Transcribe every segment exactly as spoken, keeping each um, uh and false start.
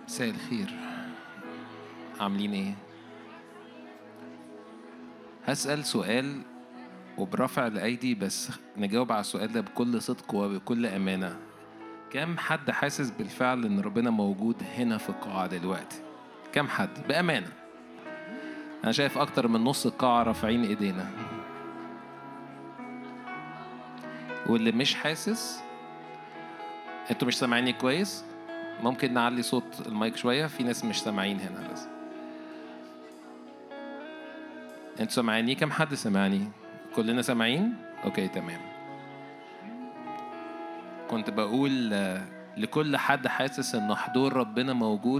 مساء الخير، عاملين ايه؟ هسأل سؤال وبرفع الأيدي، بس نجاوب على السؤال ده بكل صدق وبكل أمانة. كم حد حاسس بالفعل إن ربنا موجود هنا في القاعة دلوقتي؟ كم حد؟ بأمانة. أنا شايف أكتر من نص القاعة رافعين إيدينا. واللي مش حاسس، أنتوا مش سامعيني كويس؟ ممكن نعلي صوت المايك شوية؟ في ناس مش سامعين هنا بس. أنتوا سامعيني؟ كم حد سامعني؟ كلنا سامعين؟ أوكي تمام. كنت بقول لكل حد حاسس إن حضور ربنا موجود،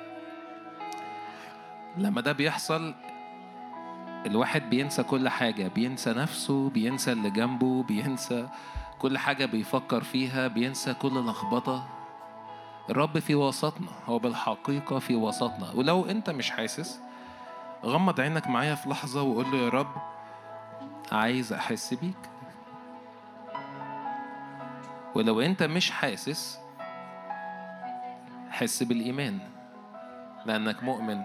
لما ده بيحصل الواحد بينسى كل حاجة، بينسى نفسه، بينسى اللي جنبه، بينسى كل حاجة بيفكر فيها، بينسى كل لخبطة. الرب في وسطنا، هو بالحقيقة في وسطنا. ولو أنت مش حاسس، غمض عينك معايا في لحظة وقول له يا رب عايز أحس بيك. ولو أنت مش حاسس، حس بالإيمان لأنك مؤمن.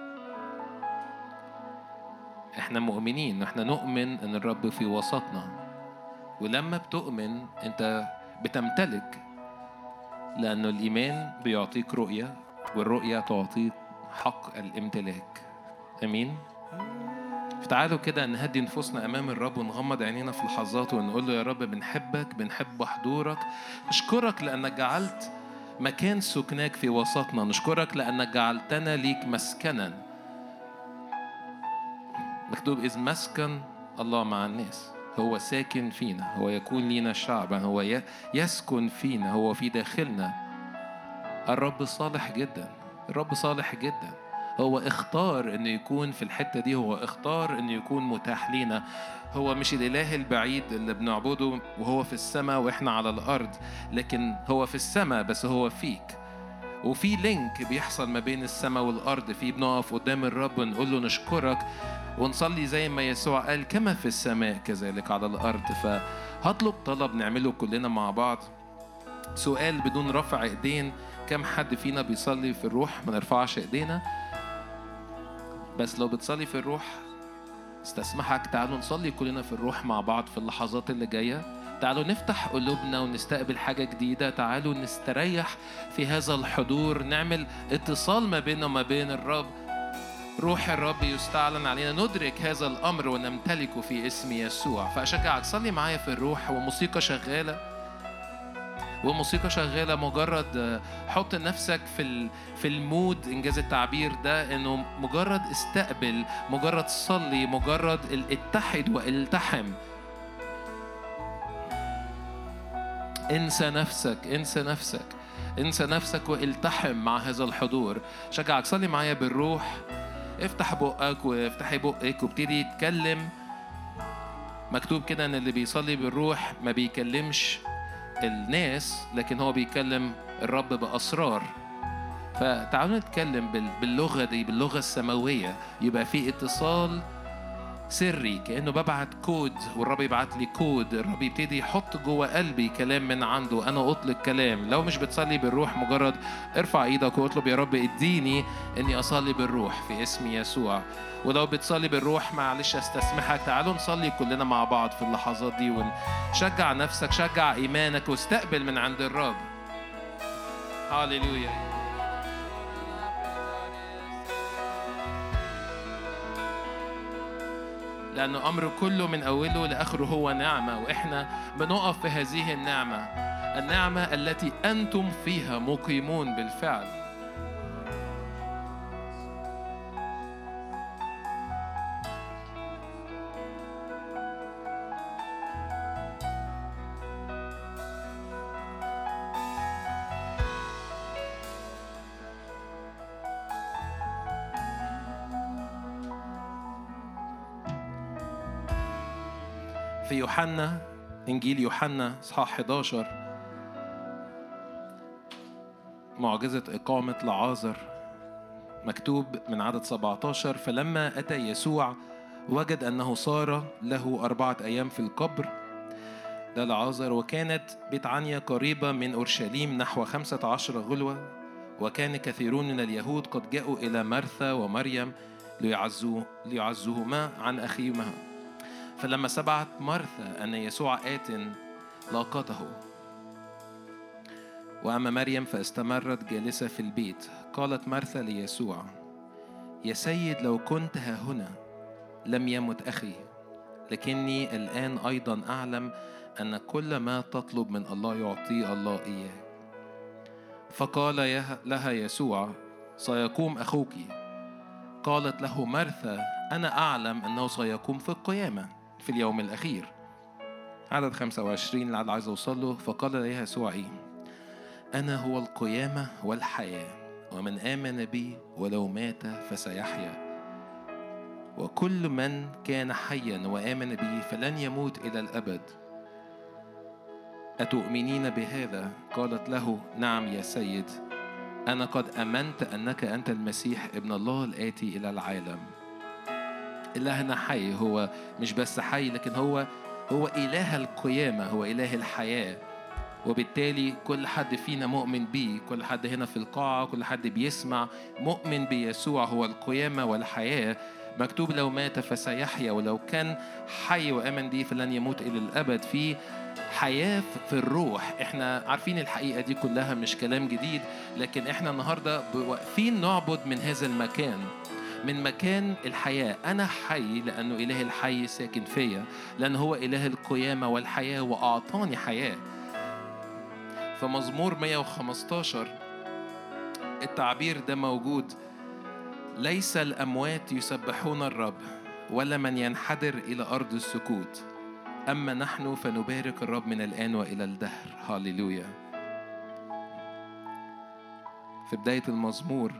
احنا مؤمنين، احنا نؤمن ان الرب في وسطنا. ولما بتؤمن انت بتمتلك، لأنه الإيمان بيعطيك رؤية، والرؤية تعطيك حق الامتلاك. أمين. فتعالوا كده نهدي نفوسنا أمام الرب ونغمض عينينا في لحظات ونقول له يا رب بنحبك، بنحب حضورك. نشكرك لأنك جعلت مكان سكناك في وسطنا. نشكرك لأنك جعلتنا ليك مسكنا. مكتوب إذ مسكن الله مع الناس، هو ساكن فينا، هو يكون لينا شعبا، هو يسكن فينا، هو في داخلنا. الرب صالح جدا، الرب صالح جدا. هو اختار انه يكون في الحتة دي، هو اختار انه يكون متاح لينا. هو مش الاله البعيد اللي بنعبده وهو في السماء واحنا على الارض، لكن هو في السماء بس هو فيك. وفي لينك بيحصل ما بين السماء والارض، في بنقف قدام الرب ونقول له نشكرك ونصلي زي ما يسوع قال كما في السماء كذلك على الارض. فهطلب طلب نعمله كلنا مع بعض، سؤال بدون رفع ايدين. كم حد فينا بيصلي في الروح؟ ما نرفعش ايدينا، بس لو بتصلي في الروح استسمحك تعالوا نصلي كلنا في الروح مع بعض في اللحظات اللي جاية. تعالوا نفتح قلوبنا ونستقبل حاجة جديدة. تعالوا نستريح في هذا الحضور، نعمل اتصال ما بيننا وما بين الرب. روح الرب يستعلن علينا، ندرك هذا الأمر ونمتلكه في اسم يسوع. فأشجعك صلي معايا في الروح وموسيقى شغالة، وموسيقى شغالة. مجرد حط نفسك في في المود، إنجاز التعبير ده، إنه مجرد استقبل، مجرد صلي، مجرد اتحد والتحم. انسى نفسك، انسى نفسك، انسى نفسك والتحم مع هذا الحضور. شجعك صلي معايا بالروح. افتح بقك وافتحي بقك وابتدي يتكلم. مكتوب كده إن اللي بيصلي بالروح ما بيكلمش الناس، لكن هو بيكلم الرب بأسرار. فتعالوا نتكلم باللغة دي، باللغة السماوية، يبقى في اتصال سري، كأنه ببعت كود والرب يبعت لي كود. الرب يبتدي يحط جوه قلبي كلام من عنده، أنا أطلق كلام. لو مش بتصلي بالروح مجرد ارفع ايدك واطلب يا رب اديني اني اصلي بالروح في اسم يسوع. ولو بتصلي بالروح معلش استسمحك تعالوا نصلي كلنا مع بعض في اللحظات دي ونشجع نفسك، شجع ايمانك واستقبل من عند الرب. هاليلويا. لأنه أمر كله من أوله لآخره هو نعمة، وإحنا بنقف في هذه النعمة، النعمة التي أنتم فيها مقيمون بالفعل. في يوحنا، إنجيل يوحنا إصحاح إحدى عشر، معجزة إقامة لعازر، مكتوب من عدد سبعة عشر: فلما أتى يسوع وجد أنه صار له أربعة أيام في القبر، ده لعازر، وكانت بيت عنيا قريبة من أورشليم نحو خمسة عشر غلوة، وكان كثيرون من اليهود قد جاءوا إلى مرثا ومريم ليعزوه ليعزوهما عن أخيهما. فلما سمعت مرثا أن يسوع آت لاقته، وأما مريم فاستمرت جالسة في البيت. قالت مرثا ليسوع: يا سيد، لو كنت ها هنا لم يمت أخي، لكني الآن أيضا أعلم أن كل ما تطلب من الله يعطي الله إياه. فقال لها يسوع: سيقوم أخوك. قالت له مرثا: أنا أعلم أنه سيقوم في القيامة في اليوم الأخير. عدد خمسة وعشرين اللي عايز أوصل له. فقال لها يسوع: إيه؟ أنا هو القيامة والحياة، ومن آمن بي ولو مات فسيحيا، وكل من كان حيا وآمن بي فلن يموت إلى الأبد. أتؤمنين بهذا؟ قالت له: نعم يا سيد، أنا قد آمنت أنك أنت المسيح ابن الله الآتي إلى العالم. إلهنا حي، هو مش بس حي، لكن هو هو إله القيامة، هو إله الحياة. وبالتالي كل حد فينا مؤمن بيه، كل حد هنا في القاعة، كل حد بيسمع مؤمن بيسوع هو القيامة والحياة. مكتوب لو مات فسيحيا، ولو كان حي وآمن بيه فلن يموت إلى الأبد. في حياة في الروح. احنا عارفين الحقيقة دي كلها، مش كلام جديد، لكن احنا النهاردة واقفين نعبد من هذا المكان، من مكان الحياة. أنا حي لأنه إله الحي ساكن فيا، لأن هو إله القيامة والحياة وأعطاني حياة. فمزمور مئة وخمستاشر التعبير ده موجود: ليس الأموات يسبحون الرب، ولا من ينحدر إلى أرض السكوت، أما نحن فنبارك الرب من الآن وإلى الدهر. هاليلويا. في بداية المزمور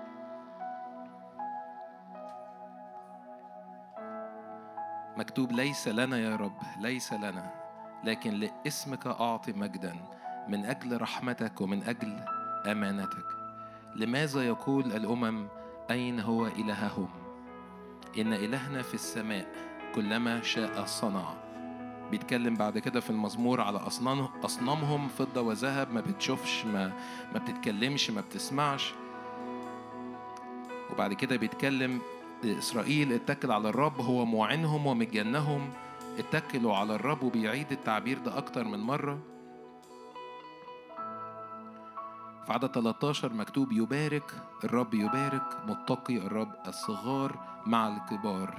مكتوب: ليس لنا يا رب، ليس لنا، لكن لاسمك أعطي مجدا، من أجل رحمتك ومن أجل أمانتك. لماذا يقول الأمم أين هو إلههم؟ إن إلهنا في السماء، كلما شاء صنع. بيتكلم بعد كده في المزمور على أصنامهم فضة وذهب، ما بتشوفش، ما, ما بتتكلمش، ما بتسمعش. وبعد كده بيتكلم إسرائيل اتكل على الرب، هو معينهم ومجنهم. اتكلوا على الرب، وبيعيد التعبير ده أكتر من مرة. في عدد ثلاثة عشر مكتوب: يبارك الرب، يبارك متقي الرب الصغار مع الكبار،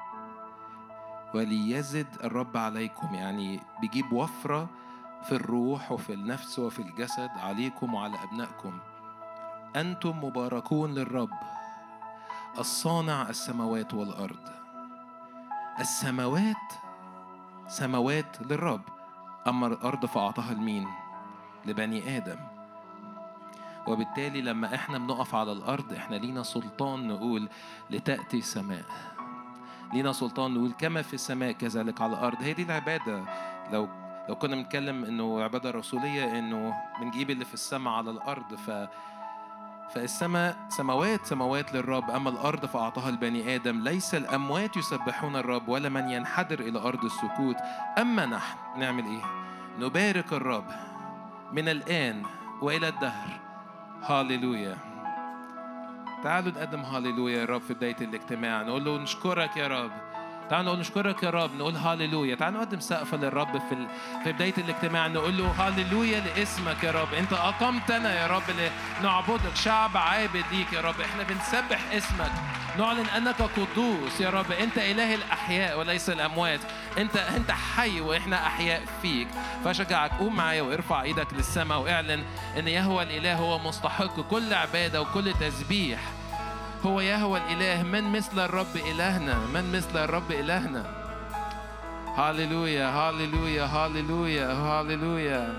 وليزد الرب عليكم. يعني بيجيب وفرة في الروح وفي النفس وفي الجسد عليكم وعلى أبنائكم. أنتم مباركون للرب الصانع السماوات والأرض. السماوات سماوات للرب، أما الأرض فأعطاها لمين؟ لبني آدم. وبالتالي لما احنا بنقف على الأرض احنا لينا سلطان نقول لتأتي سماء، لينا سلطان نقول كما في السماء كذلك على الأرض. هي دي العبادة. لو لو كنا بنتكلم إنه عبادة رسولية، إنه بنجيب اللي في السماء على الأرض. ف فالسماء سماوات سماوات للرب، أما الأرض فأعطاها البني آدم. ليس الأموات يسبحون الرب، ولا من ينحدر إلى أرض السكوت، أما نحن نعمل إيه؟ نبارك الرب من الآن وإلى الدهر. هاليلويا. تعالوا نقدم هاليلويا يا رب في بداية الاجتماع، نقول له نشكرك يا رب. تعالوا نقول نشكرك يا رب، نقول هاليلويا. تعالوا نقدم سقفة للرب في ال... في بداية الاجتماع، نقول له هاليلويا لاسمك يا رب. انت اقمتنا يا رب لنعبدك، شعب عابد ليك يا رب. احنا بنسبح اسمك، نعلن انك قدوس يا رب. انت اله الاحياء وليس الاموات. انت انت حي واحنا احياء فيك. فاشجعك قوم معايا وارفع ايدك للسماء واعلن ان يهوه الاله هو مستحق كل عبادة وكل تسبيح. هو يهوه الإله. من مثل الرب إلهنا؟ من مثل الرب إلهنا؟ هاليلويا هاليلويا هاليلويا هاليلويا.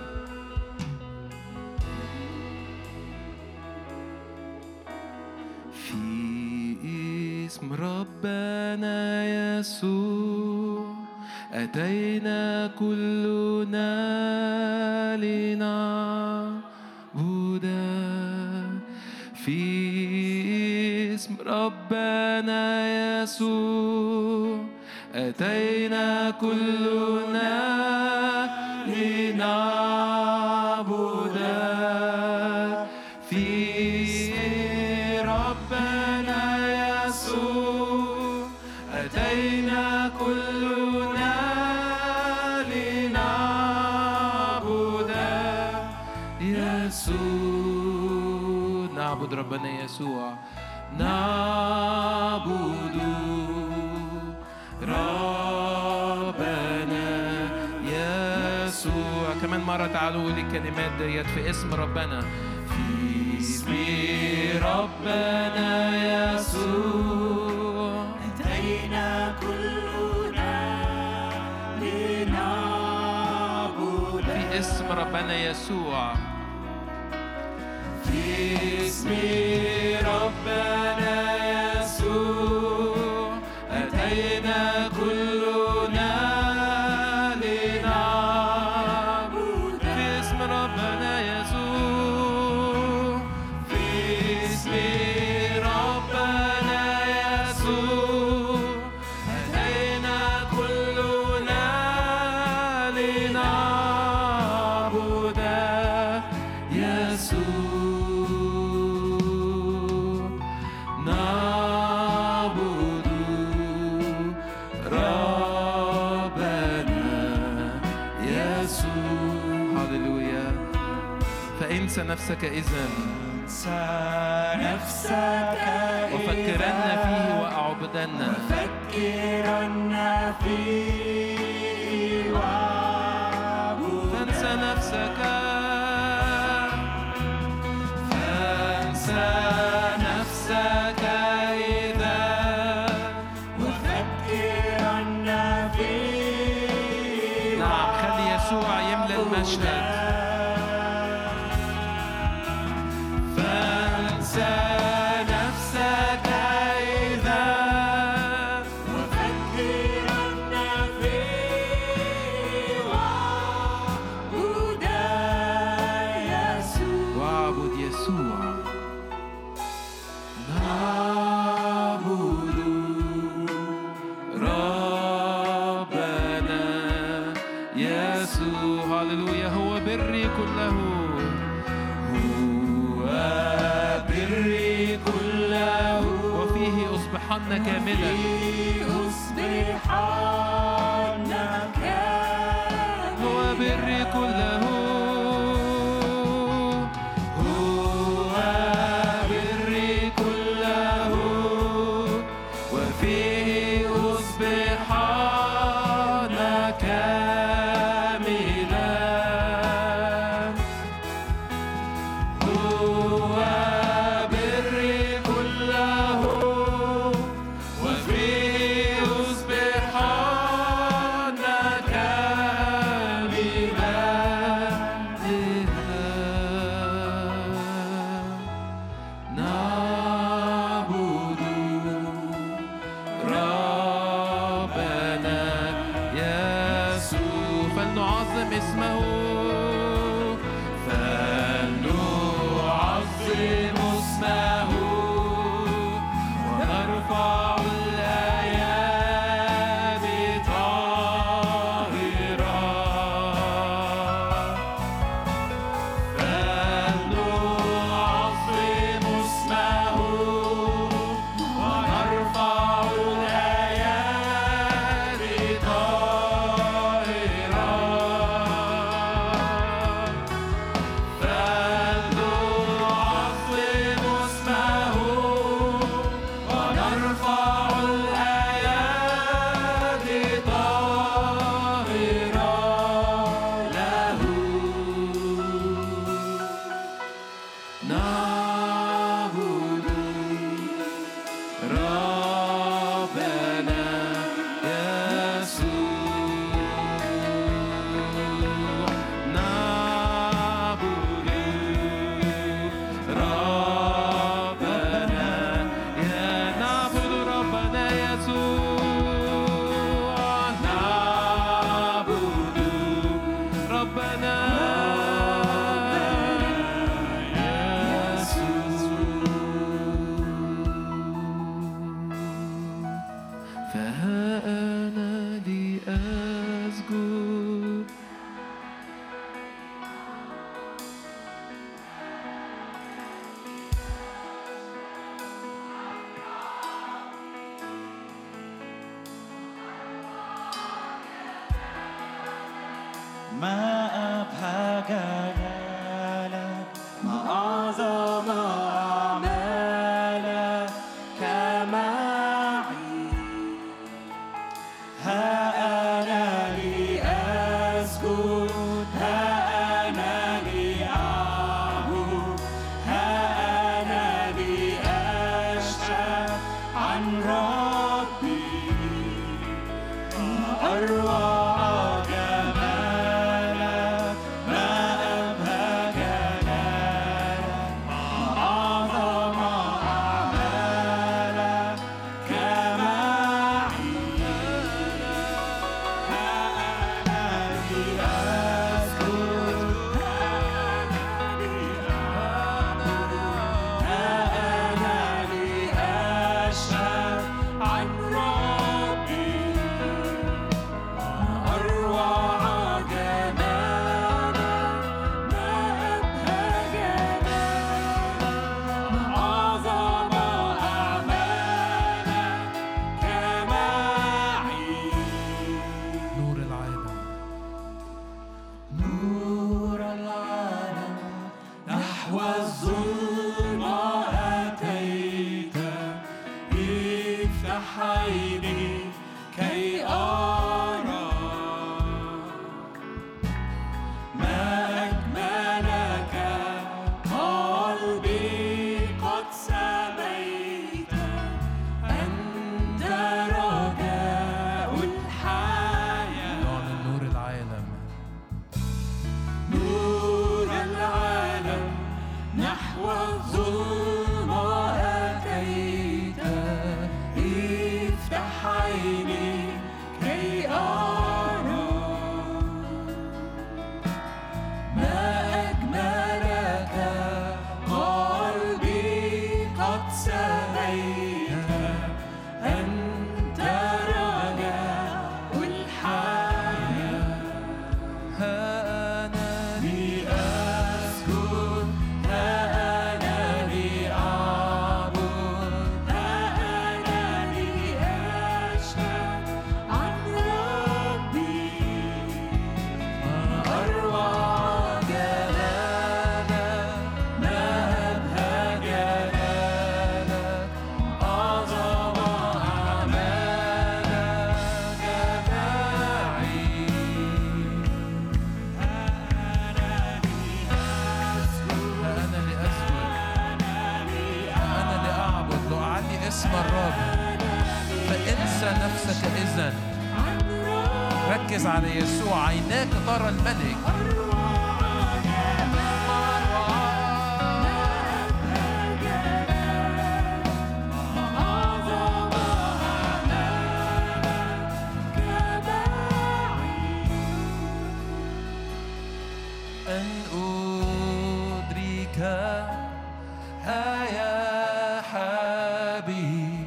في اسم ربنا يسوع أتينا كلنا لنعبد. في اسم ربنا يسوع أتينا كلنا لنعبد. في ربنا يسوع أتينا كلنا لنعبد يسوع. نعبد ربنا يسوع، نعبد ربنا يسوع. كمان مرة تعالوا قولي الكلمات ديت في اسم ربنا، في اسم ربنا يسوع أتينا كلنا لنعبد. في اسم ربنا يسوع، في اسم ربنا يسوع أتينا كلنا لنعبد. في اسم ربنا يسوع، في اسم ربنا يسوع أتينا كلنا لنعبد يسوع. نعبد ربنا يسوع. هللويا. فانسى نفسك إذن انسى نفسك وفكرن فيه وأعبدن. وفكرن فيه وأعبدن. فانسى نفسك، فانسى نفسك إذا وفكرن فيه. نعم، خلي يسوع يملى المشهد. فانسى نفسك إذا وفكرن فيه واعبد يسوع. واعبد يسوع. نعبد ربنا يسوع. هللويا. هو بري كله، هو بري كله وفيه أصبحن كاملا. فيه أصبحن كاملا. هو بري كله، هو بري كله وفيه أصبحن كاملا. هو بري كله وفيه أصبحن أروع جمالك ما أبهى جلالك ما أعظم أعمالك كمعي ها أنا لأذكر ها أنا لأشهد عن ربي أروع جمالك ما أبهى جمالك ما أعظم أعمالك كمعي نور العالم نور العالم نحو الظلمة أتيت افتح عيني كي أرى ما أجملك قلبي قد سميت أنت رجاء الحياة نعلن نور العالم نور العالم نحو الظلمة أتيت افتح عيني كي أرى ما أجملك قلبي قد سميت أنت رجاء الحياة ها أنا لأسكن ها أنا لأعبد ها أنا لأشهد عن ربي ما أروع جلالك ما أبهى جلالك أعظم أعمالك كمعي أنا لأسجد أنا لأعبد لأعلي اسم الرب فانسى نفسك إذن ركز على يسوع عيناك ترى الملك أن أدرك يا حبيب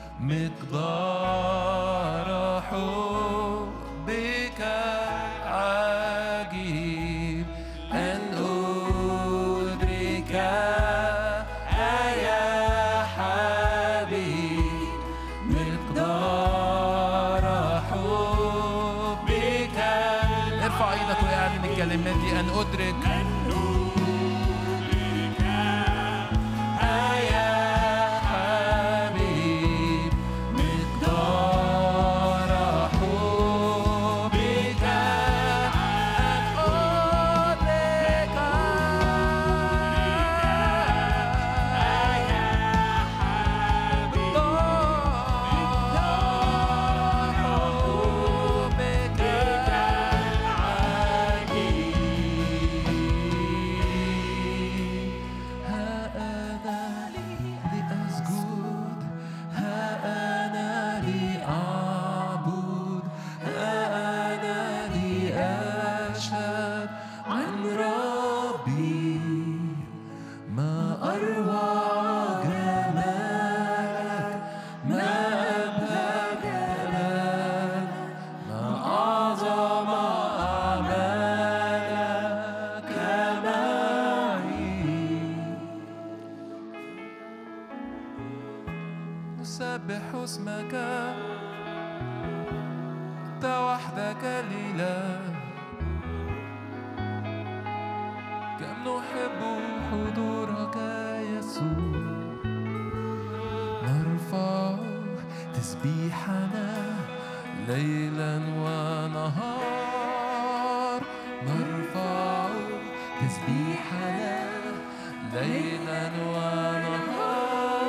مقدار حبك عجيب أن أدرك يا حبيب مقدار حبك ارفع ايدك واعلن الكلمات دي أن أدرك يا حبيب مقدار حبك أن أدرك نسبح اسمك أنت وحدك الإله كم نحب حضورك يسوع نرفع تسبيحنا ليلا ونهار نرفع تسبيحنا ليلا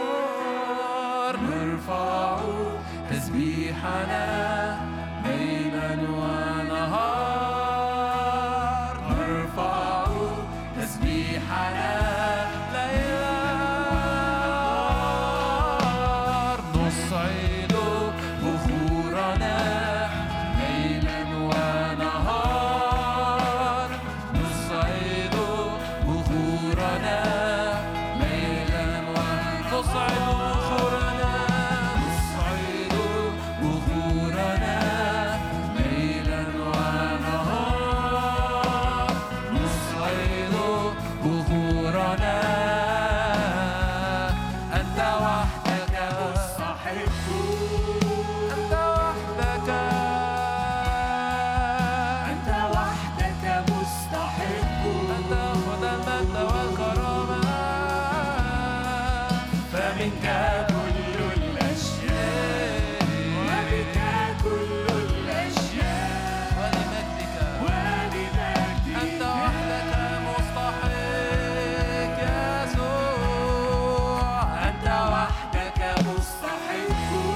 ونهار نرفع تسبيحنا ليلا فمنك كل الأشياء وبك كل الأشياء ولمجدك ولمجدك أنت وحدك مستحق يسوع أنت وحدك مستحق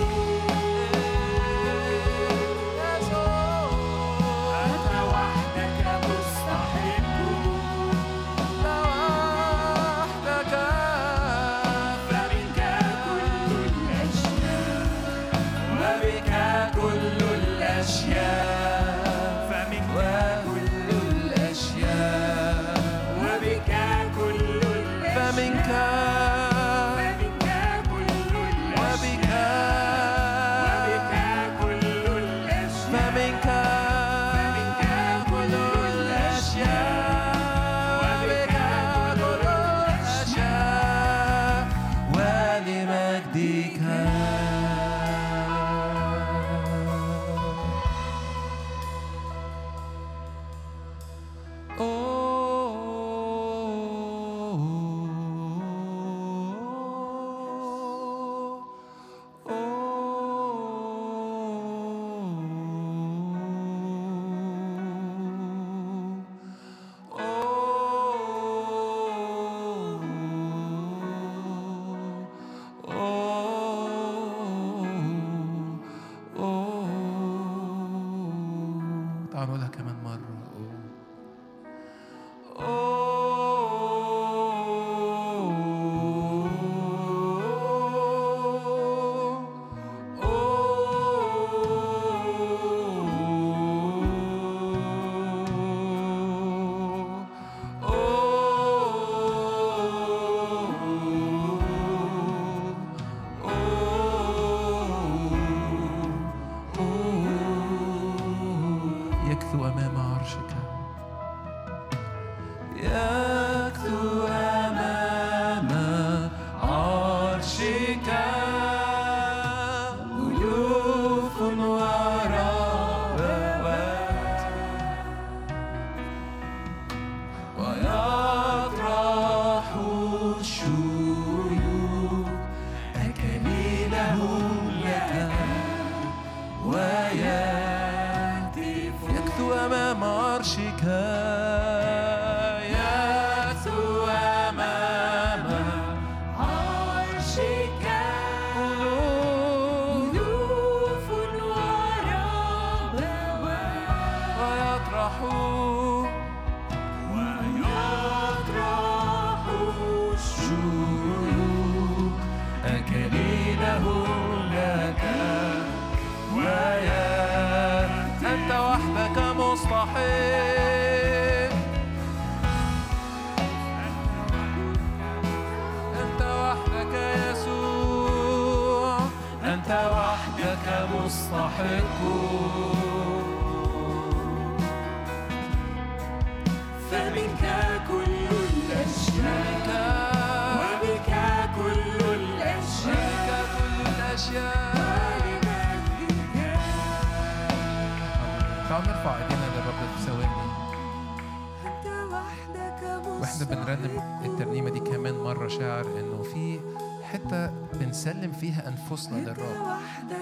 نسلم فيها أنفسنا للرب.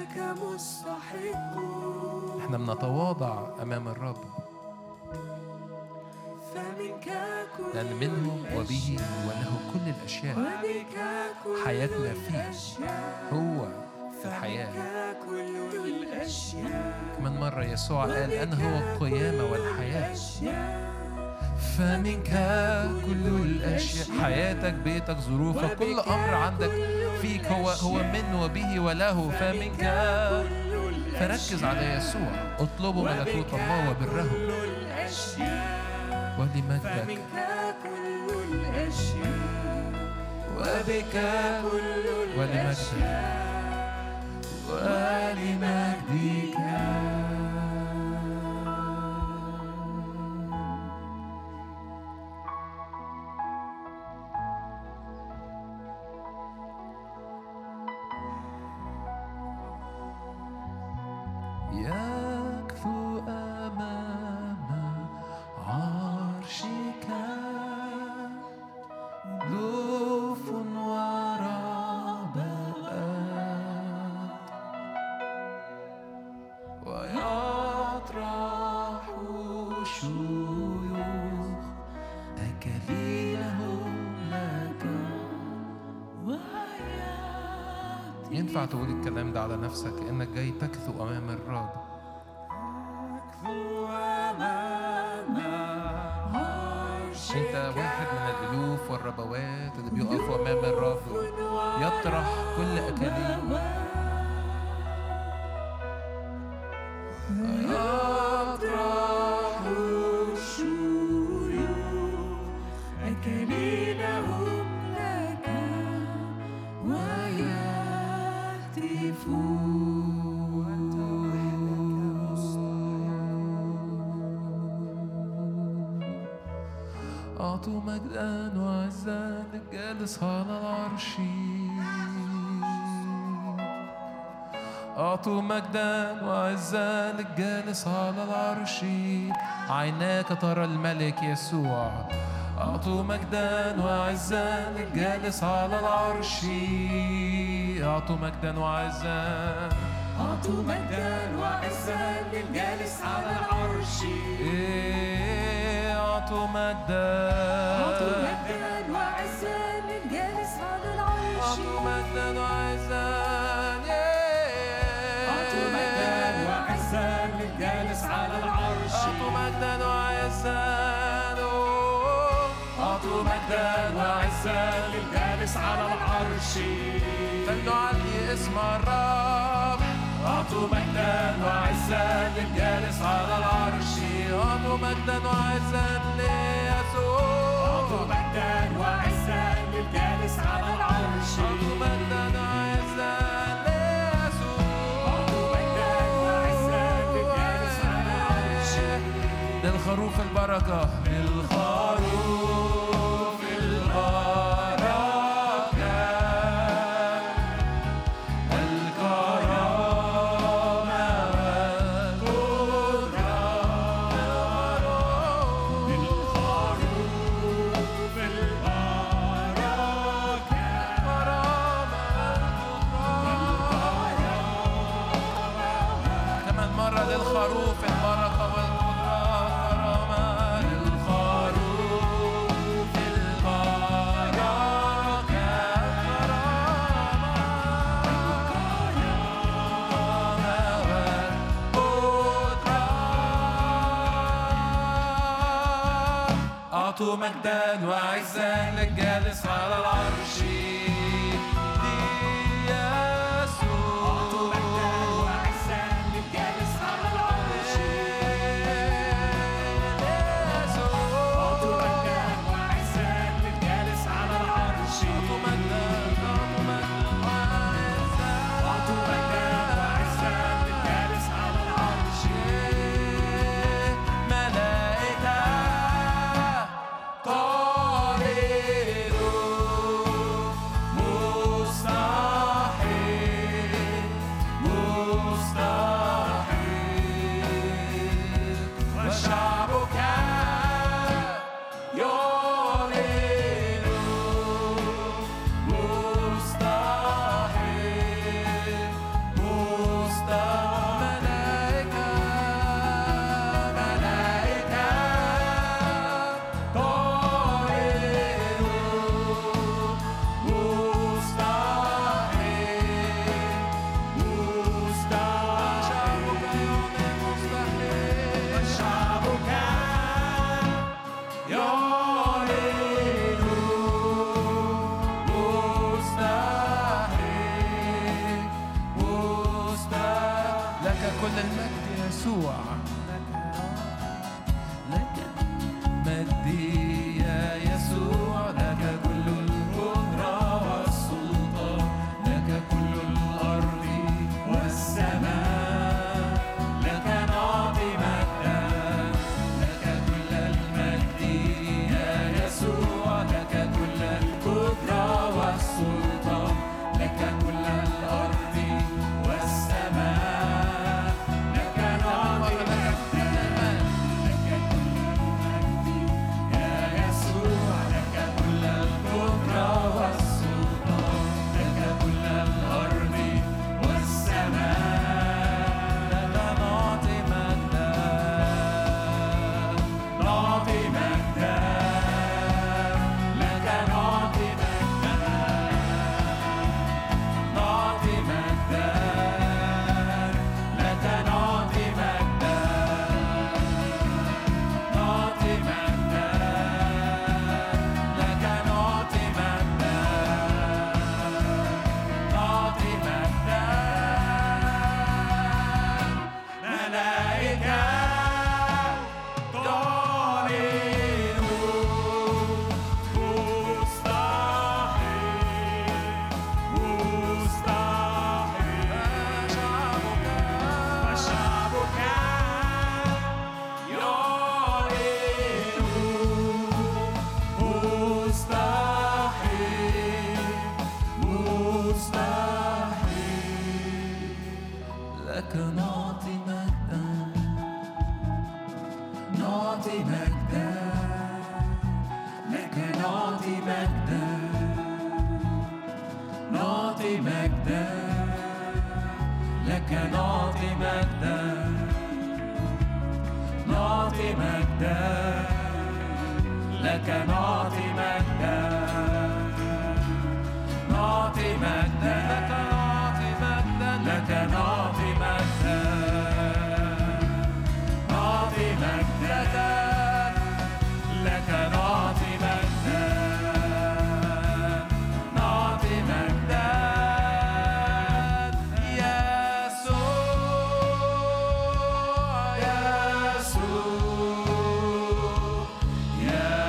احنا بنتواضع أمام الرب لأن منه وبه وله كل الأشياء. حياتنا فيه، هو الحياة. كمان مرة يسوع قال أنا هو القيامة والحياة، فمنك كل الأشياء. حياتك، بيتك، ظروفك، كل أمر عندك فيك هو هو من وبه وله، فمنك. فركز على يسوع، اطلبوا ملكوت الله وبره ولمجدك وبك ولمجدك ولمجدك. يكفو أمام عرشك ألوف وربوات ينفع تقول الكلام ده على نفسك كأنك جاي تكثو أمام الرب. أنت واحد من الألوف والربوات اللي بيقفوا أمام الرب يطرح كل أكاليل. يطرح الشيوخ أكاليلهم لك ويهتفون. أعطوا مجدا وعزا للجالس على العرش. أعطوا مجدا وعزا للجالس على العرش. عيناك ترى الملك يسوع. أعطوا مجدا وعزا للجالس على العرش. أعطوا مجدا وعزا. أعطوا مجدا وعزا للجالس على العرش. أعطوا مجدا. أعطوا مجدا وعزا للجالس على العرش. أعطوا مجدا وعزا. أعطوا مجدا وعزا للجالس على العرش. أعطوا مجدا وعزا. أعطوا مجدا وعزا للجالس على العرش. فلنعلي اسم الرب. أعطوا مجدا وعزا للجالس على العرش. أعطوا مجدا وعزا ليسوع. أعطوا مجدا وعزا للجالس على العرش. أعطوا مجدا وعزا ليسوع. أعطوا مجدا وعزا للجالس على العرش. للخروف البركة. للخروف البركة والكرامة والقدرة. للخروف البركة كمان مرة. للخروف البركة والقدرة. أعطوا مجدا وعزا للجالس على العرش. ليسوع. أعطوا مجدا وعزا للجالس على العرش. ليسوع. أعطوا مجدا وعزا للجالس على العرش. أعطوا مجدا. أعطوا مجدا وعزا للجالس على العرش. ملائكة لك نعطي مجدا نعطي مجدا لك نعطي مجدا نعطي مجدا لك نعطي مجدا نعطي مجدا لك نعطي مجدا نعطي مجدا لك نعطي مجدا نعطي مجدا لك نعطي مجدا نعطي مجدا يسوع يسوع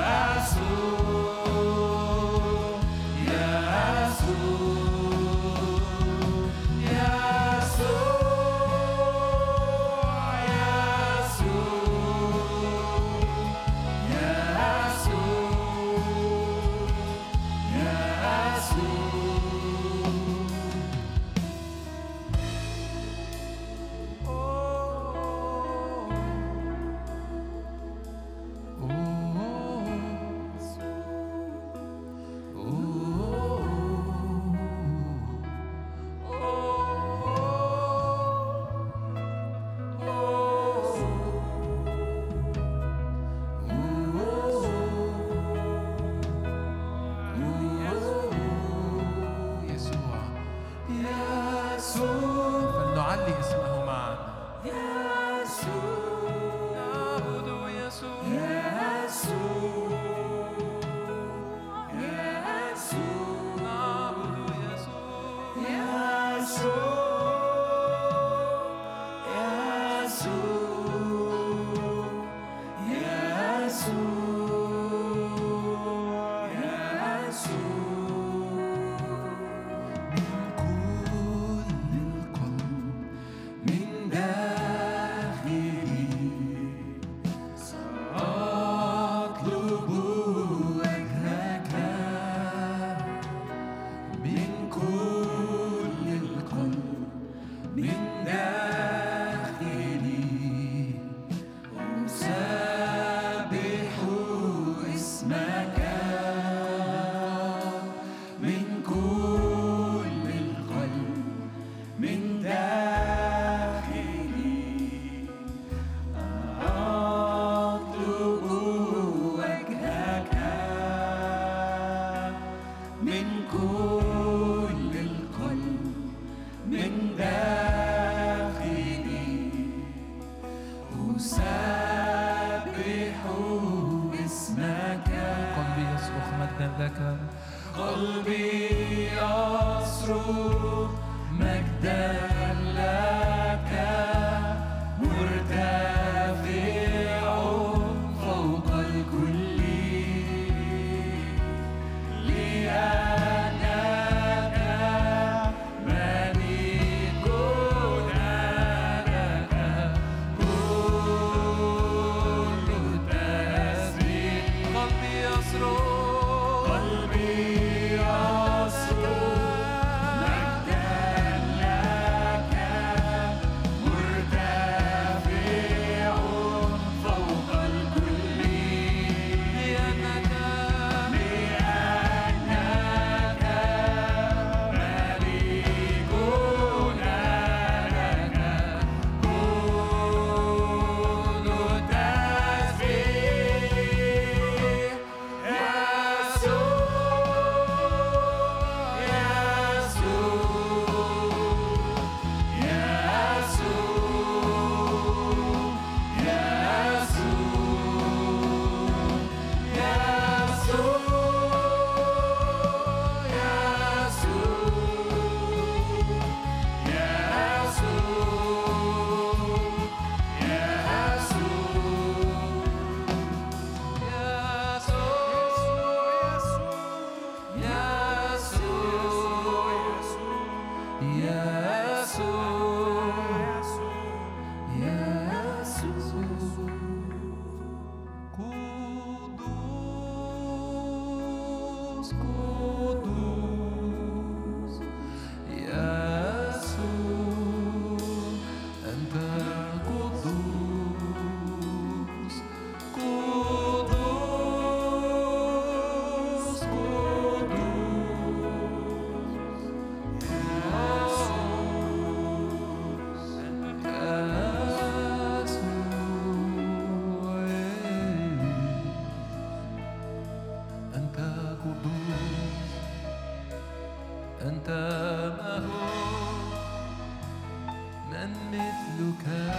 فلنعلي اسمه معا نعبد يسوع يسوع يسوع نعبد يسوع يسوع يسوع يسوع قلبي يصرخ مجدا لك مرتفع فوق الكل لأنك ملك لك كل التسبيح قلبي يصرخ قلبي يصرخ مجدا لك ما هو من مثلك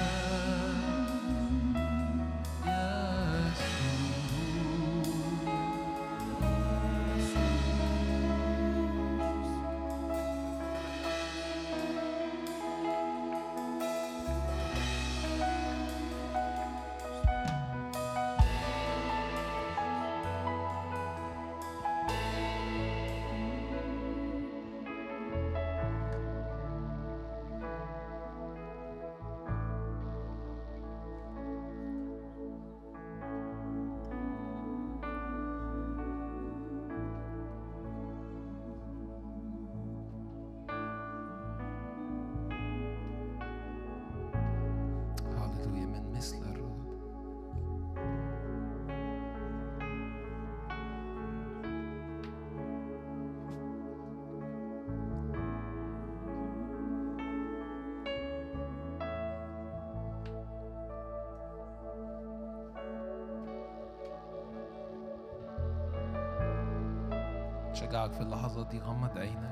شجعك في اللحظة دي غمض عينك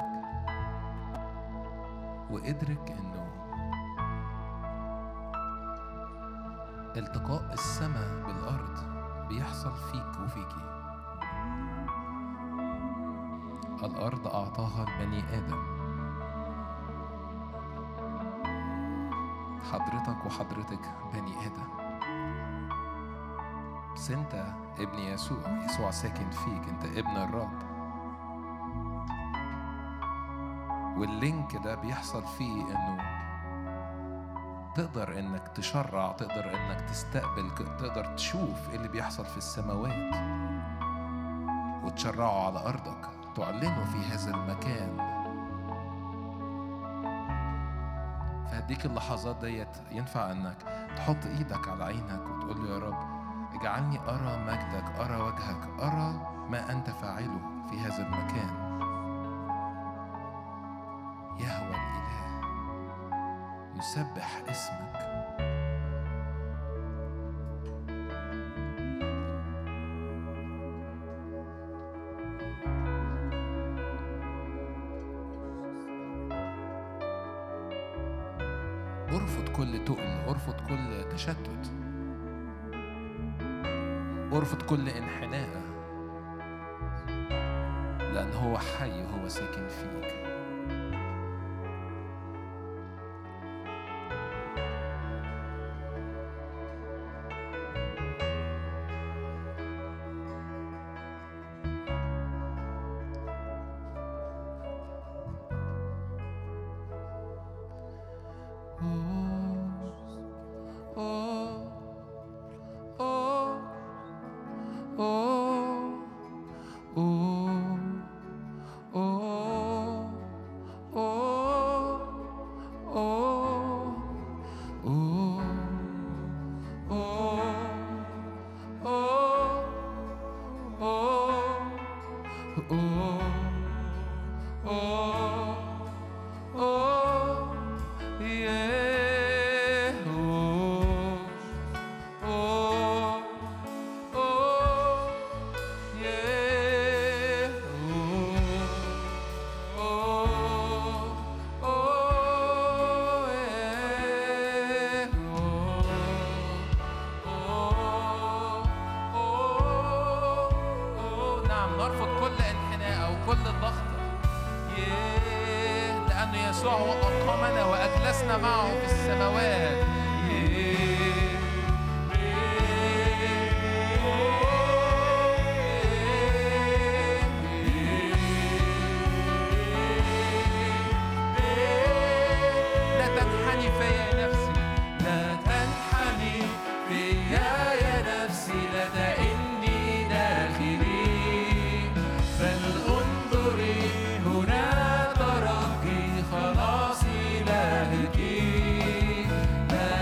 وادرك انه التقاء السماء بالارض بيحصل فيك وفيكي. الارض اعطاها لبني ادم، حضرتك وحضرتك بني ادم، بس انت ابن يسوع. يسوع ساكن فيك، انت ابن الرب. واللينك ده بيحصل فيه انه تقدر انك تشرع، تقدر انك تستقبل، تقدر تشوف ايه اللي بيحصل في السماوات وتشرعه على ارضك، تعلنه في هذا المكان. فهديك اللحظات ديت ينفع انك تحط ايدك على عينك وتقول له يا رب اجعلني ارى مجدك، ارى وجهك، ارى ما انت فاعله في هذا المكان. يهوى الإله، نسبح اسمك. ارفض كل تقل، ارفض كل تشتت، ارفض كل انحناء، لأن هو حي، هو ساكن فيك. هنا ترقي خلاص إلهك.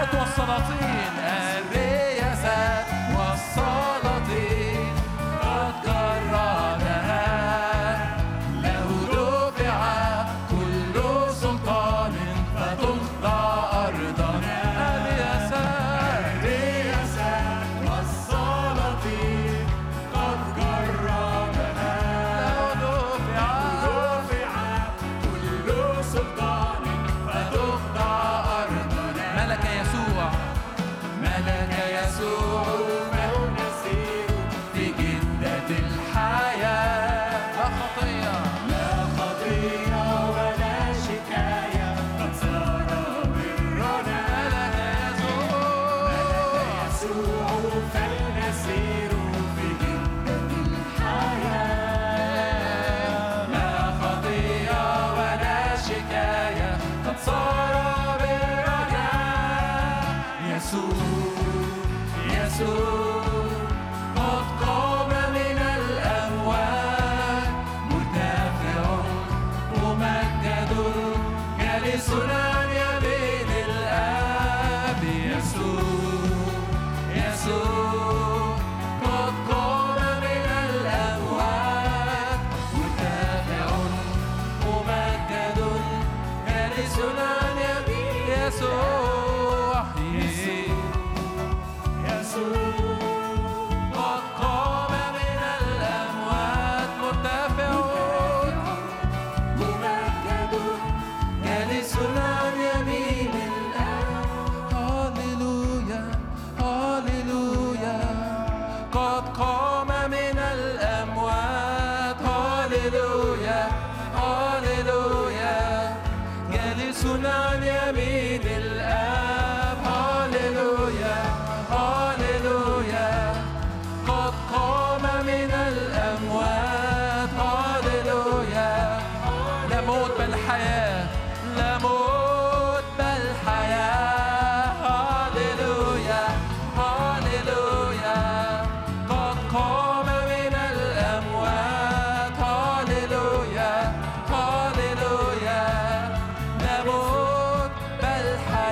الرياسات والسلاطين الرياسات والسلاطين قد جربها له دفع كل سلطان فتخضع أرضنا الرياسات الرياسات والسلاطين قد جربها له دفع رفع كل سلطان فتخضع أرضنا ملك يسوع ملك يسوع فلنسير في جدة الحياة لا خطية لا خطية ولا شكاية قد صار برنا ملك يسوع يسوع فلنسير في جدة الحياة لا خطية ولا شكاية قد صار بالرجاء يسوع يسوع قد قام من الأموات مرتفع ممجد جالس عن يمين الآب يسوع يسوع قد قام من الأموات مرتفع ممجد جالس عن يمين يسوع يسوع قد قام من الأموات مرتفع ممجد جالس عن يمين الآب هاليلويا هاليلويا قد قام من الأموات هاليلويا هاليلويا جالس عن يمين الآب هاليلويا هاليلويا قد قام من الأموات هاليلويا لا موت بل حياة لا موت بل حياة هاليلويا هاليلويا قد قام من الأموات هاليلويا هاليلويا لا موت بل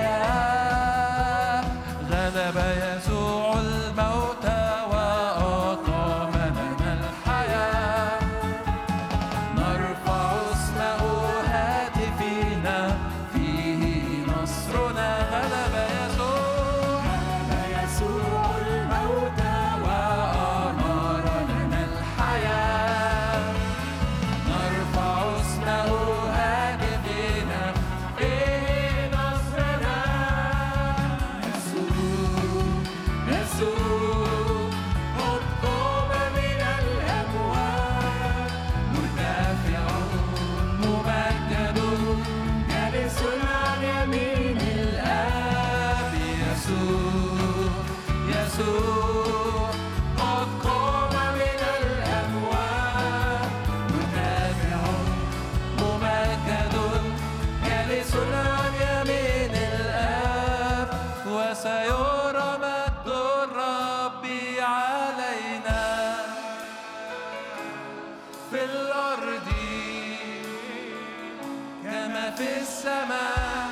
حياة غلب يسوع الموت وأقام لنا الحياة نرفع اسمه هاتفنا فيه نصرنا غلب يسوع يسوع الموت وأنار لنا الحياة نرفع اسمه هاتفنا فيه نصرنا يسوع يسوع قد قام من الأموات مرتفع ممجد جالس عن يمين الآب يسوع يسوع قد قام من الأموات مرتفع ممجد جالس عن يمين الآب وسيرى مجد الرب علينا في الأرض كما في السماء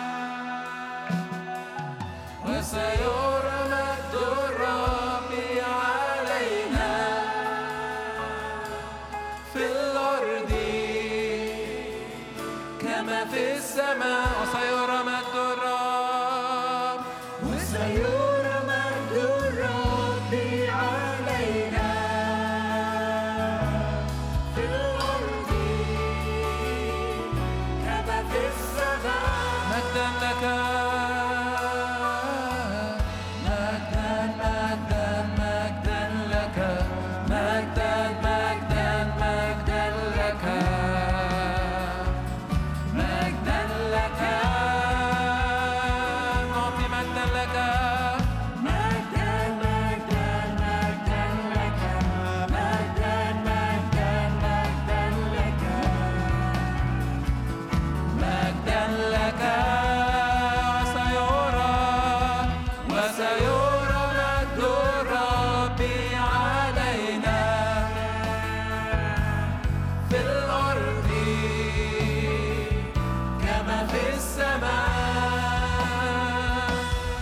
وسيرى مجد الرب علينا في الأرض كما في السماء وسيرى مجد الرب وسيرى مجد الرب علينا في الأرض كما في السماء مجدا لك مجدا مجدا مجدا لك مجدا مجدا مجدا لك مجدا لك نعطي مجدا لك مجدا مجدا مجدا لك مجدا مجدا مجدا لك مجدا لك وسيرى وسيرى مجد الرب علينا في الأرض كما في السماء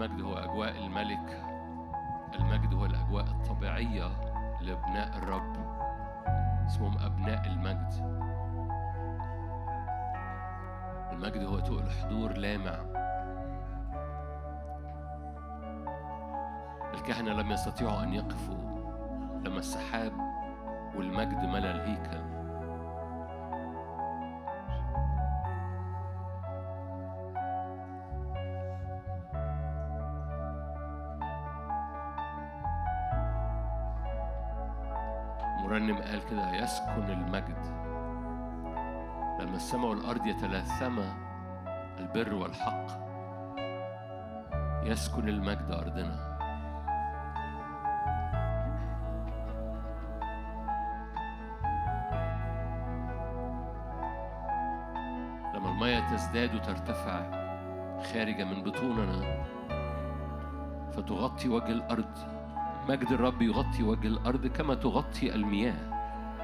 المجد هو أجواء الملك، المجد هو الأجواء الطبيعية لابناء الرب، اسمهم أبناء المجد. المجد هو تقل حضور لامع. الكهنة لم يستطيعوا أن يقفوا لما السحاب والمجد ملأ الهيكل. مرنم قال كده: يسكن المجد لما السماء والأرض يتلاثما البر والحق، يسكن المجد أرضنا. لما المياه تزداد وترتفع خارجة من بطوننا فتغطي وجه الأرض، مجد الرب يغطي وجه الأرض كما تغطي المياه.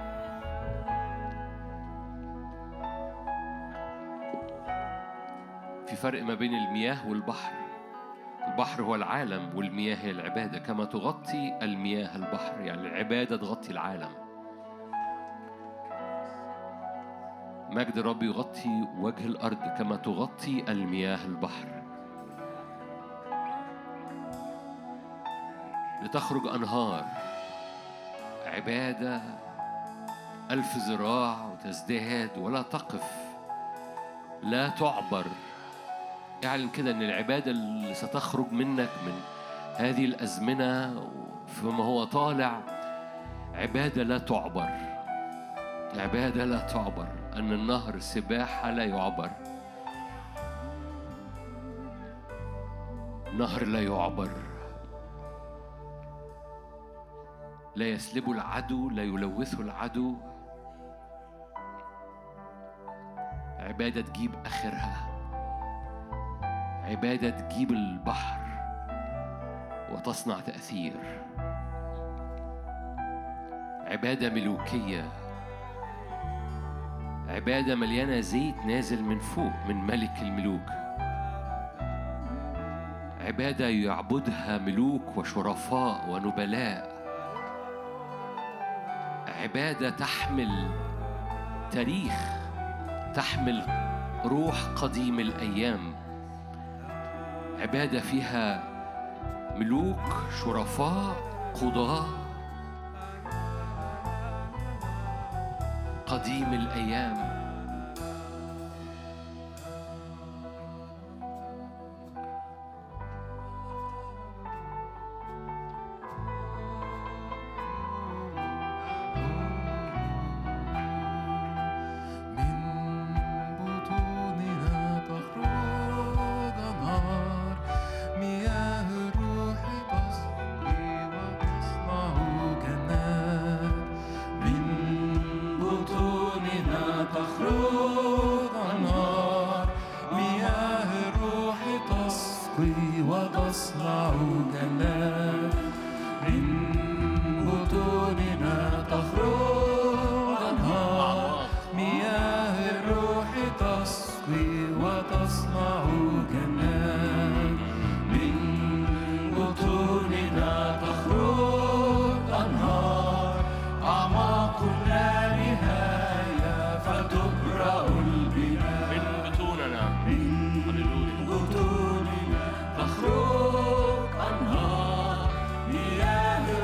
في فرق ما بين المياه والبحر. البحر هو العالم والمياه هي العبادة. كما تغطي المياه البحر، يعني العبادة تغطي العالم. مجد الرب يغطي وجه الأرض كما تغطي المياه البحر، لتخرج أنهار عبادة ألف ذراع وتزداد ولا تقف، لا تعبر. اعلن كده ان العبادة اللي ستخرج منك من هذه الأزمنة فيما هو طالع عبادة لا تعبر، عبادة لا تعبر. أن النهر سباحة لا يعبر، نهر لا يعبر، لا يسلب العدو، لا يلوثه العدو. عبادة تجيب آخرها، عبادة تجيب البحر وتصنع تأثير، عبادة ملوكية، عبادة مليانة زيت نازل من فوق من ملك الملوك، عبادة يعبدها ملوك وشرفاء ونبلاء، عبادة تحمل تاريخ، تحمل روح قديم الأيام، عبادة فيها ملوك شرفاء قضاة قديم الأيام.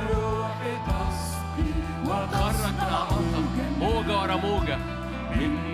من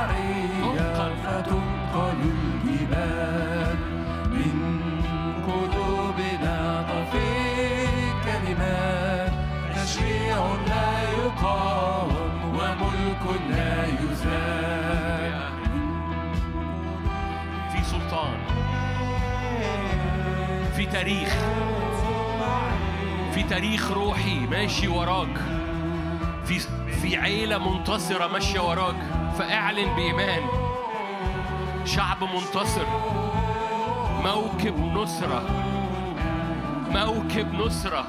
سباعية فتنقل الجبال من قلوبنا تفيض كلمات تشريع لا يقاوم وملك لا يزال. في سلطان، في تاريخ، في تاريخ روحي ماشي وراك، في في عيلة منتصرة ماشية وراك، فاعلن بإيمان. شعب منتصر، موكب نصرة، موكب نصرة.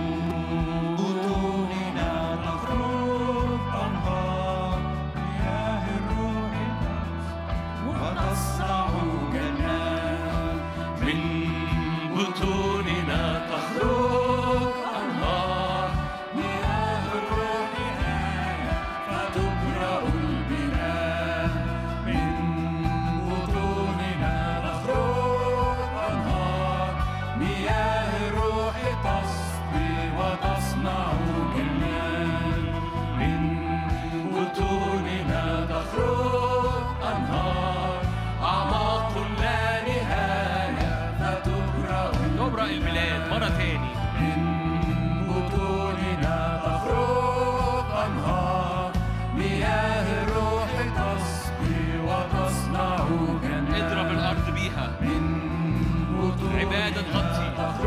عبادة تغطي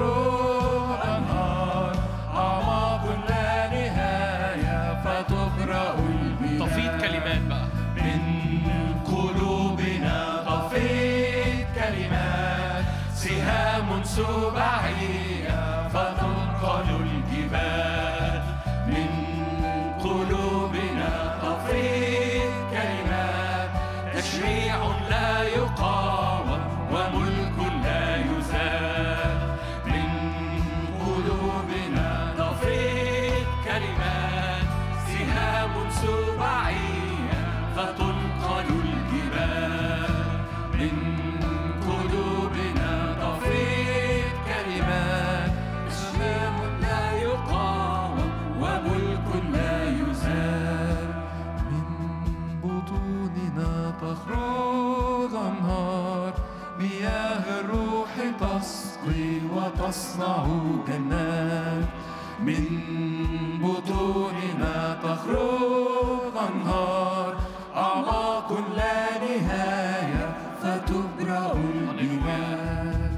أنهار أعماق لا نهاية فتبرأ البلاد. تفيض كلمات بقى من قلوبنا، تفيض كلمات سهام سباعية فتنقل الجبال. من قلوبنا تفيض كلمات تشريع لا يقاوم وملك لا يزال. من قلوبنا تفيض كلمات سهام سباعية فتنقل الجبال. من قلوبنا تفيض كلمات سهام لا يقاوم وملك لا يزال. من بطوننا تخرج أنهار مياه الروح تسقي وتصنع جنات. من بطوننا تخرج أنهار أعماق لا نهاية فتبرأ البلاد.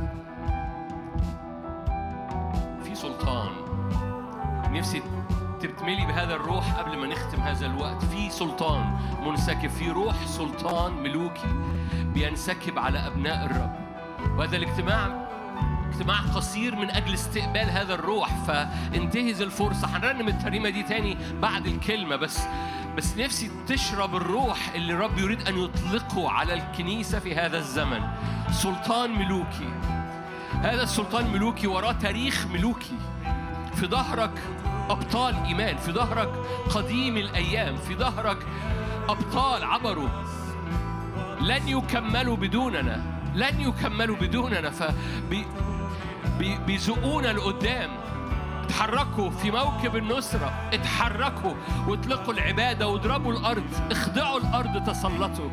في سلطان، نفسي تتملي بهذا الروح قبل ما نختم هذا الوقت. في سلطان منسكب، في روح سلطان ملوكي بينسكب على أبناء الرب. وهذا الاجتماع اجتماع قصير من أجل استقبال هذا الروح، فانتهز الفرصة. هنرنم الترنيمة دي تاني بعد الكلمة، بس بس نفسي تشرب الروح اللي الرب يريد أن يطلقه على الكنيسة في هذا الزمن. سلطان ملوكي، هذا السلطان ملوكي وراه تاريخ ملوكي. في ظهرك أبطال إيمان، في ظهرك قديم الأيام، في ظهرك أبطال عبروا لن يكملوا بدوننا، لن يكملوا بدوننا، فبيزقونا لقدام. اتحركوا في موكب النصرة، اتحركوا واطلقوا العبادة واضربوا الأرض، اخضعوا الأرض، تسلطوا.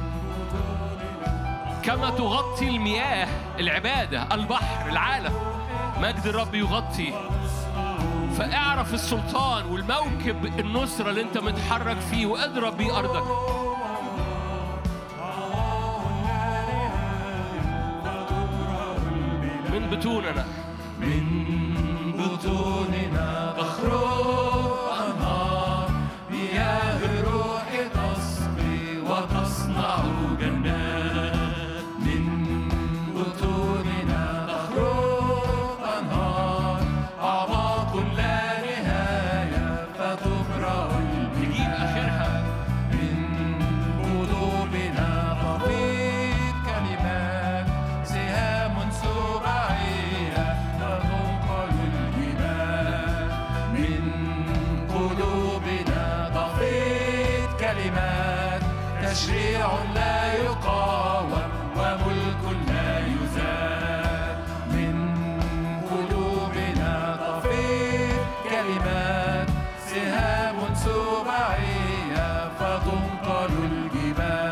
كما تغطي المياه العبادة، البحر، العالم، مجد الرب يغطي. فاعرف السلطان والموكب النصرة اللي انت متحرك فيه واضرب بيه أرضك. من بطوننا، من بطوننا تخرج أنهار مياه الروح تسقي وتصنع جنات. من بطوننا تخرج أنهار أعماق لا نهاية فتبرأ البلاد. تجيب آخرها. من قلوبنا تفيض كلمات سهام سباعية فتنقل الجبال. من قلوبنا تفيض كلمات تشريع لا يقاوم وملك لا يزال. من قلوبنا تفيض كلمات سهام سباعية فتنقل الجبال.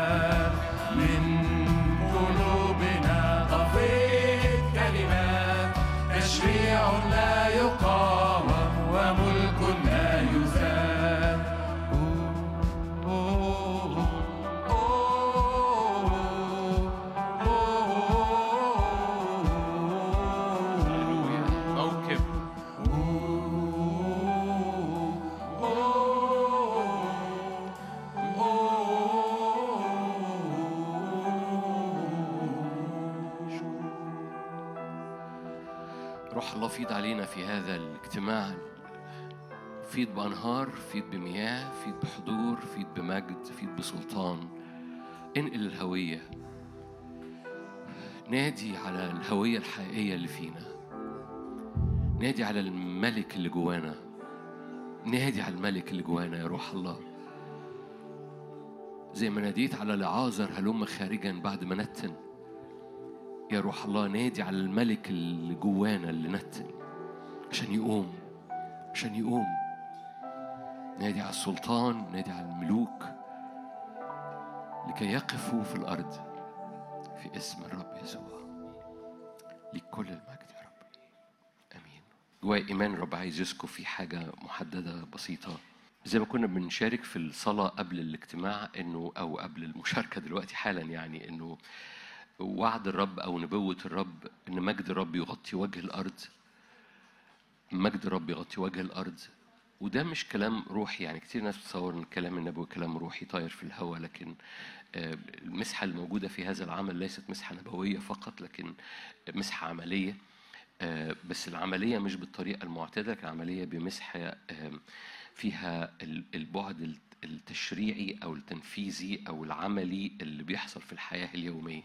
روح الله فيض علينا في هذا الاجتماع، فيض بأنهار، فيض بمياه، فيض بحضور، فيض بمجد، فيض بسلطان. انقل الهوية، نادي على الهوية الحقيقية اللي فينا، نادي على الملك اللي جوانا، نادي على الملك اللي جوانا يا روح الله. زي ما ناديت على لعازر هلم خارجا بعد ما نتن، يا روح الله نادي على الملك اللي جوانا اللي نتن عشان يقوم، عشان يقوم. نادي على السلطان، نادي على الملوك لكي يقفوا في الأرض في اسم الرب يسوع. لكل المجد يا رب، أمين. جواي إيمان الرب عايز يسكب في حاجة محددة بسيطة، زي ما كنا بنشارك في الصلاة قبل الاجتماع، إنه أو قبل المشاركة دلوقتي حالا، يعني إنه وعد الرب أو نبوة الرب إن مجد الرب يغطي وجه الأرض، مجد الرب يغطي وجه الأرض. وده مش كلام روحي، يعني كتير ناس بتصور إن الكلام النبوي كلام روحي طاير في الهواء، لكن المسحة الموجودة في هذا العمل ليست مسحة نبوية فقط، لكن مسحة عملية. بس العملية مش بالطريقة المعتادة، لكن عملية بمسحة فيها البعد التشريعي أو التنفيذي أو العملي اللي بيحصل في الحياة اليومية.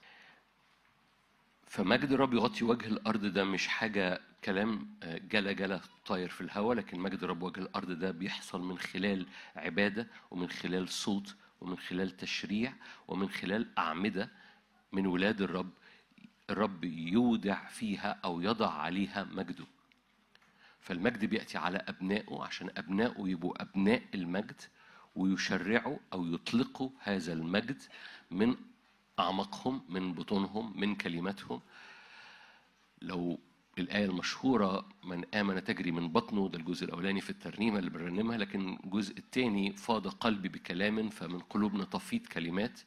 فمجد الرب يغطي وجه الأرض ده مش حاجة كلام جلا جلا طاير في الهواء، لكن مجد الرب وجه الأرض ده بيحصل من خلال عبادة، ومن خلال صوت، ومن خلال تشريع، ومن خلال أعمدة من ولاد الرب الرب يودع فيها أو يضع عليها مجده. فالمجد بيأتي على أبنائه عشان أبنائه يبقوا أبناء المجد، ويشرعوا أو يطلقوا هذا المجد من أعمقهم، من بطونهم، من كلماتهم. لو الآية المشهورة من آمن تجري من بطنه، ده الجزء الأولاني في الترنيمة اللي بنرنمها، لكن الجزء الثاني فاض قلبي بكلام فمن قلوبنا تفيض كلمات.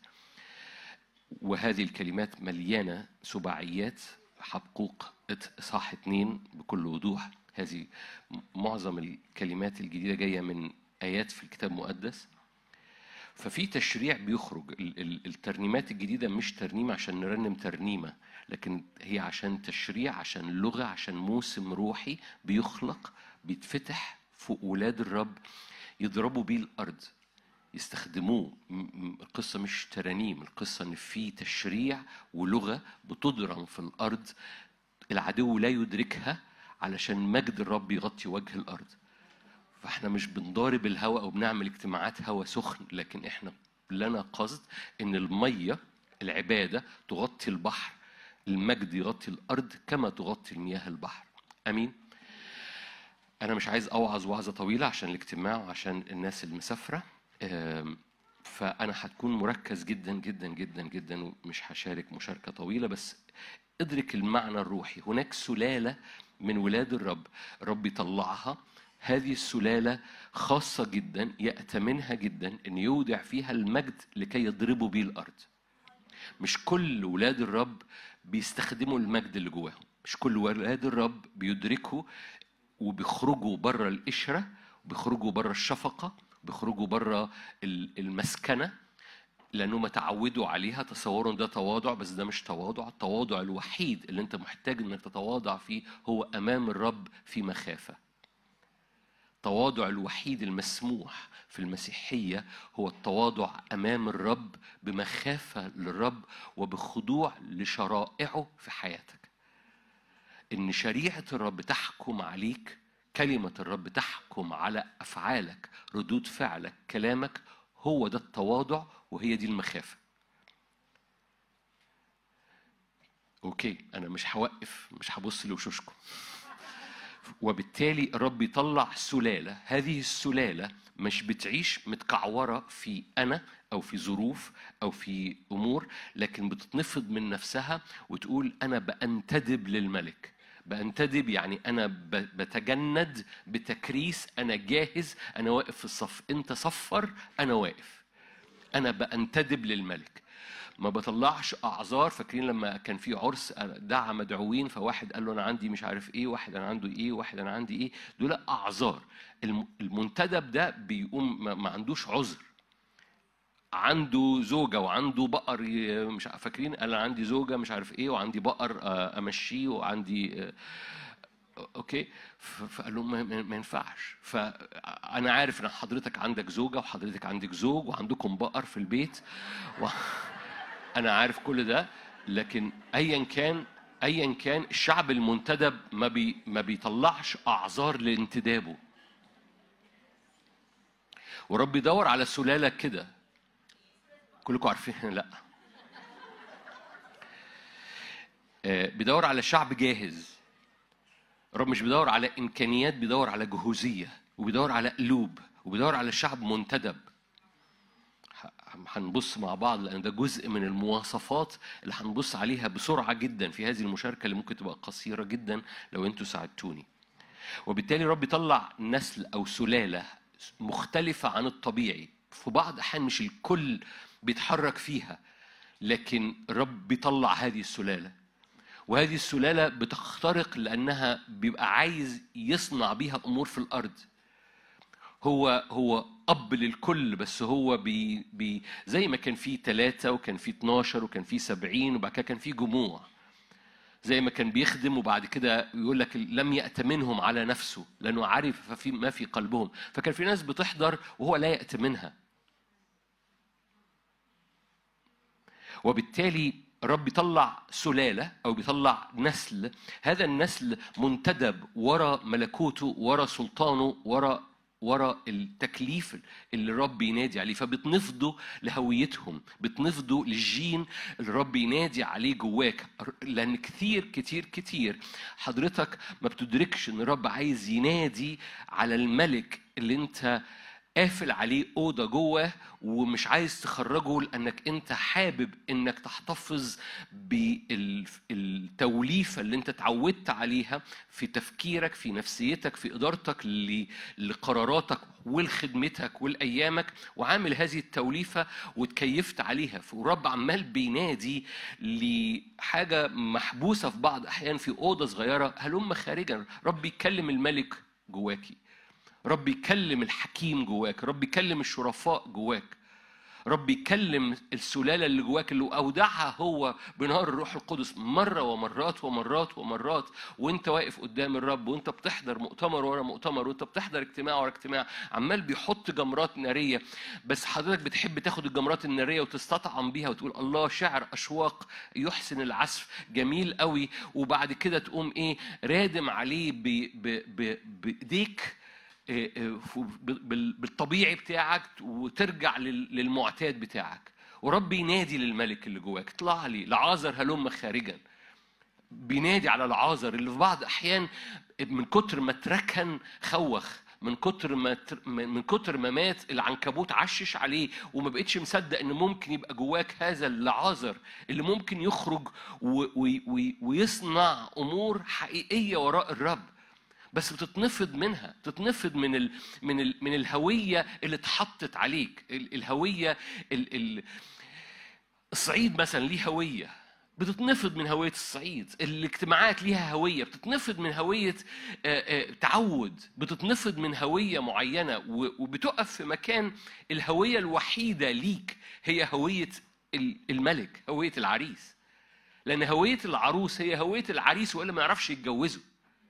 وهذه الكلمات مليانة سباعيات. حبقوق إصحاح اتنين بكل وضوح، هذه معظم الكلمات الجديدة جاية من آيات في الكتاب المقدس. ففي تشريع بيخرج. الترنيمات الجديدة مش ترنيمة عشان نرنم ترنيمة، لكن هي عشان تشريع، عشان لغة، عشان موسم روحي بيخلق، بيتفتح فوق ولاد الرب يضربوا بيه الأرض، يستخدموه. القصة مش ترانيم، القصة إن في تشريع ولغة بتضرم في الأرض العدو لا يدركها، علشان مجد الرب يغطي وجه الأرض. فاحنا مش بنضارب الهواء أو بنعمل اجتماعات هواء سخن، لكن احنا لنا قصد إن المية العبادة تغطي البحر، المجد يغطي الأرض كما تغطي المياه البحر. أمين. أنا مش عايز أوعظ وعظة طويلة عشان الاجتماع وعشان الناس المسافرة، فأنا هتكون مركز جدا جدا جدا جدا، ومش هشارك مشاركة طويلة. بس ادرك المعنى الروحي. هناك سلالة من ولاد الرب الرب يطلعها، هذه السلالة خاصة جدا يأتمنها جدا أن يودع فيها المجد لكي يضربوا به الأرض. مش كل ولاد الرب بيستخدموا المجد اللي جواهم، مش كل ولاد الرب بيدركوا وبيخرجوا بره القشرة، وبيخرجوا بره الشفقة، بيخرجوا بره المسكنة، لأنهم تعودوا عليها. تصوروا ده تواضع، بس ده مش تواضع. التواضع الوحيد اللي انت محتاج انك تتواضع فيه هو أمام الرب في مخافة. التواضع الوحيد المسموح في المسيحية هو التواضع أمام الرب بمخافة للرب وبخضوع لشرائعه في حياتك. إن شريعة الرب تحكم عليك، كلمة الرب تحكم على أفعالك، ردود فعلك، كلامك. هو ده التواضع وهي دي المخافة. أوكي، أنا مش هوقف، مش هبص لوشوشكم. وبالتالي الرب يطلع سلالة، هذه السلالة مش بتعيش متكعورة في أنا أو في ظروف أو في أمور، لكن بتتنفض من نفسها وتقول أنا بأنتدب للملك. بأنتدب يعني أنا بتجند بتكريس، أنا جاهز، أنا واقف في الصف، أنت صفر أنا واقف، أنا بأنتدب للملك. ما بطلعش أعذار. فاكرين لما كان في عرس دعا مدعوين، فواحد قال له أنا عندي مش عارف إيه، واحد أنا عنده إيه، واحد أنا عندي إيه، دول أعذار. المنتدب ده بيقوم ما عندوش عذر، عنده زوجة وعنده بقر، مش فاكرين قال أنا عندي زوجة مش عارف إيه وعندي بقر أمشيه وعندي اوكي. فقال لهم ما ينفعش. فانا عارف ان حضرتك عندك زوجه وحضرتك عندك زوج وعندكم بقر في البيت و... انا عارف كل ده، لكن ايا كان ايا كان الشعب المنتدب ما بي ما بيطلعش اعذار لانتدابه. ورب يدور على سلاله كده. كلكم عارفين؟ لا، بيدور على شعب جاهز. رب مش بيدور على إمكانيات، بيدور على جهوزية، وبيدور على قلوب، وبيدور على شعب منتدب. هنبص مع بعض لأن ده جزء من المواصفات اللي هنبص عليها بسرعة جدا في هذه المشاركة اللي ممكن تبقى قصيرة جدا لو أنتوا ساعدتوني. وبالتالي رب يطلع نسل أو سلالة مختلفة عن الطبيعي. في بعض أحيان مش الكل بيتحرك فيها، لكن رب بيطلع هذه السلالة. وهذه السلالة بتخترق لأنها بيبقى عايز يصنع بيها أمور في الأرض. هو هو أب للكل، بس هو بي بي زي ما كان فيه ثلاثة وكان فيه اتناشر وكان فيه سبعين وبعد كده كان فيه جموع. زي ما كان بيخدم وبعد كده يقول لك لم يأتمنهم على نفسه لأنه عارف ففي ما في قلبهم. فكان في ناس بتحضر وهو لا يأتمنها. وبالتالي رب بيطلع سلالة أو بيطلع نسل. هذا النسل منتدب ورا ملكوته، ورا سلطانه، ورا ورا التكليف اللي الرب ينادي عليه. فبتنفضوا لهويتهم، بتنفضوا للجين اللي الرب ينادي عليه جواك. لأن كتير كتير كتير حضرتك ما بتدركش إن الرب عايز ينادي على الملك اللي أنت قافل عليه أوضة جوه ومش عايز تخرجه، لأنك أنت حابب أنك تحتفظ بالتوليفة اللي أنت تعودت عليها في تفكيرك، في نفسيتك، في إدارتك لقراراتك والخدمتك والأيامك، وعامل هذه التوليفة وتكيفت عليها. والرب عمال بينادي لحاجة محبوسة في بعض أحيان في أوضة صغيرة، هلم خارجا. رب يكلم الملك جواكي، رب يكلم الحكيم جواك، رب يكلم الشرفاء جواك، رب يكلم السلالة اللي جواك اللي أودعها هو بنار الروح القدس مرة ومرات ومرات ومرات. وانت واقف قدام الرب، وانت بتحضر مؤتمر ورا مؤتمر، وانت بتحضر اجتماع ورا اجتماع، عمال بيحط جمرات نارية. بس حضرتك بتحب تاخد الجمرات النارية وتستطعم بيها وتقول الله شعر أشواق يحسن العزف جميل قوي، وبعد كده تقوم ايه رادم عليه بإيديك بالطبيعي بتاعك وترجع للمعتاد بتاعك. ورب ينادي للملك اللي جواك، اطلع لي لعازر هلم خارجا. بينادي على العازر اللي في بعض احيان من كتر ما تركن خوخ، من كتر ما من كتر ما مات العنكبوت عشش عليه، وما بقتش مصدق ان ممكن يبقى جواك هذا العازر اللي ممكن يخرج ويصنع امور حقيقيه وراء الرب. بس بتتنفض منها، تتنفض من ال من ال من الهويه اللي اتحطت عليك. الهويه ال ال الصعيد مثلا ليه هويه، بتتنفض من هويه الصعيد. الاجتماعات ليها هويه، بتتنفض من هويه تعود، بتتنفض من هويه معينه وبتقف في مكان. الهويه الوحيده ليك هي هويه الملك، هويه العريس. لان هويه العروس هي هويه العريس، والا ما يعرفش يتجوزوا.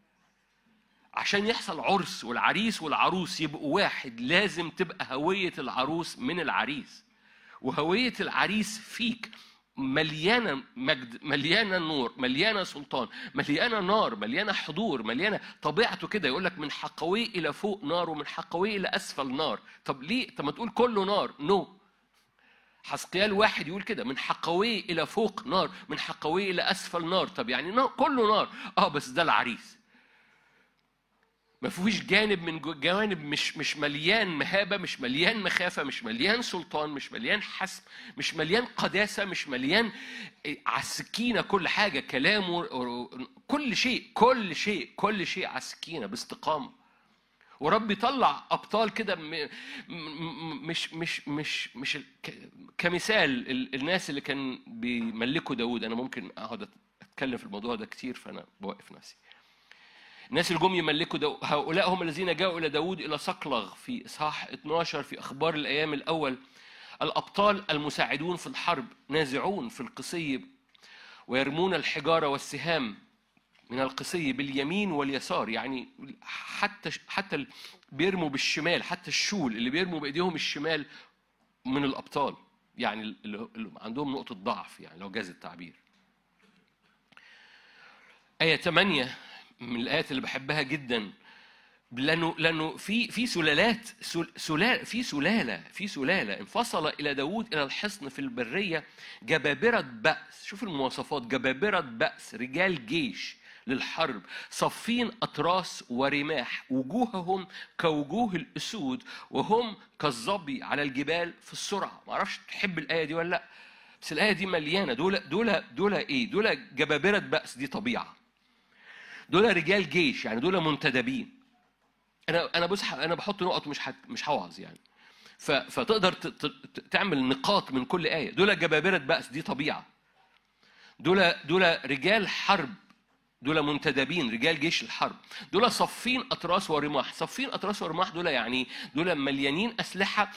عشان يحصل عرس والعريس والعروس يبقوا واحد، لازم تبقى هوية العروس من العريس، وهوية العريس فيك مليانة مجد، مليانة نور، مليانة سلطان، مليانة نار، مليانة حضور، مليانة طبيعته كده. يقولك من حقوي إلى فوق نار ومن حقوي إلى أسفل نار. طب ليه؟ طب ما تقول كله نار. نو no. حسقيال واحد يقول كده، من حقوي إلى فوق نار، من حقوي إلى أسفل نار. طب يعني نار، كله نار. آه بس ده العريس. ما فيش جانب من جوانب مش مش مليان مهابة، مش مليان مخافة، مش مليان سلطان، مش مليان حسم، مش مليان قداسة، مش مليان على السكينة. كل حاجة كلامه، كل شيء كل شيء كل شيء على السكينة باستقامة. ورب يطلع أبطال كده مش مش مش مش كمثال الناس اللي كان بيملكوا داود. أنا ممكن أقعد أتكلم في الموضوع ده كتير، فأنا بوقف نفسي. الناس اللي جم يملكوا داود، هؤلاء هم الذين جاءوا إلى داود إلى صقلغ في إصحاح اتناشر في أخبار الأيام الأول. الأبطال المساعدون في الحرب، نازعون في القصي ويرمون الحجارة والسهام من القسي باليمين واليسار، يعني حتى حتى بيرموا بالشمال، حتى الشول اللي بيرموا بايديهم الشمال من الابطال، يعني اللي عندهم نقطه ضعف، يعني لو جاز التعبير. آية ثمانية من الآيات اللي بحبها جدا، لأنه لأنه في في سلالات سلالة في سلالة في سلالة انفصل إلى داود إلى الحصن في البرية جبابرة بأس. شوف المواصفات: جبابرة بأس، رجال جيش للحرب، صفين أطراس ورماح، وجوههم كوجوه الأسود وهم كالظبي على الجبال في السرعة. ما أعرفش تحب الآية دي ولا لأ، بس الآية دي مليانة. دول دول دول إيه؟ دول جبابرة بأس، دي طبيعة. دول رجال جيش، يعني دول منتدبين. انا انا بص انا بحط نقط، مش حت مش هوعظ يعني، فتقدر تعمل نقاط من كل ايه. دول جبابره بأس، دي طبيعه. دول دول رجال حرب، دول منتدبين، رجال جيش الحرب. دول صفين اطراس ورماح. صفين اطراس ورماح دول يعني دول مليانين اسلحه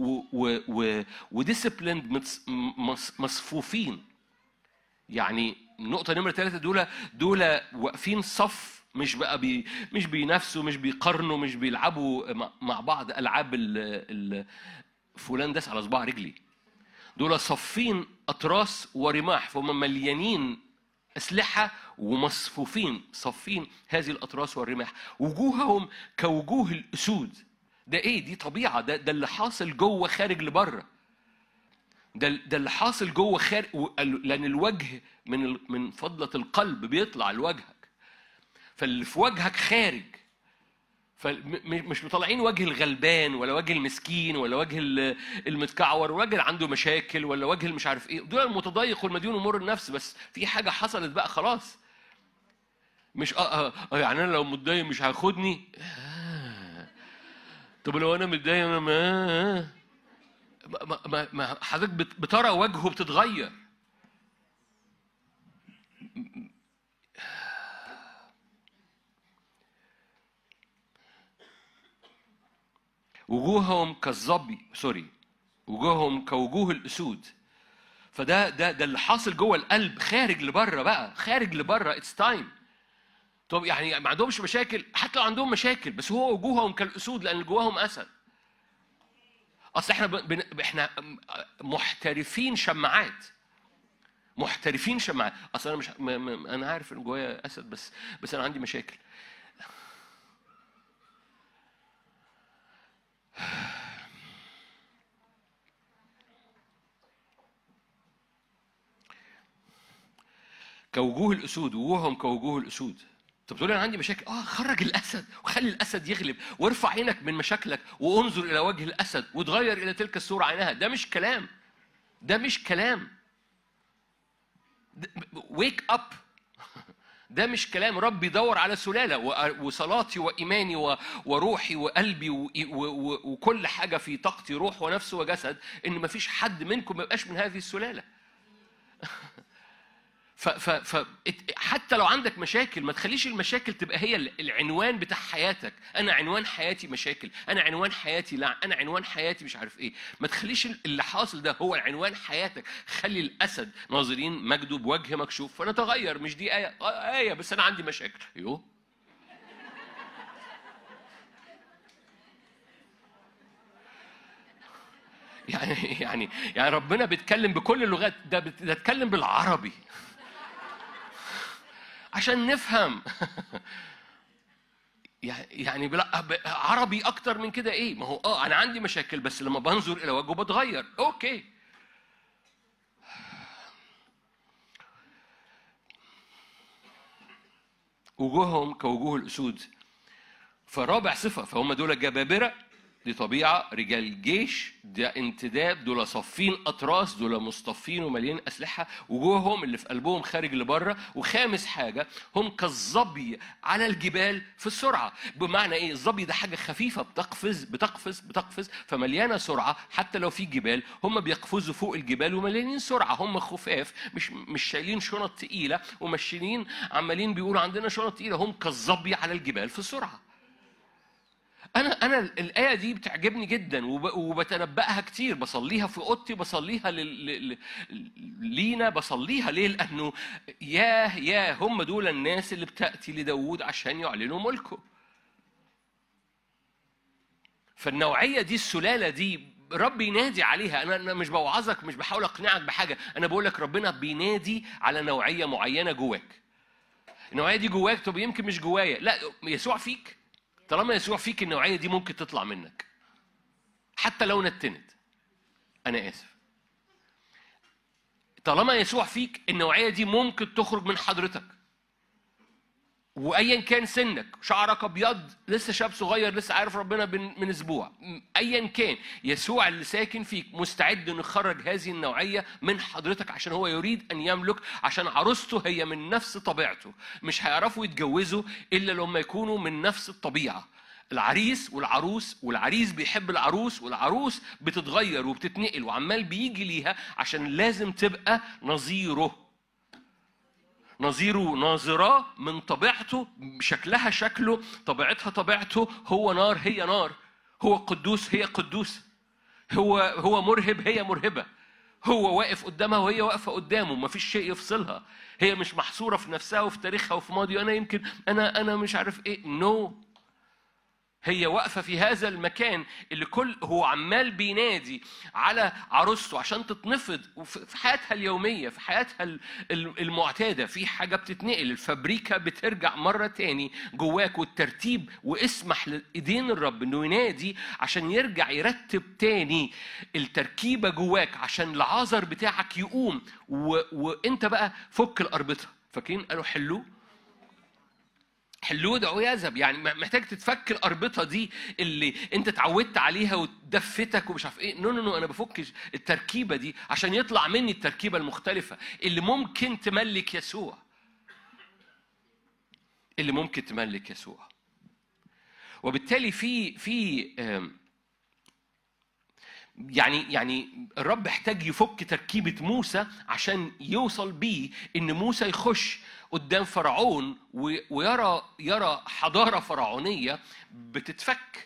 وديسيبليند، مصفوفين. يعني النقطه نمره ثلاثة، دول دول واقفين صف، مش بقى بي مش بينافسوا، مش بيقارنوا، مش بيلعبوا مع بعض العاب ال ال فلان داس على صباع رجلي. دول صفين اطراس ورماح، فهم مليانين اسلحه ومصفوفين، صفين هذه الاطراس والرماح. وجوههم كوجوه الاسود. ده ايه؟ دي طبيعه. ده ده اللي حاصل جوه خارج لبره. ده ده اللي حاصل جوه خارج، لان الوجه من من فضله القلب بيطلع لوجهك، فاللي في وجهك خارج. فمش مطلعين وجه الغلبان ولا وجه المسكين ولا وجه المتكعور، وجه اللي عنده مشاكل ولا وجه مش عارف ايه. دول المتضايق والمديون امور النفس، بس في حاجه حصلت بقى خلاص. مش اه اه, آه يعني انا لو متضايق مش هاخدني. آه. طب لو انا متضايق انا ما ما, ما, ما حضرتك بترى وجهه بتتغير. وجوههم كالظبي، سوري وجوههم كوجوه الاسود. فده ده ده اللي حاصل جوه القلب خارج لبره بقى، خارج لبره. اتس تايم. طب يعني ما عندهمش مشاكل، حتى لو عندهم مشاكل، بس هو وجوههم كالاسود لان جواهم اسد. اصل احنا بن... احنا محترفين شماعات، محترفين شماعات. اصل انا مش م... م... انا عارف ان جوايا اسد، بس بس انا عندي مشاكل. كوجوه الاسود، وجوههم كوجوه الاسود. طب تقول انا عندي مشاكل، اه خرج الاسد وخلي الاسد يغلب، وارفع عينك من مشاكلك وانظر الى وجه الاسد وتغير الى تلك الصوره عينها. ده مش كلام، ده مش كلام. ويك اب. ده مش كلام. رب يدور على سلاله، وصلاتي وايماني وروحي وقلبي وكل حاجه في طاقتي، روح ونفس وجسد، ان مفيش حد منكم ما يبقاش من هذه السلاله. ف ف حتى لو عندك مشاكل، ما تخليش المشاكل تبقى هي العنوان بتاع حياتك. انا عنوان حياتي مشاكل، انا عنوان حياتي لا، انا عنوان حياتي مش عارف ايه. ما تخليش اللي حاصل ده هو عنوان حياتك. خلي الاسد ناظرين مجده بوجه مكشوف فنتغير. مش دي ايه؟ آه ايه بس انا عندي مشاكل. يو يعني يعني يعني ربنا بيتكلم بكل اللغات. ده بيتكلم بالعربي عشان نفهم. يعني عربي اكتر من كده ايه؟ ما هو اه انا عندي مشاكل، بس لما بنظر الى وجهه بتغير. اوكي. وجوههم كوجوه الاسود. فرابع صفه، فهم دول جبابره، دي طبيعة. رجال جيش، ده انتداب. دول صفين أطراس، دول مصطفين ومليين أسلحة. وجوههم اللي في قلبهم خارج لبره. وخامس حاجة، هم كالظبي على الجبال في السرعة. بمعنى إيه؟ الظبي ده حاجة خفيفة بتقفز بتقفز بتقفز فمليانة سرعة. حتى لو في جبال هم بيقفزوا فوق الجبال ومليانين سرعة. هم خفاف، مش مش شايلين شنط تقيلة وماشيين عمالين بيقولوا عندنا شنط تقيلة. هم كالظبي على الجبال في السرعة. انا انا الايه دي بتعجبني جدا وبتنبأها كتير، بصليها في اوضتي، بصليها لل... لينا، بصليها ليه؟ لانه ياه ياه هم دول الناس اللي بتاتي لداود عشان يعلنوا ملكه. فالنوعيه دي، السلاله دي رب ينادي عليها. انا انا مش بوعظك، مش بحاول اقنعك بحاجه، انا بقول لك ربنا بينادي على نوعيه معينه جواك. النوعيه دي جواك، طب يمكن مش جوايا، لا يسوع فيك. طالما يسوع فيك النوعيه دي ممكن تطلع منك حتى لو نتنت. انا اسف، طالما يسوع فيك النوعيه دي ممكن تخرج من حضرتك. وايا كان سنك، شعرك ابيض، لسه شاب صغير، لسه عارف ربنا من اسبوع، ايا كان، يسوع اللي ساكن فيك مستعد انه يخرج هذه النوعيه من حضرتك، عشان هو يريد ان يملك، عشان عروسته هي من نفس طبيعته. مش هيعرفوا يتجوزوا الا لما يكونوا من نفس الطبيعه. العريس والعروس، والعريس بيحب العروس، والعروس بتتغير وبتتنقل وعمال بيجي ليها عشان لازم تبقى نظيره. نظيره، ناظراه من طبيعته، شكلها شكله، طبيعتها طبيعته. هو نار هي نار، هو قدوس هي قدوس، هو هو مرهب هي مرهبة، هو واقف قدامها وهي واقفة قدامه، ما فيش شيء يفصلها. هي مش محصورة في نفسها وفي تاريخها وفي ماضي، أنا يمكن أنا أنا مش عارف إيه. نو no. هي واقفة في هذا المكان اللي كل هو عمال بينادي على عروسته عشان تتنفض في حياتها اليومية، في حياتها المعتادة. في حاجة بتتنقل، الفابريكا بترجع مرة تاني جواك، والترتيب، واسمح لإيدين الرب إنه ينادي عشان يرجع يرتب تاني التركيبة جواك، عشان العذر بتاعك يقوم و... وإنت بقى فك الأربطة. فاكرين قالوا حلوه حلوه دعوه يذهب، يعني محتاج تتفك الاربطه دي اللي انت اتعودت عليها ودفتك ومش عارف ايه. نو نو نو انا بفك التركيبه دي عشان يطلع مني التركيبه المختلفه اللي ممكن تملك يسوع، اللي ممكن تملك يسوع. وبالتالي في في يعني يعني الرب احتاج يفك تركيبه موسى عشان يوصل بيه ان موسى يخش قدام فرعون ويرى يرى حضارة فرعونية بتتفك،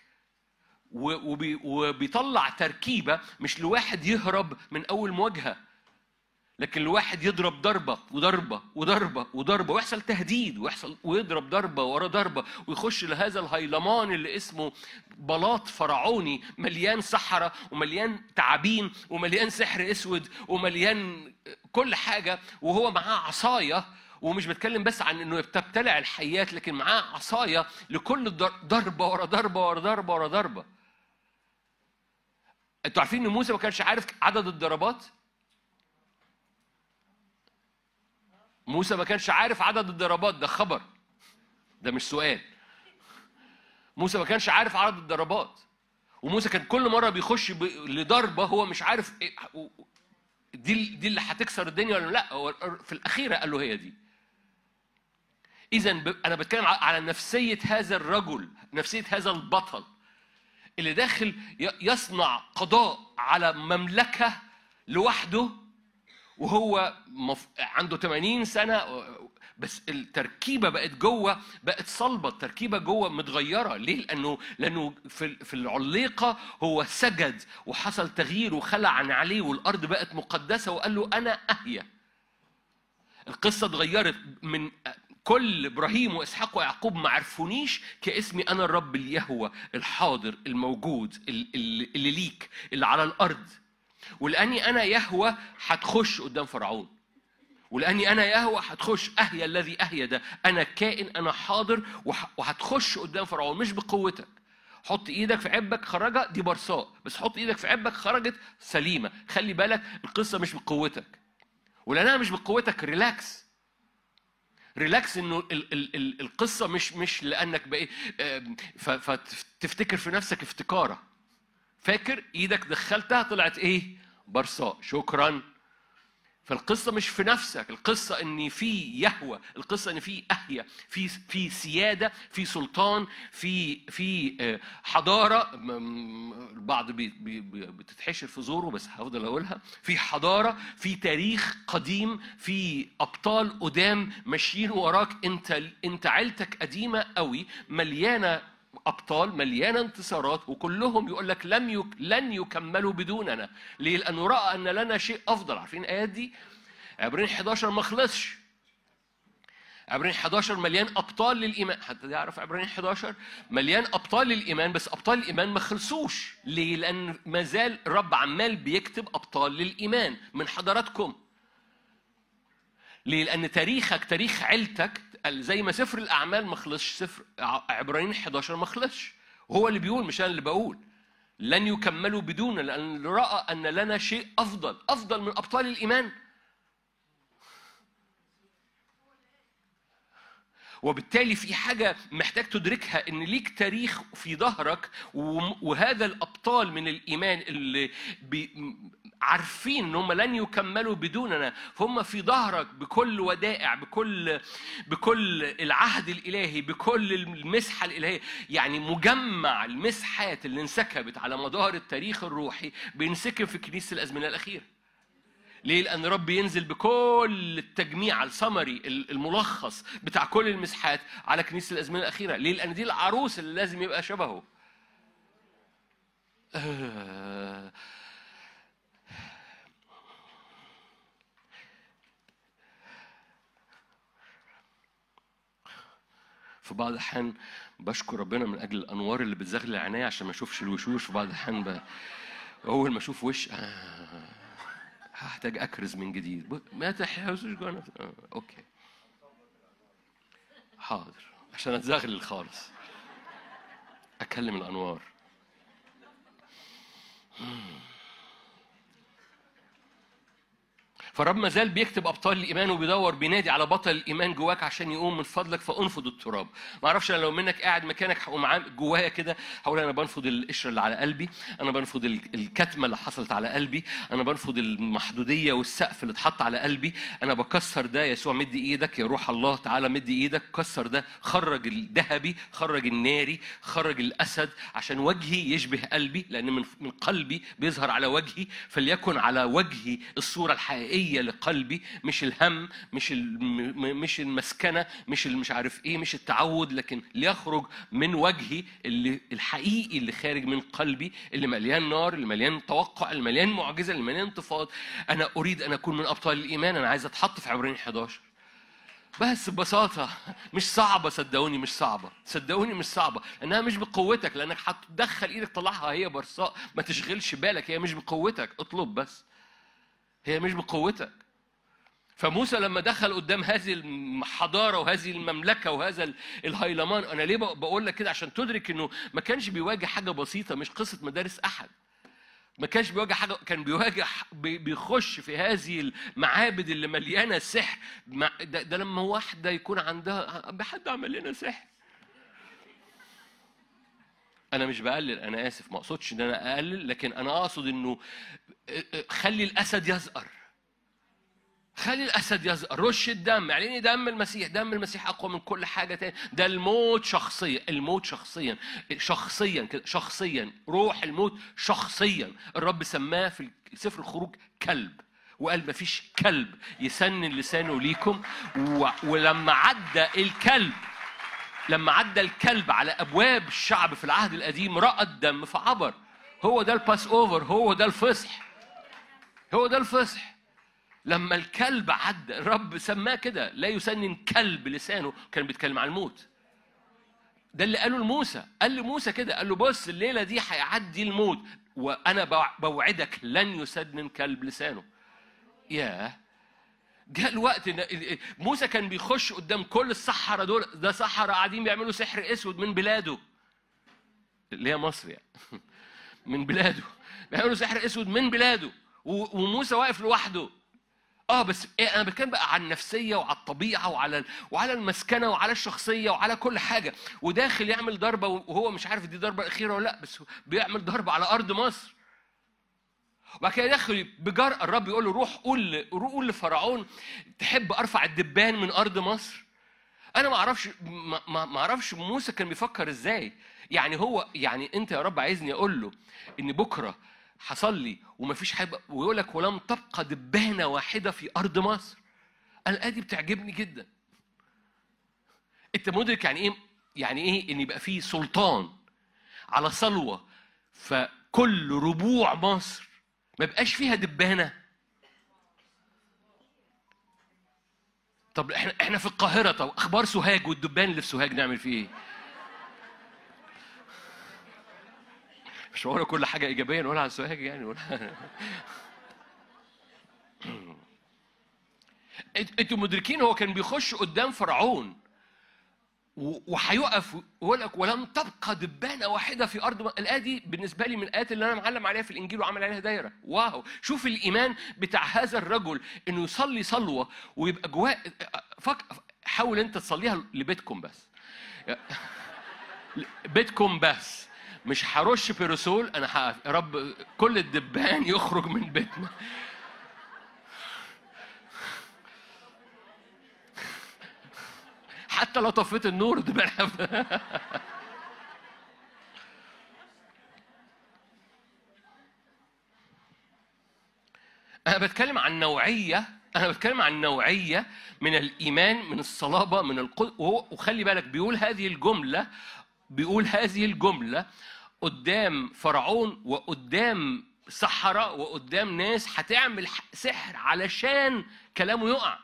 وبيطلع تركيبة مش لواحد يهرب من أول مواجهة، لكن لواحد يضرب ضربة وضربة وضربة وضربة، ويحصل تهديد، ويحصل ويضرب ضربة ورا ضربة، ويخش لهذا الهيلمان اللي اسمه بلاط فرعوني مليان سحرة ومليان تعابين ومليان سحر اسود ومليان كل حاجة، وهو معاه عصاية. ومش بتكلم بس عن انه بتبتلع الحيات، لكن معاه عصايه لكل ضربه ورا ضربه ورا ضربه ورا ضربه. انتوا عارفين ان موسى ما كانش عارف عدد الضربات؟ موسى ما كانش عارف عدد الضربات، ده خبر، ده مش سؤال. موسى ما كانش عارف عدد الضربات، وموسى كان كل مره بيخش لضربه هو مش عارف إيه دي دي اللي هتكسر الدنيا ولا لا. هو في الاخيره قال له هي دي. إذا أنا بتكلم على نفسية هذا الرجل، نفسية هذا البطل اللي داخل يصنع قضاء على مملكة لوحده، وهو عنده ثمانين سنة، بس التركيبة بقت جوه، بقت صلبة، التركيبة جوه متغيرة. ليه؟ لأنه لأنه في في العليقة هو سجد وحصل تغيير وخلع عن عليه، والأرض بقت مقدسة، وقال له أنا أهيا. القصة اتغيرت من كل إبراهيم وإسحاق ويعقوب ما عرفونيش كاسمي أنا الرب اليهوه الحاضر الموجود اللي ليك اللي على الأرض. ولأني أنا يهوه هتخش قدام فرعون، ولأني أنا يهوه هتخش أهيا الذي أهيا ده، أنا كائن، أنا حاضر، وهتخش قدام فرعون مش بقوتك. حط إيدك في عبك خرجت دي برصاء، بس حط إيدك في عبك خرجت سليمة. خلي بالك القصة مش بقوتك، ولأنها مش بقوتك ريلاكس ريلاكس انه ال ال ال القصه مش مش لانك بقى فتفتكر في نفسك افتكاره. فاكر ايدك دخلتها طلعت ايه؟ برصاء. شكرا. فالقصه مش في نفسك، القصه ان في يهوه، القصه ان في اهيا، في في سياده، في سلطان، في في حضاره. البعض بتتحشر في زوره بس هفضل اقولها. في حضاره، في تاريخ قديم، في ابطال قدام ماشيين وراك. انت انت عيلتك قديمه قوي، مليانه أبطال مليانة انتصارات، وكلهم يقول لك لم يك... لن يكملوا بدوننا. ليه؟ لأنه رأى أن لنا شيء أفضل. عارفين الآيات دي؟ عبرين إحداشر ما خلصش. عبرين إحداشر مليان أبطال للإيمان. حتى يعرف عبرين إحداشر مليان أبطال للإيمان، بس أبطال الإيمان ما خلصوش. ليه؟ لأن ما زال الرب عمال بيكتب أبطال للإيمان من حضراتكم. ليه؟ لأن تاريخك، تاريخ عيلتك، زي ما سفر الأعمال ما خلصش، سفر عبرين إحداشر ما خلصش. وهو اللي بيقول، مش أنا اللي بقول. لن يكملوا بدون، لأن رأى أن لنا شيء أفضل، أفضل من أبطال الإيمان. وبالتالي في حاجة محتاج تدركها، إن ليك تاريخ في ظهرك، وهذا الأبطال من الإيمان اللي عارفين إنهم لن يكملوا بدوننا، فهم في ظهرك بكل ودائع، بكل بكل العهد الإلهي، بكل المسحة الإلهية. يعني مجمع المسحات اللي انسكبت على مدار التاريخ الروحي بينسكب في كنيسة الأزمنة الأخيرة. ليه؟ لأن رب ينزل بكل التجميع السمري الملخص بتاع كل المسحات على كنيسة الأزمنة الأخيرة. ليه؟ لأن دي العروس اللي لازم يبقى شبهه. آه في بعض الأحيان بشكر ربنا من أجل الأنوار اللي بتزغلل عيني عشان ما أشوفش الوشوش. في بعض الأحيان ب... أول ما أشوف وش آه... هحتاج أكرز من جديد. ما تحيوش جوانا. آه... أوكي حاضر، عشان أتزغلل خالص أكلم الأنوار. فالرب ما زال بيكتب ابطال الايمان، وبيدور بينادي على بطل الايمان جواك عشان يقوم من فضلك فانفض التراب. ما اعرفش انا لو منك قاعد مكانك هقوم جوايا كده هقول انا بنفض القشره اللي على قلبي، انا بنفض الكتمه اللي حصلت على قلبي، انا بنفض المحدوديه والسقف اللي اتحط على قلبي، انا بكسر ده. يسوع مد ايدك يا روح الله، تعالى مد ايدك كسر ده، خرج الذهبي، خرج الناري، خرج الاسد، عشان وجهي يشبه قلبي، لان من من قلبي بيظهر على وجهي. فليكن على وجهي الصوره الحقيقيه لقلبي، مش الهم، مش مش المسكنه، مش مش عارف ايه، مش التعود، لكن ليخرج من وجهي اللي الحقيقي اللي خارج من قلبي، اللي مليان نار، اللي مليان توقع، اللي مليان معجزه، اللي مليان انتفاض. انا اريد ان اكون من ابطال الايمان. انا عايز اتحط في عبرين إحداشر بس ببساطه. مش صعبه، صدقوني مش صعبه، صدقوني مش صعبه، لانها مش بقوتك، لانك هتدخل ايدك طلعها هي برصاء. ما تشغلش بالك، هي مش بقوتك، اطلب بس، هي مش بقوتك. فموسى لما دخل قدام هذه الحضارة وهذه المملكة وهذا الهيلمان، أنا ليه بقول لك كده؟ عشان تدرك إنه ما كانش بيواجه حاجة بسيطة، مش قصة مدارس أحد. ما كانش بيواجه حاجة، كان بيواجه بيخش في هذه المعابد اللي مليانة سحر. ده, ده لما واحدة يكون عندها بحد عمل لنا سحر. أنا مش بقلل، أنا آسف، ما أقصدش إن أنا أقلل، لكن أنا أقصد إنه خلي الأسد يزقر، خلي الأسد يزقر، رش الدم، اعلني دم المسيح، دم المسيح أقوى من كل حاجة تاني. ده الموت شخصيا، الموت شخصيا، شخصيا كده، شخصيا، روح الموت شخصيا. الرب سماه في سفر الخروج كلب، وقال مفيش كلب يسنن لسانه ليكم. ولما عدى الكلب لما عدى الكلب على أبواب الشعب في العهد القديم رأى الدم فعبر. هو ده الباس أوفر، هو ده الفصح، هو ده الفصح. لما الكلب عدى، الرب سماه كده، لا يسنن كلب لسانه، كان بيتكلم عن الموت. ده اللي قاله لموسى، قال لموسى كده، قال له بص الليلة دي هيعدي الموت، وأنا بوعدك لن يسنن كلب لسانه. ياه، جاء الوقت إن موسى كان بيخش قدام كل السحرة دول، ده سحرة قاعدين بيعملوا سحر أسود من بلاده اللي هي مصر يعني من بلاده بيعملوا سحر أسود من بلاده، وموسى واقف لوحده. اه بس إيه، انا بتكلم بقى عن النفسيه وعلى الطبيعه وعلى وعلى المسكنه وعلى الشخصيه وعلى كل حاجه، وداخل يعمل ضربه وهو مش عارف دي ضربه الاخيره ولا لا، بس بيعمل ضربه على ارض مصر. وبعد كده يدخل بجرأة، الرب يقول له روح قول قول لفرعون تحب ارفع الدبان من ارض مصر. انا ما اعرفش ما ما اعرفش موسى كان بيفكر ازاي. يعني هو يعني انت يا رب عايزني اقول له ان بكره حصل لي ومفيش حاجه، ويقول لك ولم تبقى دبانه واحده في ارض مصر. انا دي بتعجبني جدا. انت مدرك يعني ايه يعني ايه ان يبقى فيه سلطان على صلوة، فكل ربوع مصر ما يبقاش فيها دبانة؟ طب احنا احنا في القاهرة، طب اخبار سوهاج والدبان اللي في سوهاج نعمل فيه ايه؟ مش هقول كل حاجة ايجابية نقولها عن سوهاج يعني ولا انتوا مدركين هو كان بيخش قدام فرعون وهيقف ويقول لك ولم تبقى دبانه واحده في ارض. الايه دي بالنسبه لي من الايات اللي انا معلم عليها في الانجيل وعامل عليها دايره. واو، شوف الايمان بتاع هذا الرجل انه يصلي صلوه ويبقى جواه. فك... حاول انت تصليها لبيتكم بس، بيتكم بس، مش هرش بيروسول. انا هقف يا رب كل الدبان يخرج من بيتنا. حتى لو طفيت النور ده. أنا بتكلم عن نوعية أنا بتكلم عن نوعية من الإيمان، من الصلابة، من القدس. وخلي بالك بيقول هذه الجملة بيقول هذه الجملة قدام فرعون وقدام سحرة وقدام ناس هتعمل سحر علشان كلامه يقع.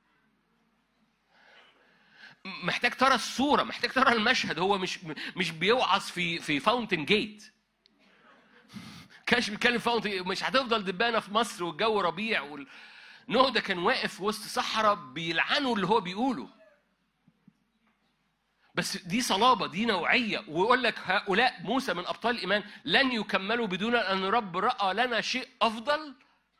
محتاج ترى الصورة، محتاج ترى المشهد. هو مش مش بيوعظ في في فاونتن جيت. كانش بيتكلم فاونتن، مش هتفضل دبانة في مصر والجو ربيع وال... نو، ده كان واقف وسط صحراء بيلعنوا اللي هو بيقوله. بس دي صلابة، دي نوعية. ويقول لك هؤلاء موسى من أبطال الإيمان لن يكملوا بدون أن رب رأى لنا شيء أفضل.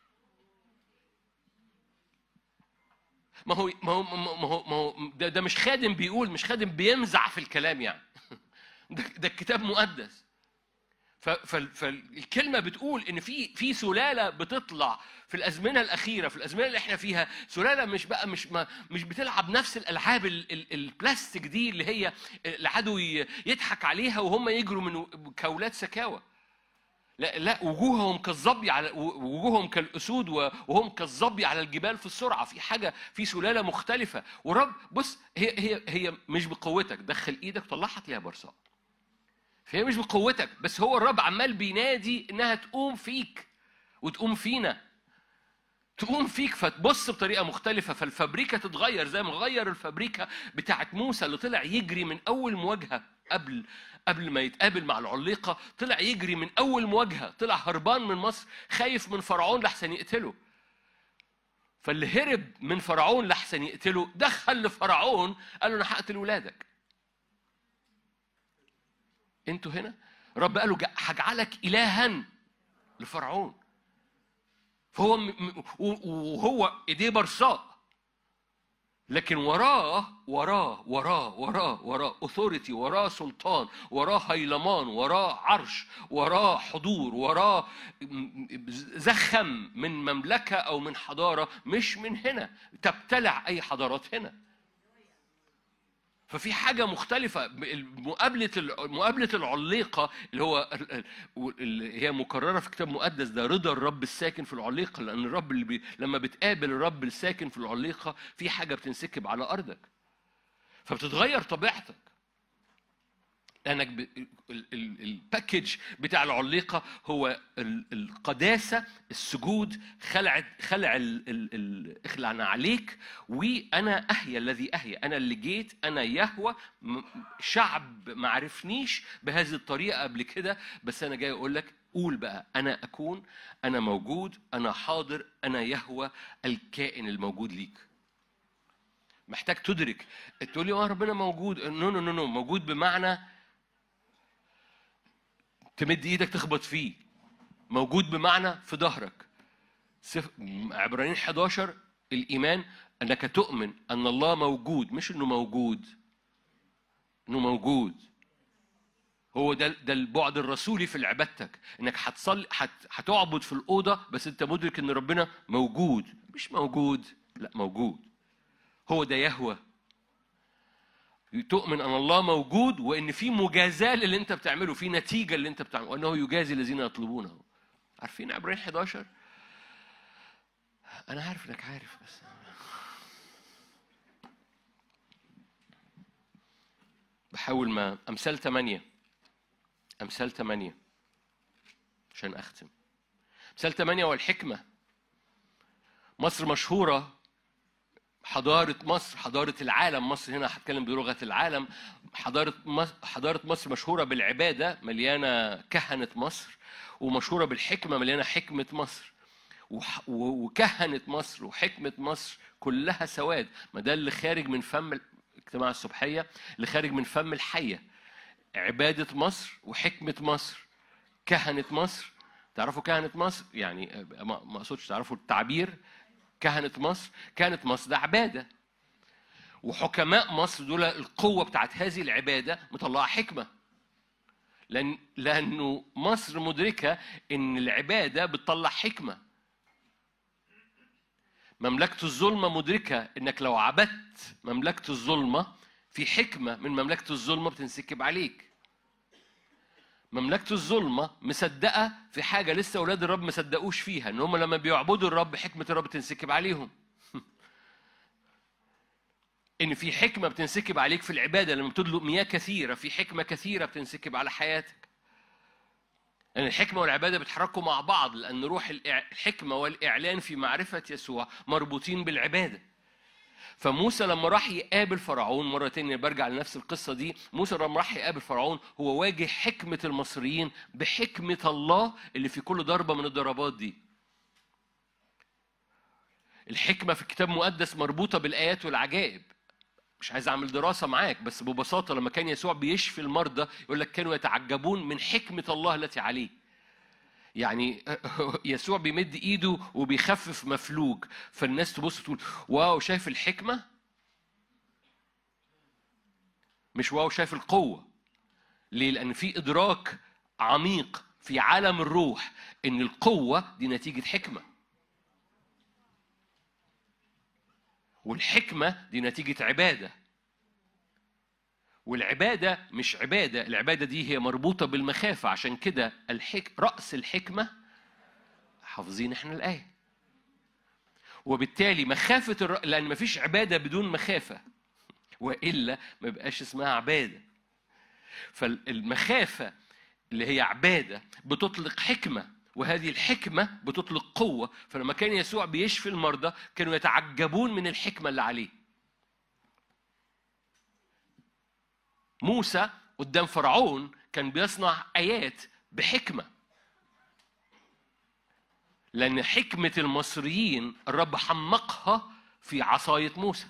ما هو ما هو ما هو, ما هو ده, ده مش خادم بيقول، مش خادم بيمزع في الكلام يعني. ده, ده الكتاب مقدس. فالكلمة بتقول إن في في سلالة بتطلع في الأزمنة الأخيرة، في الأزمنة اللي إحنا فيها، سلالة مش بقى مش ما مش بتلعب نفس الألعاب البلاستيك دي اللي هي العدو يضحك عليها وهم يجروا من كولات سكاوى. لا لا، وجوههم كالظبي على وجوههم كالأسود وهم كالظبي على الجبال في السرعة. في حاجة، في سلالة مختلفة. ورب بص، هي هي هي مش بقوتك، دخل إيدك طلعها تلاقيها برصاء. فهي مش بقوتك، بس هو الرب عمال بينادي انها تقوم فيك وتقوم فينا، تقوم فيك فتبص بطريقه مختلفه، فالفابريكا تتغير زي ما غير الفابريكا بتاعت موسى اللي طلع يجري من اول مواجهه قبل قبل ما يتقابل مع العليقه. طلع يجري من اول مواجهه، طلع هربان من مصر خايف من فرعون لحسن يقتله. فاللي هرب من فرعون لحسن يقتله دخل لفرعون قال له انا هقتل ولادك. انتوا هنا رب قال له هجعلك إلها لفرعون. فهو م... وهو ايديه برصاء، لكن وراه وراه وراه وراه وراه authority، وراه سلطان، وراه هيلمان، وراه عرش، وراه حضور، وراه زخم من مملكة أو من حضارة مش من هنا تبتلع أي حضارات هنا. ففي حاجة مختلفة. مقابلة مقابلة العليقة اللي هو اللي هي مكررة في كتاب مقدس، ده رضا الرب الساكن في العليقة. لأن الرب اللي بي لما بتقابل الرب الساكن في العليقة في حاجة بتنسكب على أرضك، فبتتغير طبيعتك. لأنك ب... الباكج بتاع العليقة هو القداسة، السجود، خلع خلع ال... ال... اخلعنا عليك، وأنا أحيا الذي أحيا، أنا اللي جيت، أنا يهوى. شعب ما عرفنيش بهذه الطريقة قبل كده، بس أنا جاي أقول لك قول بقى أنا أكون، أنا موجود، أنا حاضر، أنا يهوى الكائن الموجود ليك. محتاج تدرك. تقول لي اه ربنا موجود. نو نو نو موجود بمعنى تمد ايدك تخبط فيه. موجود بمعنى في ظهرك. عبرانيين إحدى عشر الإيمان أنك تؤمن أن الله موجود، مش أنه موجود، أنه موجود. هو ده ده البعد الرسولي في عبادتك، انك هتصلي هتعبد في الأوضة بس انت مدرك ان ربنا موجود، مش موجود، لا موجود. هو ده يهوى. تؤمن أن الله موجود وإن في مجازاة اللي أنت بتعمله، في نتيجة اللي أنت بتعمله، وأنه يجازي الذين يطلبونه. عارفين عبرانيين إحدى عشر؟ أنا عارف إنك عارف، بس حاول ما أمثال ثمانية أمثال ثمانية عشان أختم. أمثال ثمانية والحكمة. مصر مشهورة، حضارة مصر، حضارة العالم. مصر هنا هتكلم بلغة العالم. حضارة مصر حضارة مصر مشهورة بالعبادة، مليانة كهنة مصر، ومشهورة بالحكمة، مليانة حكمة مصر. وكهنة مصر وحكمة مصر كلها سواد. ما ده اللي خارج من فم اجتماع الصبحية، اللي خارج من فم الحية. عبادة مصر وحكمة مصر، كهنة مصر. تعرفوا كهنة مصر؟ يعني ما أقصدش تعرفوا التعبير. كهنة مصر، كهنة مصر ده عبادة، وحكماء مصر دول القوة بتاعت هذه العبادة مطلعة حكمة. لأن لأنه مصر مدركة إن العبادة بتطلع حكمة. مملكة الظلمة مدركة إنك لو عبدت مملكة الظلمة في حكمة من مملكة الظلمة بتنسكب عليك. مملكة الظلمة مصدقة في حاجة لسه أولاد الرب ما صدقوش فيها، إن هم لما بيعبدوا الرب حكمة الرب تنسكب عليهم. إن في حكمة بتنسكب عليك في العبادة. لما بتطلق مياه كثيرة في حكمة كثيرة بتنسكب على حياتك. لأن يعني الحكمة والعبادة بيتحركوا مع بعض، لأن روح الحكمة والإعلان في معرفة يسوع مربوطين بالعبادة. فموسى لما راح يقابل فرعون مرة تانية، برجع لنفس القصة دي. موسى لما راح يقابل فرعون هو واجه حكمة المصريين بحكمة الله اللي في كل ضربة من الضربات دي. الحكمة في الكتاب المقدس مربوطة بالآيات والعجائب. مش عايز أعمل دراسة معاك، بس ببساطة لما كان يسوع بيشفي المرضى يقول لك كانوا يتعجبون من حكمة الله التي عليه. يعني يسوع بيمد ايده وبيخفف مفلوج، فالناس تبص تقول واو شايف الحكمة، مش واو شايف القوة. ليه؟ لأن في إدراك عميق في عالم الروح إن القوة دي نتيجة حكمة، والحكمة دي نتيجة عبادة. والعبادة مش عبادة، العبادة دي هي مربوطة بالمخافة. عشان كده الحك... رأس الحكمة، حافظين احنا الآية، وبالتالي مخافة الر... لأن مفيش عبادة بدون مخافة، وإلا ما بقاش اسمها عبادة. فالمخافة اللي هي عبادة بتطلق حكمة، وهذه الحكمة بتطلق قوة. فلما كان يسوع بيشفي المرضى كانوا يتعجبون من الحكمة اللي عليه. موسى قدام فرعون كان بيصنع آيات بحكمة، لأن حكمة المصريين الرب حمقها في عصاية موسى.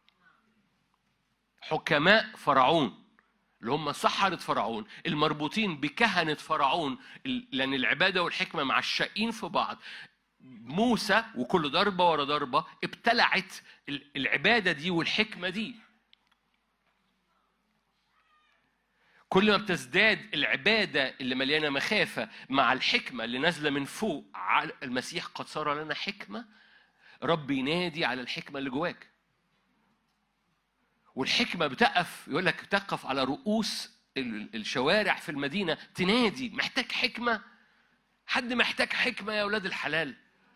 حكماء فرعون اللي هم سحرة فرعون المربوطين بكهنة فرعون، لأن العبادة والحكمة معشقين في بعض. موسى وكل ضربة ورا ضربة ابتلعت العبادة دي والحكمة دي. كل ما بتزداد العبادة اللي مليانة مخافة مع الحكمة اللي نازلة من فوق، على المسيح قد صار لنا حكمة. رب ينادي على الحكمة اللي جواك، والحكمة بتقف، يقول لك تقف على رؤوس الشوارع في المدينة تنادي محتاج حكمة. حد محتاج حكمة يا أولاد الحلال؟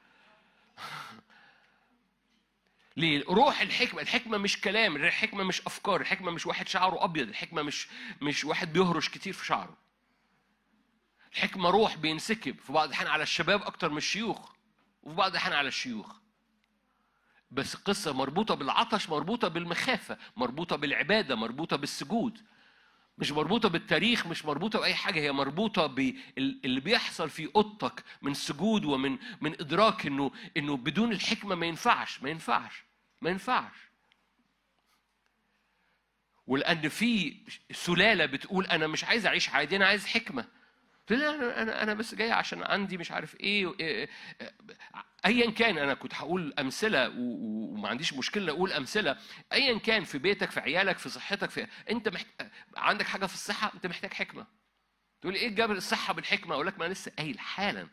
ليه؟ روح الحكمة. الحكمة مش كلام، الحكمة مش أفكار، الحكمة مش واحد شعره أبيض، الحكمة مش مش واحد بيهرش كتير في شعره. الحكمة روح بينسكب في بعض الأحيان على الشباب أكتر من الشيوخ، وفي بعض الأحيان على الشيوخ. بس قصة مربوطة بالعطش، مربوطة بالمخافة، مربوطة بالعبادة، مربوطة بالسجود، مش مربوطة بالتاريخ، مش مربوطة بأي حاجة. هي مربوطة باللي بيحصل في أوضتك من سجود ومن من إدراك إنه إنه بدون الحكمة ما ينفعش ما ينفعش ما ينفعش. ولأن في سلالة بتقول أنا مش عايز أعيش عادي، أنا عايز حكمة. لا، أنا أنا بس جاي عشان عندي مش عارف إيه, إيه أيا كان. أنا كنت هقول أمثلة وما عنديش مشكلة أقول أمثلة. أيا كان في بيتك، في عيالك، في صحتك، في أنت محت... عندك حاجة في الصحة، أنت محتاج حكمة. تقول إيه جاب الصحة بالحكمة؟ أقول لك ما أنا لسه قايل حالا.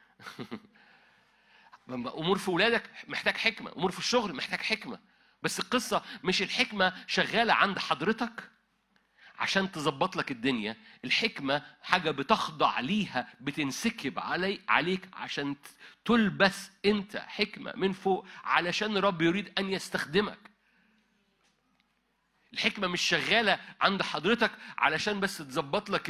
أمور في ولادك محتاج حكمة، أمور في الشغل محتاج حكمة. بس القصة مش الحكمة شغالة عند حضرتك عشان تظبط لك الدنيا. الحكمة حاجة بتخضع ليها، بتنسكب علي عليك عشان تلبس انت حكمة من فوق، علشان رب يريد ان يستخدمك. الحكمة مش شغالة عند حضرتك علشان بس تظبط لك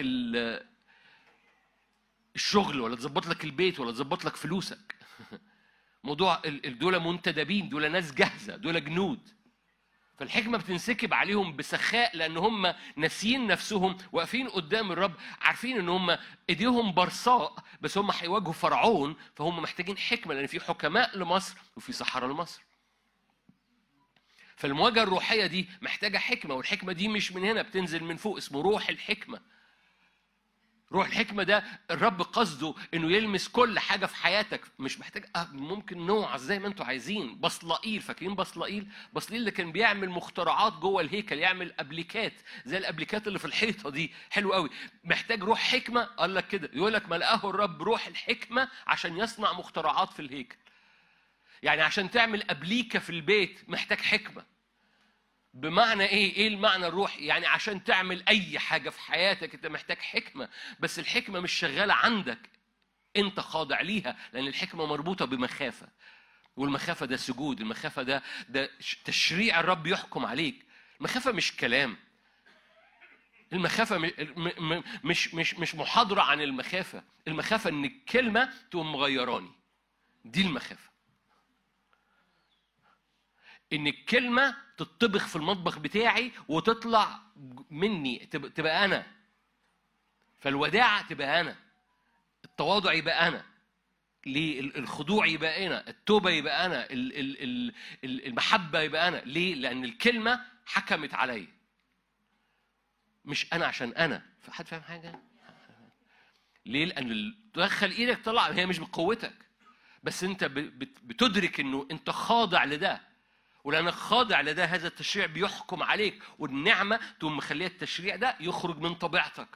الشغل ولا تظبط لك البيت ولا تظبط لك فلوسك. موضوع دول منتدبين، دول ناس جاهزة، دول جنود. فالحكمة بتنسكب عليهم بسخاء لأن هم ناسيين نفسهم، واقفين قدام الرب عارفين إن هم إيديهم برصاء، بس هم هيواجهوا فرعون، فهم محتاجين حكمة لأن في حكماء لمصر وفي سحرة لمصر. فالمواجهة الروحية دي محتاجة حكمة، والحكمة دي مش من هنا، بتنزل من فوق، اسمه روح الحكمة. روح الحكمة ده الرب قصده إنه يلمس كل حاجة في حياتك. مش محتاج أه ممكن نوع زي ما أنتوا عايزين. بصلائيل، فاكرين بصلائيل؟ بصلائيل اللي كان بيعمل مخترعات جوه الهيكل، يعمل أبليكات زي الأبليكات اللي في الحيطة دي، حلو قوي. محتاج روح حكمة. قال لك كده، يقول لك ملأه الرب روح الحكمة عشان يصنع مخترعات في الهيكل. يعني عشان تعمل أبليكة في البيت محتاج حكمة. بمعنى ايه؟ ايه المعنى الروحي؟ يعني عشان تعمل اي حاجه في حياتك انت محتاج حكمه، بس الحكمه مش شغاله عندك، انت خاضع ليها، لان الحكمه مربوطه بمخافه، والمخافه ده سجود، المخافه ده ده تشريع الرب يحكم عليك. المخافه مش كلام، المخافه مش مش مش محاضره عن المخافه. المخافه ان الكلمه تقوم مغيراني، دي المخافه. إن الكلمة تطبخ في المطبخ بتاعي وتطلع مني تبقى أنا. فالوداعة تبقى أنا، التواضع يبقى أنا، ليه؟ الخضوع يبقى أنا، التوبة يبقى أنا، المحبة يبقى أنا. ليه؟ لأن الكلمة حكمت علي، مش أنا عشان أنا. فحد فاهم حاجة؟ ليه؟ لأن تدخل إيدك طلع، هي مش بقوتك، بس أنت بتدرك إنه أنت خاضع لده، ولأنك خاضع لده هذا التشريع بيحكم عليك، والنعمة تقوم مخليه التشريع ده يخرج من طبيعتك.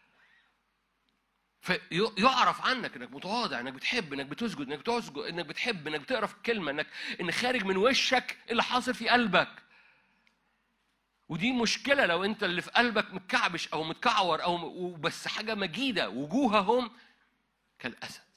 فيعرف عنك انك متواضع، انك بتحب، انك بتسجد، انك بتسجد، انك بتحب، انك بتقرا في الكلمة، انك ان خارج من وشك اللي حاصل في قلبك. ودي مشكلة لو انت اللي في قلبك متكعبش او متكعور او بس حاجة مجيدة، وجوههم كالأسد.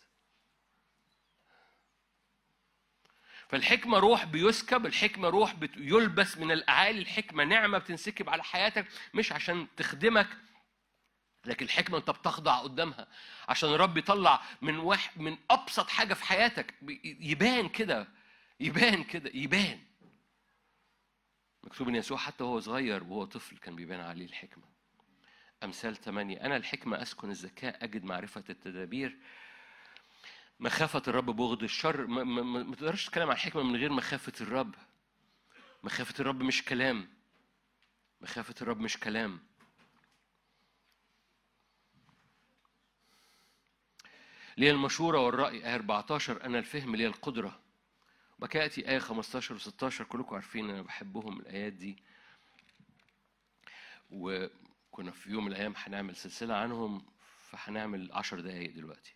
فالحكمة روح بيسكب، الحكمة روح يلبس من الأعالي، الحكمة نعمة بتنسكب على حياتك مش عشان تخدمك، لكن الحكمة أنت بتخضع قدامها عشان الرب يطلع من واحد من أبسط حاجة في حياتك يبان كده، يبان كده، يبان. مكتوب إن يسوع حتى وهو صغير وهو طفل كان بيبان عليه الحكمة. أمثال ثمانية، أنا الحكمة أسكن الذكاء، أجد معرفة التدابير. مخافة الرب بغض الشر. ما, ما, ما تقدرش تتكلم عن حكمة من غير مخافة الرب. مخافة الرب مش كلام، مخافة الرب مش كلام. ليه المشورة والرأي، آية أربعة عشر، أنا الفهم ليه القدرة. بكاتي آية خمسة عشر وستة عشر، كلكم عارفين أنا بحبهم الآيات دي، وكنا في يوم من الأيام هنعمل سلسلة عنهم، فهنعمل عشر دقايق دلوقتي.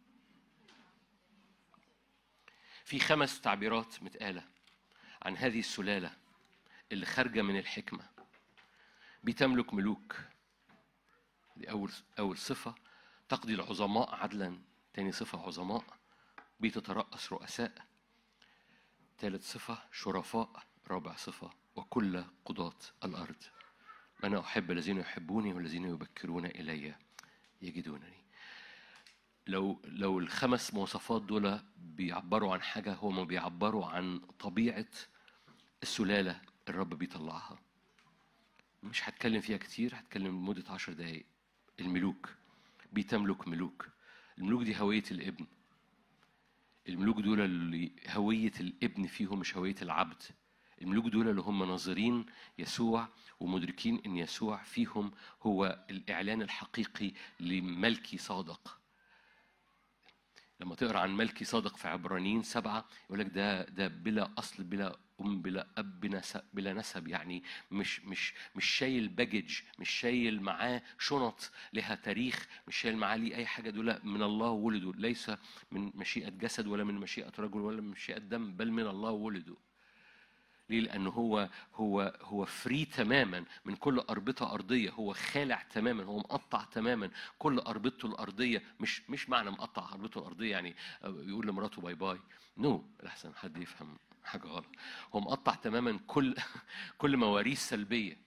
في خمس تعبيرات متقالة عن هذه السلالة اللي خارجة من الحكمة. بتملك ملوك، دي أول أول صفة. تقضي العظماء عدلا، تاني صفة عظماء. بتترأس رؤساء، ثالث صفة شرفاء، رابع صفة وكل قضاة الأرض. أنا أحب الذين يحبوني والذين يبكرون إلي يجدونني. لو لو الخمس مواصفات دول بيعبروا عن حاجة، هم بيعبروا عن طبيعة السلالة الرب بيطلعها. مش هتكلم فيها كتير، هتكلم لمدة عشر دقايق. الملوك، بتملك ملوك. الملوك دي هوية الابن. الملوك دول اللي هوية الابن فيهم مش هوية العبد. الملوك دول اللي هم ناظرين يسوع ومدركين ان يسوع فيهم هو الإعلان الحقيقي لملكي صادق. لما تقرأ عن ملكي صادق في عبرانيين سبعة يقولك ده ده بلا أصل، بلا أم، بلا أب، بلا نسب. يعني مش مش مش شايل باجج، مش شايل معاه شنط لها تاريخ، مش شايل معاه ليه أي حاجة. دول من الله ولدوا، ليس من مشيئة جسد ولا من مشيئة رجل ولا من مشيئة دم، بل من الله ولدوا. ليه؟ لأنه هو هو هو فري تماما من كل أربطة أرضية، هو خالع تماما، هو مقطع تماما كل أربطته الأرضية. مش مش معنى مقطع أربطته الأرضية يعني يقول لمراته باي باي، نو no. لحسن حد يفهم حاجة غلط. هو مقطع تماما كل كل مواريث سلبية.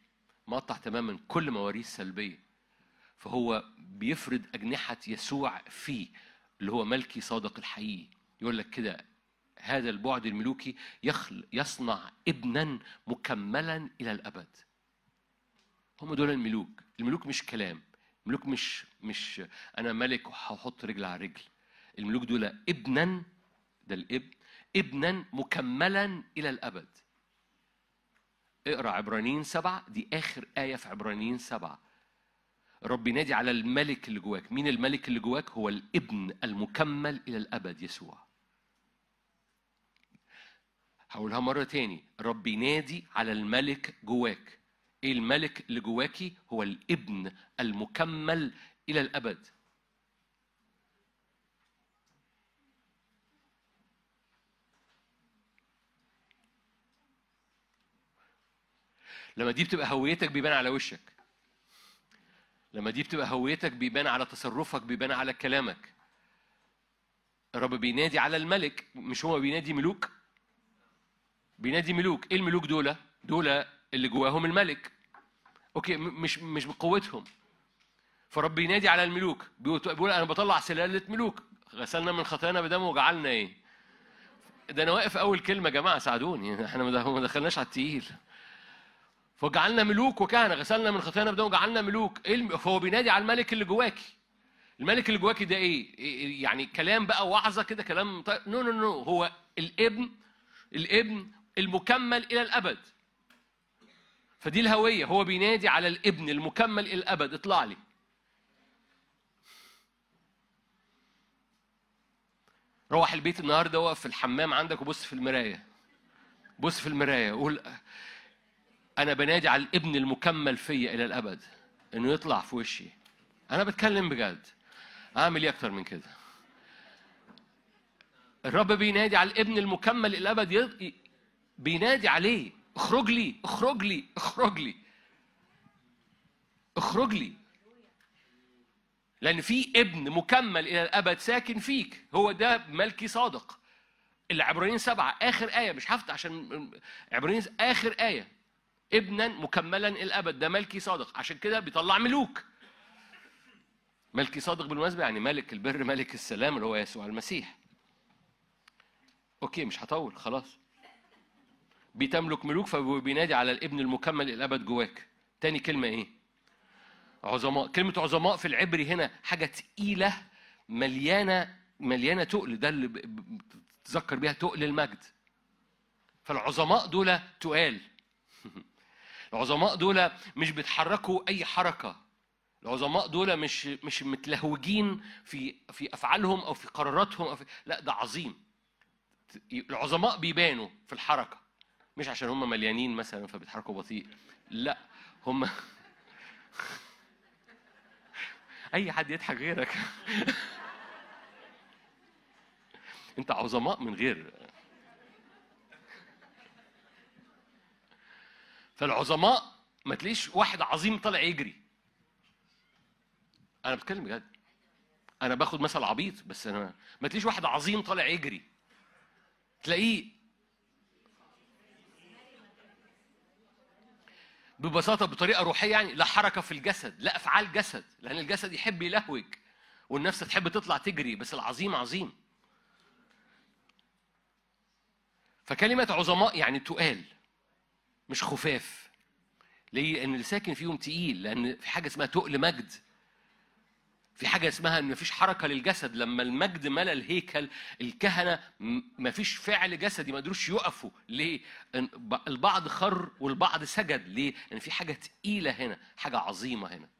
مقطع تماما كل مواريث سلبية. فهو بيفرد أجنحة يسوع فيه، اللي هو ملكي صادق الحقيقي. يقول لك كده: هذا البعد الملوكي يخل يصنع ابنا مكملا إلى الأبد. هم دول الملوك. الملوك مش كلام، الملوك مش مش أنا ملك وهحط رجل على رجل. الملوك دول ابنا، ده الابن، ابنا مكملا إلى الأبد. اقرأ عبرانيين سبعة، دي آخر آية في عبرانيين سبعة. رب ينادي على الملك اللي جواك. مين الملك اللي جواك؟ هو الابن المكمل إلى الأبد يسوع. هقولها مرة تاني، رب ينادي على الملك جواك. ايه الملك اللي جواكي؟ هو الابن المكمل إلى الأبد. لما دي بتبقى هويتك بيبان على وشك. لما دي بتبقى هويتك بيبان على تصرفك، بيبان على كلامك. الرب بينادي على الملك، مش هو بينادي ملوك؟ بينادي ملوك. ايه الملوك دول؟ دول اللي جواهم الملك. اوكي، مش مش بقوتهم. فرب ينادي على الملوك، بيقول انا بطلع سلالة ملوك. غسلنا من خطايانا بدمه وجعلنا ايه؟ ده انا واقف اول كلمة يا جماعة، ساعدوني، احنا ما دخلناش على التقيل. فجعلنا ملوك وكهنة، غسلنا من خطايانا بدمه وجعلنا ملوك. ايه؟ فهو بينادي على الملك اللي جواكي. الملك اللي جواكي ده ايه؟ يعني كلام بقى وعظة كده، كلام طيب؟ نو نو نو، هو الابن، الابن المكمل إلى الأبد. فدي الهوية. هو بينادي على الابن المكمل إلى الأبد، اطلع لي. روح البيت النهاردة، وقف في الحمام عندك وبص في المراية. بص في المراية وقول أنا بنادي على الابن المكمل فيا إلى الأبد إنه يطلع في وشي. أنا بتكلم بجد. أعمل إيه أكتر من كده؟ الرب بينادي على الابن المكمل إلى الأبد، بينادي عليه: اخرج لي، اخرج لي، اخرج لي، اخرج لي. لأن في ابن مكمل إلى الأبد ساكن فيك. هو ده ملكي صادق. العبرانيين سبعة آخر آية، مش هفتح عشان عبرانيين آخر آية. ابنا مكملا إلى الأبد، ده ملكي صادق. عشان كده بيطلع ملوك. ملكي صادق بالمناسبة يعني ملك البر، ملك السلام، اللي هو يسوع المسيح. أوكي، مش هطول خلاص. بتملك ملوك، فبينادي على الابن المكمل إلى الأبد جواك. تاني كلمة إيه؟ عظماء. كلمة عظماء في العبري هنا حاجة تقيلة، مليانة مليانة تقل. ده اللي بتذكر بيها تقل المجد. فالعظماء دول تقال. العظماء دول مش بيتحركوا أي حركة. العظماء دول مش مش متلهوجين في في أفعالهم أو في قراراتهم أو في... لا، ده عظيم. العظماء بيبانوا في الحركة، مش عشان هم مليانين مثلا فبيتحركوا بطيء. لا، هم أي حد يضحك غيرك. أنت عظماء من غير. فالعظماء ما تلاقيش واحد عظيم طالع يجري. أنا بتكلم بجد. أنا باخد مثل عبيط، بس أنا ما تلاقيش واحد عظيم طالع يجري. تلاقيه ببساطة بطريقة روحية، يعني لا حركة في الجسد، لا أفعال جسد، لأن الجسد يحب يلهوج والنفس تحب تطلع تجري، بس العظيم عظيم. فكلمة عظماء يعني تقال، مش خفاف. ليه؟ لأن اللي ساكن فيهم تقيل، لأن في حاجة اسمها تقل مجد. في حاجة اسمها إن مفيش حركة للجسد. لما المجد ملأ الهيكل، الكهنة مفيش فعل جسدي، ما قدروش يقفوا. ليه؟ البعض خر والبعض سجد. ليه؟ لأن في حاجة تقيلة هنا، حاجة عظيمة هنا.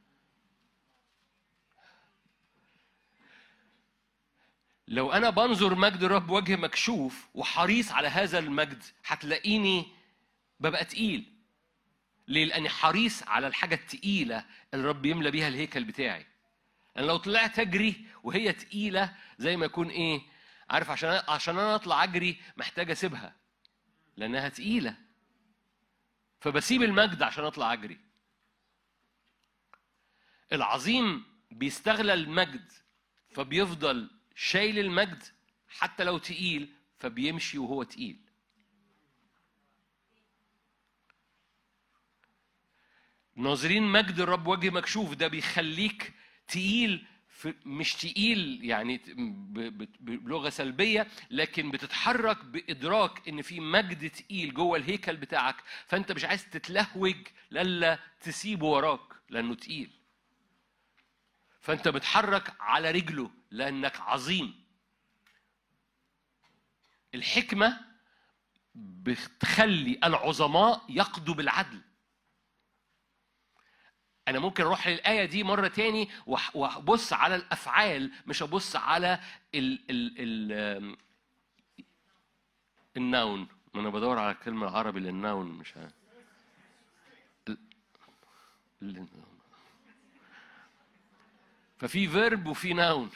لو أنا بنظر مجد الرب وجه مكشوف وحريص على هذا المجد، هتلاقيني ببقى تقيل. ليه؟ لأني حريص على الحاجة التقيلة اللي الرب يملى بيها الهيكل بتاعي. أنا لو طلعت أجري وهي تقيلة، زي ما يكون إيه؟ عارف، عشان عشان أنا أطلع أجري محتاج أسيبها لأنها تقيلة، فبسيب المجد عشان أطلع أجري. العظيم بيستغل المجد، فبيفضل شايل المجد حتى لو تقيل، فبيمشي وهو تقيل. ناظرين مجد الرب وجه مكشوف، ده بيخليك تقيل، مش تقيل يعني بلغة سلبية، لكن بتتحرك بإدراك إن في مجد تقيل جوه الهيكل بتاعك، فأنت مش عايز تتلهوج لألا تسيبه وراك لأنه تقيل، فأنت بتحرك على رجله لأنك عظيم. الحكمة بتخلي العظماء يقضوا بالعدل. أنا ممكن أروح للآية دي مرة تاني وأبص على الأفعال، مش أبص على ال ال ال النون. ما أنا بدور على الكلمة العربي للنون، مش عارف. ففي فيرب وفي نون.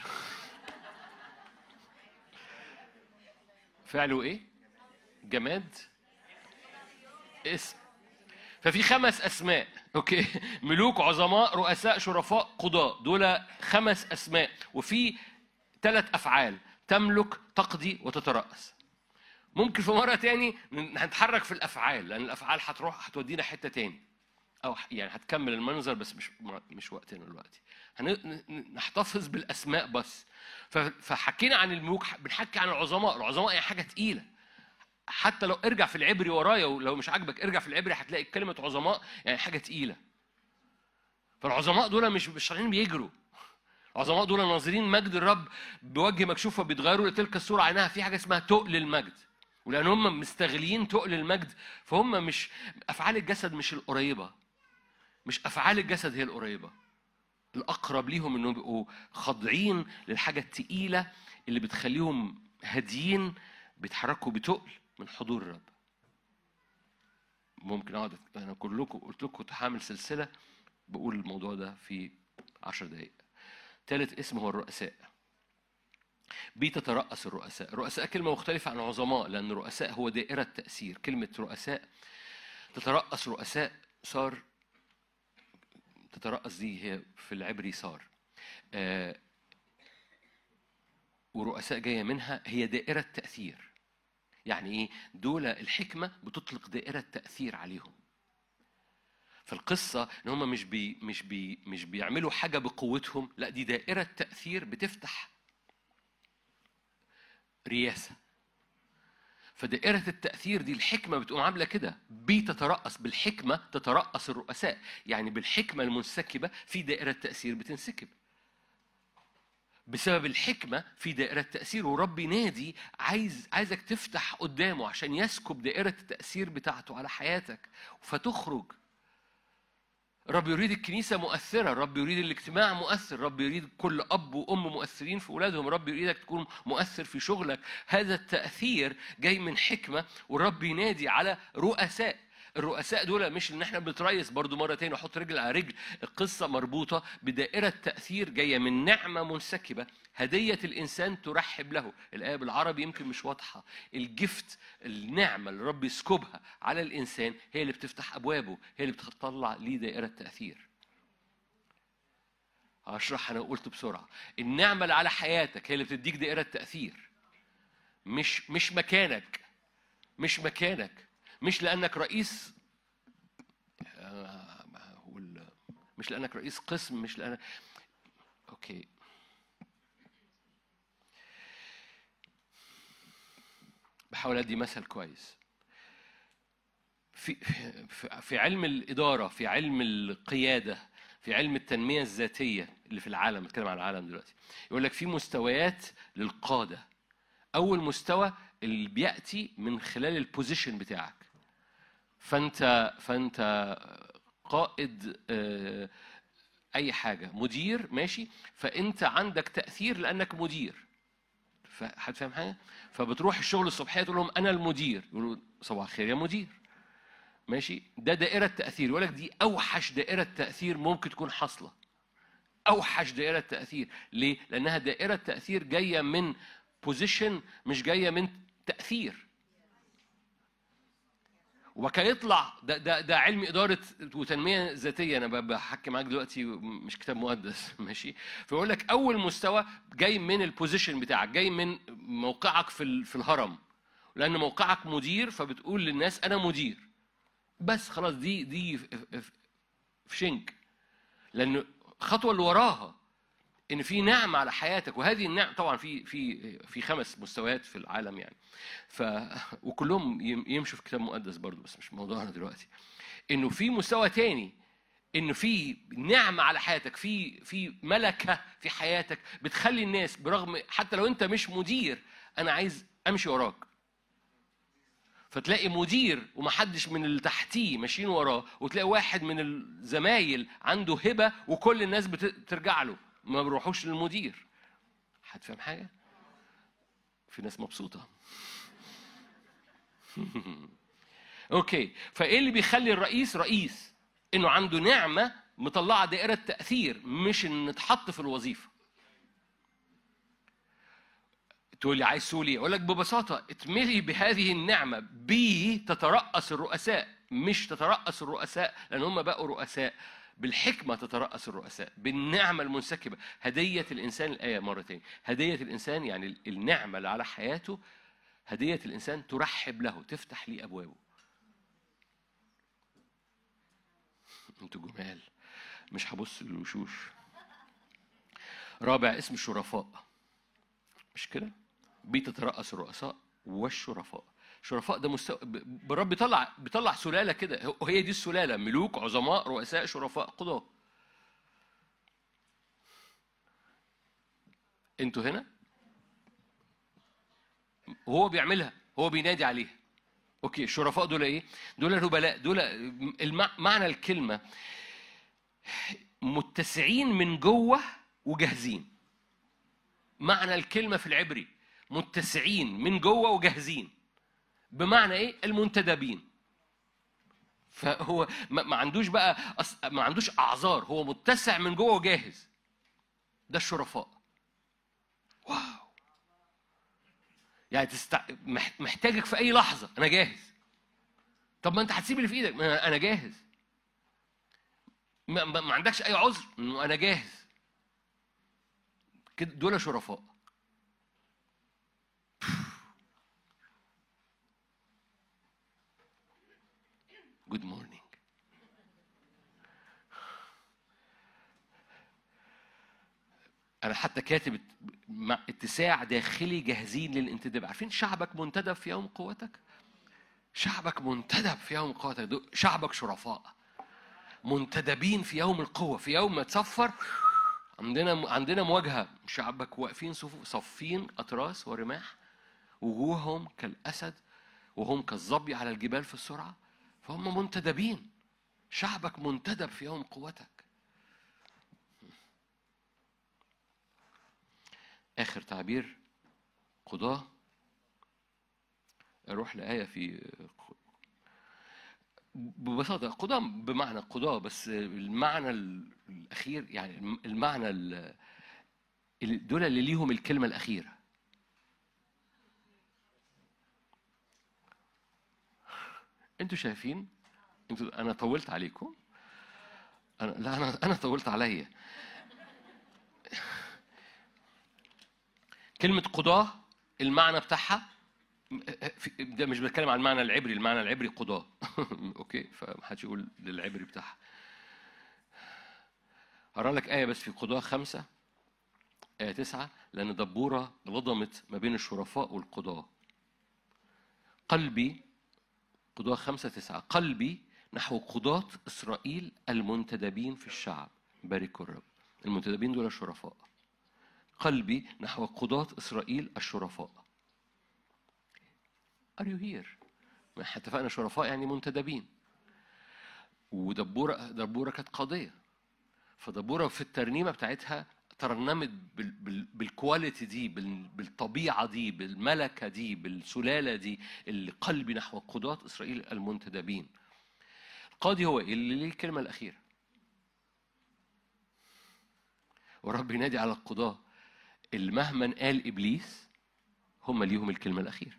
فعله إيه؟ جماد، اسم. ففي خمس أسماء، أوكي؟ ملوك، عظماء، رؤساء، شرفاء، قضاء. دول خمس أسماء، وفي ثلاث أفعال: تملك، تقضي، وتترأس. ممكن في مرة تاني هنتحرك في الأفعال، لأن الأفعال هتروح هتودينا حتة تاني، أو يعني هتكمل المنظر، بس مش مش وقتنا دلوقتي. هنحتفظ بالأسماء بس. فحكينا عن الملوك، بنحكي عن العظماء. العظماء هي حاجة تقيلة. حتى لو ارجع في العبري ورايا، ولو مش عاجبك ارجع في العبري، هتلاقي كلمة عظماء يعني حاجة تقيلة. فالعظماء دول مش شغالين بيجروا. العظماء دول ناظرين مجد الرب بوجه مكشوف، وبيتغيروا لتلك الصورة عينها. في حاجة اسمها تقل المجد، ولأن هم مستغلين تقل المجد، فهم مش أفعال الجسد مش القريبة، مش أفعال الجسد هي القريبة. الأقرب ليهم إنهم يبقوا خاضعين للحاجة التقيلة اللي بتخليهم هاديين، بيتحركوا بتقل من حضور الرب. ممكن اقعد انا كلكم قلت لكم كنت هعمل سلسله بقول الموضوع ده في عشر دقائق. ثالث اسم هو الرؤساء. بيتترأس الرؤساء. الرؤساء كلمه مختلفه عن عظماء، لان الرؤساء هو دائره تأثير. كلمه رؤساء تترأس، رؤساء صار، تترأس دي هي في العبري صار، آه ورؤساء جايه منها هي دائره تأثير. يعني ايه؟ دول الحكمه بتطلق دائره تأثير عليهم. فالقصه ان هم مش بي مش بي مش بيعملوا حاجه بقوتهم، لا، دي دائره تأثير بتفتح رياسه. فدائره التأثير دي الحكمه بتقوم عامله كده، بتترأس. بالحكمه تترأس الرؤساء، يعني بالحكمه المنسكبه في دائره تأثير بتنسكب. بسبب الحكمة في دائرة تأثير، ورب ينادي عايز عايزك تفتح قدامه عشان يسكب دائرة التأثير بتاعته على حياتك فتخرج. رب يريد الكنيسة مؤثرة، رب يريد الاجتماع مؤثر، رب يريد كل أب وأم مؤثرين في أولادهم، رب يريدك تكون مؤثر في شغلك. هذا التأثير جاي من حكمة، والرب ينادي على رؤساء. الرؤساء دول مش ان احنا بنتريس برضو مرة تاني وحط رجل على رجل. القصة مربوطة بدائرة تأثير جاية من نعمة منسكبة، هدية الإنسان ترحب له. الآية بالعربي يمكن مش واضحة. الجفت، النعمة اللي رب يسكبها على الإنسان هي اللي بتفتح أبوابه، هي اللي بتطلع ليه دائرة تأثير. هشرح أنا قلت بسرعة. النعمة اللي على حياتك هي اللي بتديك دائرة تأثير، مش مش مكانك، مش مكانك مش لأنك رئيس، مش لأنك رئيس قسم، مش لأنك أوكي. بحاول أدي مثل كويس. في في علم الإدارة، في علم القيادة، في علم التنمية الذاتية اللي في العالم، بتكلم عن العالم دلوقتي، يقول لك في مستويات للقادة. أول مستوى اللي بيأتي من خلال البوزيشن بتاعك. فأنت فأنت قائد أي حاجة، مدير، ماشي، فأنت عندك تأثير لأنك مدير. حد فاهم حاجة؟ فبتروح الشغل الصبحية تقول لهم أنا المدير، يقولوا صباح الخير يا مدير، ماشي. ده دائرة تأثير. يقول لك دي أوحش دائرة تأثير ممكن تكون حاصلة. أوحش دائرة تأثير. ليه؟ لأنها دائرة تأثير جاية من بوزيشن، مش جاية من تأثير. وكان يطلع ده ده ده علم إدارة وتنمية ذاتية. أنا بحكي معاك دلوقتي مش كتاب مقدس، ماشي. فيقول لك أول مستوى جاي من البوزيشن بتاعك، جاي من موقعك في في الهرم، لأن موقعك مدير، فبتقول للناس أنا مدير بس، خلاص. دي دي في شنك، لأن الخطوة اللي وراها إن في نعمة على حياتك. وهذه النعمة طبعا في في في خمس مستويات في العالم يعني، ف وكلهم يمشوا في كتاب مقدس برضو، بس مش موضوعنا دلوقتي. إنه في مستوى تاني، إنه في نعمة على حياتك، في في ملكة في حياتك بتخلي الناس برغم حتى لو أنت مش مدير، أنا عايز أمشي وراك. فتلاقي مدير ومحدش من اللي تحتيه ماشيين وراه، وتلاقي واحد من الزمايل عنده هبة وكل الناس بترجع له، ما بيروحوش للمدير. هتفهم حاجة؟ في ناس مبسوطة. اوكي، فايه اللي بيخلي الرئيس رئيس؟ انه عنده نعمة مطلعة دائرة تأثير، مش ان اتحط في الوظيفة. تقول لي عايز سولي، اقول لك ببساطة اتملي بهذه النعمة، بي تترأس الرؤساء، مش تترأس الرؤساء لان هم بقوا رؤساء، بالحكمة تترأس الرؤساء، بالنعمة المنسكبة. هدية الإنسان، الآية مرتين، هدية الإنسان يعني النعمة اللي على حياته، هدية الإنسان ترحب له، تفتح لي أبوابه. انتوا جمال، مش هبص للوشوش. رابع اسم الشرفاء، مش كده؟ بتترأس الرؤساء والشرفاء. شرفاء ده مستوى بالرب، بيطلع بيطلع سلالة كده، وهي دي السلالة: ملوك، عظماء، رؤساء، شرفاء، قضاة. انتوا هنا، وهو بيعملها، هو بينادي عليها. اوكي، الشرفاء دول ايه؟ دول نبلاء، دول معنى الكلمة متسعين من جوه وجاهزين. معنى الكلمة في العبري متسعين من جوه وجاهزين، بمعنى ايه؟ المنتدبين. فهو ما عندوش بقى، ما عندوش اعذار، هو متسع من جوه وجاهز. ده الشرفاء. واو، يعني تستع... محتاجك في اي لحظه، انا جاهز. طب ما انت هتسيب اللي في ايدك، انا جاهز. ما, ما عندكش اي عذر، انا جاهز. كده دول شرفاء. جود مورنينج. أنا حتى كاتب مع اتساع داخلي جاهزين للانتداب. عارفين شعبك منتدب في يوم قوتك؟ شعبك منتدب في يوم قوتك. شعبك شرفاء منتدبين في يوم القوة. في يوم ما تصفر عندنا عندنا مواجهة، شعبك واقفين صفين أطراس ورماح، وجوههم كالأسد وهم كالظبي على الجبال في السرعة، فهم منتدبين. شعبك منتدب في يوم قوتك. آخر تعبير قضاة. أروح لآية في ببساطة قضاة بمعنى قضاة، بس المعنى الأخير يعني المعنى دول اللي ليهم الكلمة الأخيرة. أنتوا شايفين؟ أنتوا أنا طولت عليكم؟ أنا لا أنا أنا طولت عليا. كلمة قضاة المعنى بتاعها ده مش بتكلم عن المعنى العبري، المعنى العبري قضاة. اوكي، فمحدش يقول للعبري بتاعها. هقرا لك آية بس في قضاة خمسة آية تسعة، لأن دبورة لضمت ما بين الشرفاء والقضاة. قلبي، قضاة خمسة تسعة، قلبي نحو قضاة إسرائيل المنتدبين في الشعب، باركوا الرب. المنتدبين دول الشرفاء. قلبي نحو قضاة إسرائيل الشرفاء. Are you here؟ ما احنا اتفقنا شرفاء يعني منتدبين. ودبورة دبورة كانت قاضية، فدبورة في الترنيمة بتاعتها ترنمت بالكواليتي دي، بالطبيعة دي، بالملكة دي، بالسلالة دي، اللي قلبي نحو قضاة إسرائيل المنتدبين. القاضي هو اللي ليه الكلمة الأخيرة، ورب ينادي على القضاة اللي مهما قال إبليس هم ليهم الكلمة الأخيرة.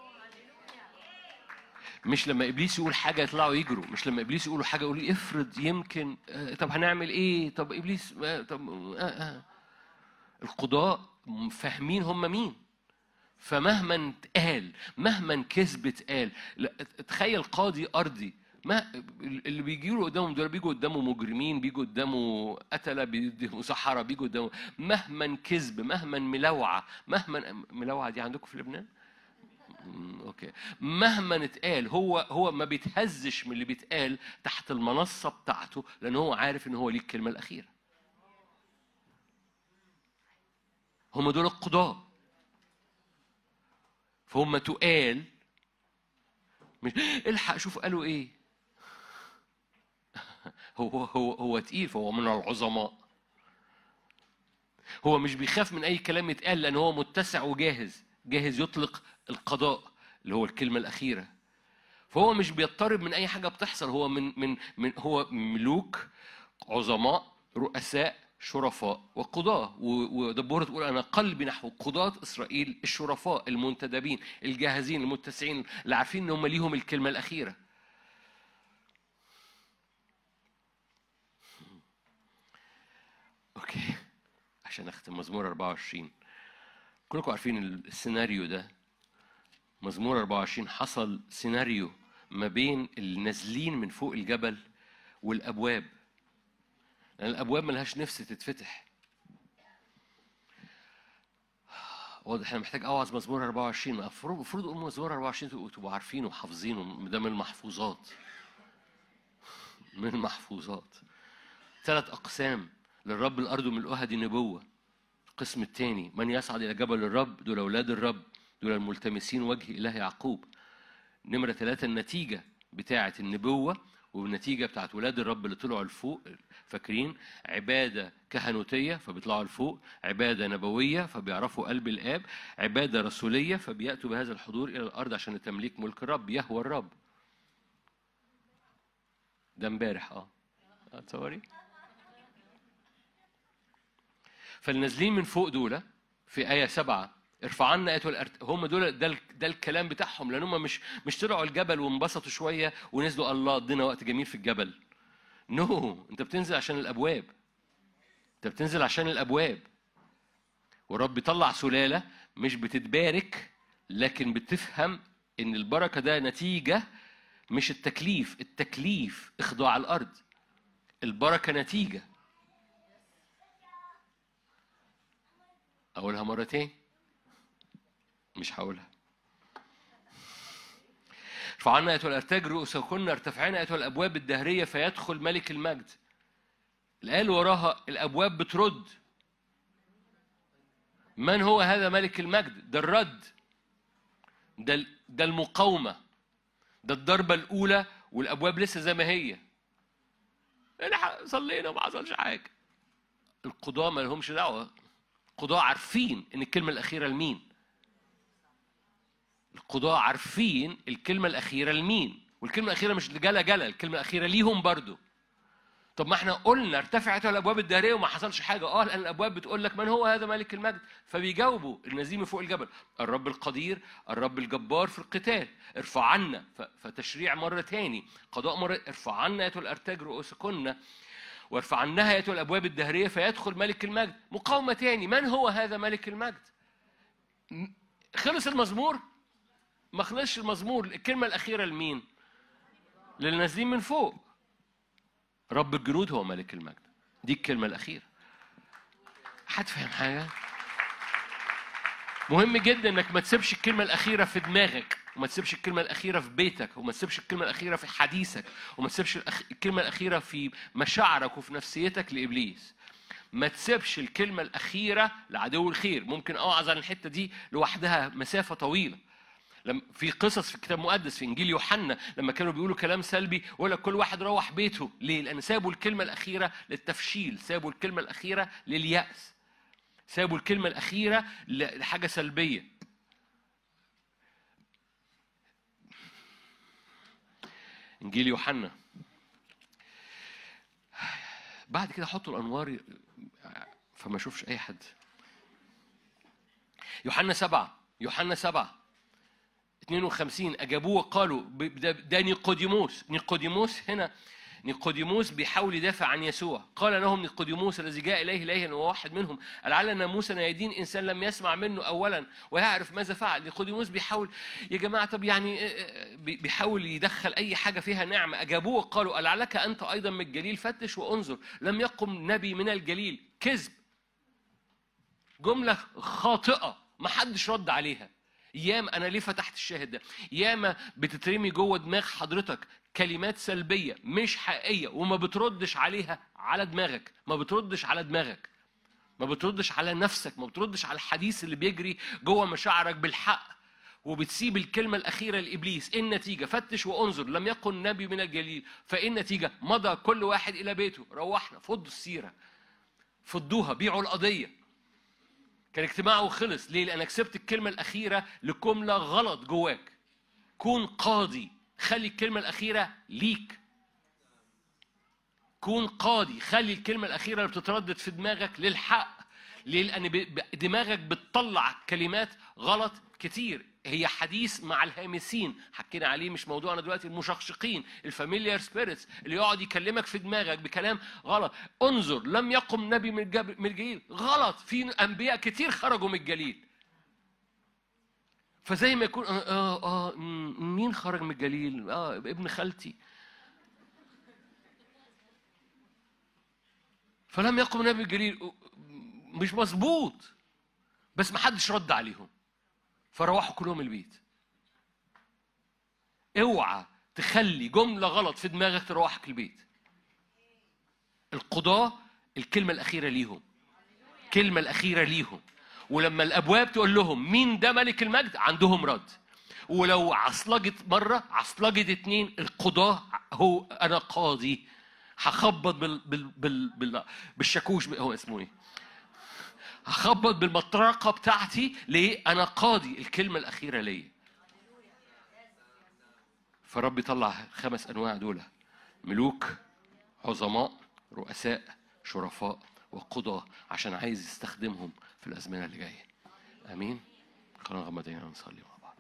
مش لما إبليس يقول حاجة يطلعوا يجروا، مش لما إبليس يقولوا حاجة يقولوا افرض يمكن، طب هنعمل إيه، طب إبليس، طب آه آه. القضاء فاهمين هم مين، فمهما قال، مهما كذبت قال. تخيل قاضي أرضي ما اللي بيجوا قدامهم دول بيجوا قدامه مجرمين، بيجوا قدامه قتلة، بيجوا سحرة، بيجوا قدامه مهما كذب، مهما ملوعة، مهما ملوعة دي عندكم في لبنان؟ اوكي، مهما اتقال هو هو ما بيتهزش من اللي بيتقال تحت المنصة بتاعته، لأن هو عارف إن هو ليه الكلمة الأخيرة. هم دول القضاة، فهم تقال مش الحق شوف قالوا ايه. هو هو هو تقيل، فهو من العظماء. هو مش بيخاف من اي كلام يتقال، لان هو متسع وجاهز، جاهز يطلق القضاء اللي هو الكلمه الاخيره. فهو مش بيضطرب من اي حاجه بتحصل. هو من من من هو ملوك، عظماء، رؤساء، شرفاء وقضاة. ودبورة تقول أنا قلبي نحو قضاة إسرائيل الشرفاء المنتدبين الجاهزين المتسعين اللي عارفين إن هم ليهم الكلمة الأخيرة. أوكي، عشان أختم مزمور أربعة وعشرين. كلكم عارفين السيناريو ده. مزمور أربعة وعشرين حصل سيناريو ما بين النازلين من فوق الجبل والأبواب، لأن الأبواب ملهاش نفس تتفتح. واضح أنا محتاج أوعظ مزمور أربعة وعشرين. المفروض المفروض أقول مزمور أربعة وعشرين تبقوا عارفينه وحافظينه، ده من المحفوظات، من المحفوظات. ثلاث أقسام للرب الأرض ملؤها، دي نبوة. القسم الثاني من يصعد إلى جبل الرب، دول أولاد الرب، دول الملتمسين وجه إله يعقوب. نمرة ثلاثة النتيجة بتاعة النبوة والنتيجة بتاعت ولاد الرب اللي طلعوا لفوق. فاكرين؟ عبادة كهنوتية فبيطلعوا لفوق، عبادة نبوية فبيعرفوا قلب الآب، عبادة رسولية فبيأتوا بهذا الحضور إلى الأرض عشان تمليك ملك الرب يهوى الرب. ده امبارح اه تصوري. فالنازلين من فوق دول في آية سبعة ارفع عنا ايتها الارت، هم دول ده, ده الكلام بتاعهم، لان هم مش مش طلعوا الجبل وانبسطوا شويه ونزلوا الله ادينا وقت جميل في الجبل. نو no. انت بتنزل عشان الابواب، انت بتنزل عشان الابواب. والرب بيطلع سلاله مش بتتبارك، لكن بتفهم ان البركه ده نتيجه مش التكليف. التكليف اخضاع الارض، البركه نتيجه. اقولها مرتين مش هقولها. ارفعنا ايتها الارتاج رؤوسكن، ارتفعنا ايتها الابواب الدهريه فيدخل ملك المجد. الآية وراها الابواب بترد. من هو هذا ملك المجد؟ ده الرد، ده ده المقاومه، ده الضربه الاولى والابواب لسه زي ما هي. احنا صلينا وما حصلش حاجه. القضاه ما لهمش دعوه. القضاه عارفين ان الكلمه الاخيره لمين. القضاة عارفين الكلمة الأخيرة لمين، والكلمة الأخيرة مش لجلا جلا، الكلمة الأخيرة ليهم برضو. طب ما احنا قلنا ارتفعت الأبواب الدهرية وما حصلش حاجة. اه لأن الأبواب بتقول لك من هو هذا ملك المجد، فبيجاوبوا النازلين فوق الجبل الرب القدير، الرب الجبار في القتال. ارفع عنا، فتشريع مرة تاني، قضاء مرة. ارفع عنا ايتها الارتاج رؤوسكن وارفع عنها ايتها الأبواب الدهرية فيدخل ملك المجد. مقاومة تاني، من هو هذا ملك المجد؟ خلص المزمور؟ ما خلصش المزمور. الكلمة الأخيرة لمين؟ للنازلين من فوق. رب الجنود هو ملك المجد، دي الكلمة الأخيرة. حد فاهم حاجة؟ مهم جدا انك ما تسيبش الكلمة الأخيرة في دماغك، وما تسيبش الكلمة الأخيرة في بيتك، وما تسيبش الكلمة الأخيرة في حديثك، وما تسيبش الكلمة الأخيرة في مشاعرك وفي نفسيتك لإبليس. ما تسيبش الكلمة الأخيرة لعدو الخير. ممكن أوعظ عن الحتة دي لوحدها مسافة طويلة. لما في قصص في الكتاب المقدس في إنجيل يوحنا لما كانوا بيقولوا كلام سلبي ويقول لك كل واحد روح بيته. ليه؟ لأن سابوا الكلمة الأخيرة للتفشيل، سابوا الكلمة الأخيرة لليأس، سابوا الكلمة الأخيرة لحاجة سلبية. إنجيل يوحنا بعد كده حطوا الأنوار فما أشوفش أي حد. يوحنا سبعة، يوحنا سبعة اثنين وخمسين أجابوه وقالوا ده نيقوديموس. نيقوديموس هنا نيقوديموس بيحاول يدافع عن يسوع. قال لهم نيقوديموس الذي جاء إليه إليها وواحد منهم: لعل ناموسنا يدين إنسان لم يسمع منه أولا ويعرف ماذا فعل. نيقوديموس بيحاول يا جماعة، طب يعني بيحاول يدخل أي حاجة فيها نعمة. أجابوه قالوا: لعلك أنت أيضا من الجليل، فتش وانظر، لم يقم نبي من الجليل. كذب، جملة خاطئة ما حدش رد عليها. ياما أنا ليه فتحت الشاهد ده؟ ياما بتترمي جوه دماغ حضرتك كلمات سلبية مش حقيقية وما بتردش عليها على دماغك، ما بتردش على دماغك، ما بتردش على نفسك، ما بتردش على الحديث اللي بيجري جوه مشاعرك بالحق، وبتسيب الكلمة الأخيرة لإبليس. إيه النتيجة؟ فتش وانظر، لم يكن نبي من الجليل. فإيه النتيجة؟ مضى كل واحد إلى بيته. روحنا، فضوا السيرة، فضوها، بيعوا القضية. كان اجتماعه خلص. ليه؟ لأنك سبت الكلمة الأخيرة لجملة غلط جواك. كون قاضي، خلي الكلمة الأخيرة ليك. كون قاضي، خلي الكلمة الأخيرة اللي بتتردد في دماغك للحق. ليه؟ لأن دماغك بتطلع كلمات غلط كتير. هي حديث مع الهامسين، حكينا عليه، مش موضوعنا دلوقتي. المشخشقين، الفاميليار سبيريتس، اللي يقعد يكلمك في دماغك بكلام غلط. انظر، لم يقم نبي من الجليل. غلط، في انبياء كتير خرجوا من الجليل. فزي ما يكون اه اه, آه مين خرج من الجليل؟ اه ابن خالتي. فلم يقم نبي من الجليل، مش مظبوط، بس ما حدش رد عليهم، فروحوا كلهم البيت. اوعى تخلي جملة غلط في دماغك تروحك البيت. القضاء الكلمة الأخيرة ليهم، كلمة الأخيرة ليهم. ولما الأبواب تقول لهم مين ده ملك المجد، عندهم رد. ولو عصلجت مرة، عصلجت اتنين، القضاء هو أنا قاضي، هخبط بال بال بال بال بالشاكوش، هو اسمه ايه، هخبط بالمطرقة بتاعتي. ليه؟ أنا قاضي، الكلمة الأخيرة ليه. فرب يطلع خمس أنواع دول: ملوك، عظماء، رؤساء، شرفاء، وقضاة، عشان عايز يستخدمهم في الأزمنة اللي جاية. أمين. خلونا نغمض عينينا ونصلي مع بعض.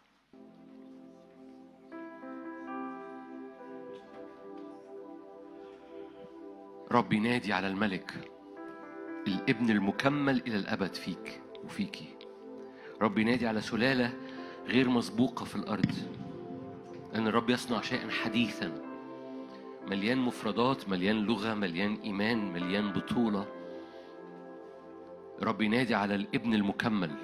رب ينادي على الملك، الابن المكمل إلى الأبد فيك وفيكي. رب ينادي على سلالة غير مسبوقة في الأرض، أن الرب يصنع شيئا حديثا، مليان مفردات، مليان لغة، مليان إيمان، مليان بطولة. رب ينادي على الابن المكمل.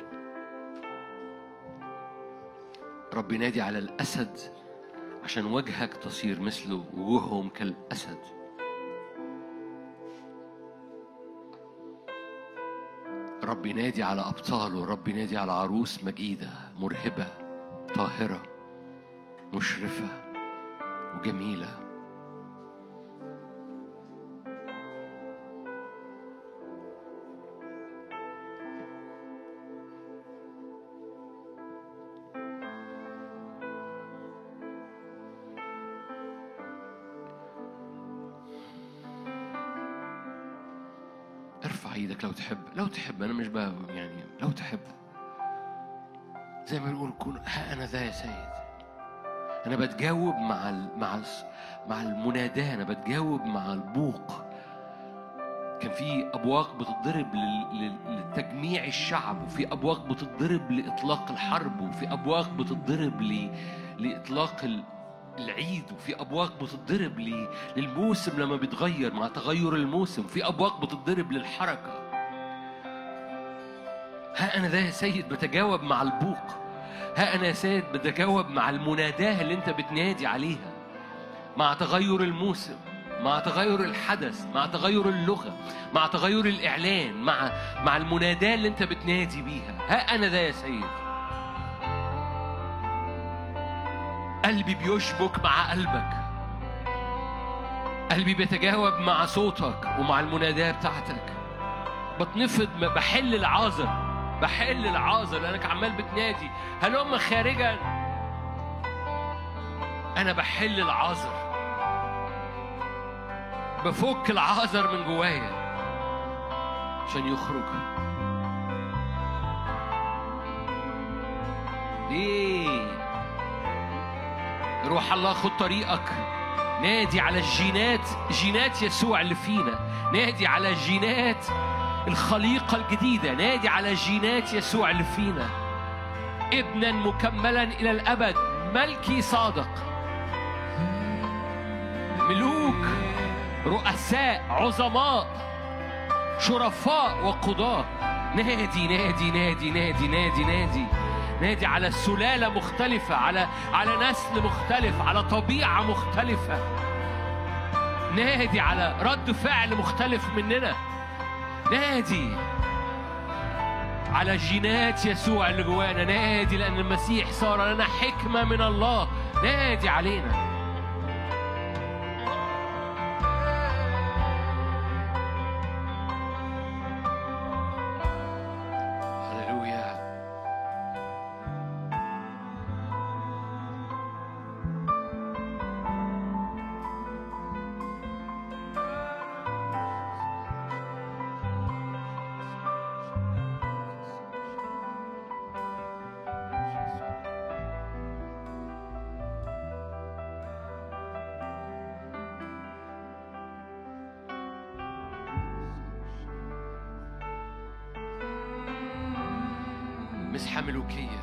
رب ينادي على الأسد، عشان وجهك تصير مثله، وجوههم كالأسد. رب ينادي على أبطاله. رب ينادي على عروس مجيدة، مرهبة، طاهرة، مشرفة وجميلة. ارفع ايدك لو تحب، لو تحب. انا مش بقى يعني، لو تحب زي ما نقول كون ها انا ذا يا سيد. انا بتجاوب مع ال... مع ال... مع المناداه، انا بتجاوب مع البوق. كان في ابواق بتضرب لل... لتجميع الشعب، وفي ابواق بتضرب لاطلاق الحرب، وفي ابواق بتضرب ل... لاطلاق ال... العيد، وفي أبواق بتضرب للموسم لما بيتغير مع تغير الموسم، في أبواق بتضرب للحركة. ها أنا ذا يا سيد بتجاوب مع البوق. ها أنا يا سيد بتجاوب مع المناداة اللي أنت بتنادي عليها، مع تغير الموسم، مع تغير الحدث، مع تغير اللغة، مع تغير الإعلان، مع مع المناداة اللي أنت بتنادي بيها. ها أنا ذا يا سيد. قلبي بيشبك مع قلبك، قلبي بيتجاوب مع صوتك ومع المناداة بتاعتك. بتنفض، بحل العازر، بحل العازر لأنك عمال بتنادي هلم خارجا. أنا بحل العازر، بفك العازر من جوايا عشان يخرج. ليه؟ روح الله خد طريقك، نادي على الجينات، جينات يسوع اللي فينا. نادي على جينات الخليقة الجديدة. نادي على جينات يسوع اللي فينا. ابنا مكملا إلى الأبد، ملكي صادق، ملوك، رؤساء، عظماء، شرفاء وقضاة. نادي نادي نادي نادي نادي نادي نادي على سلالة مختلفة، على على نسل مختلف، على طبيعة مختلفة. نادي على رد فعل مختلف مننا. نادي على جينات يسوع اللي جوانا. نادي لأن المسيح صار لنا حكمة من الله. نادي علينا. مسحة ملوكية،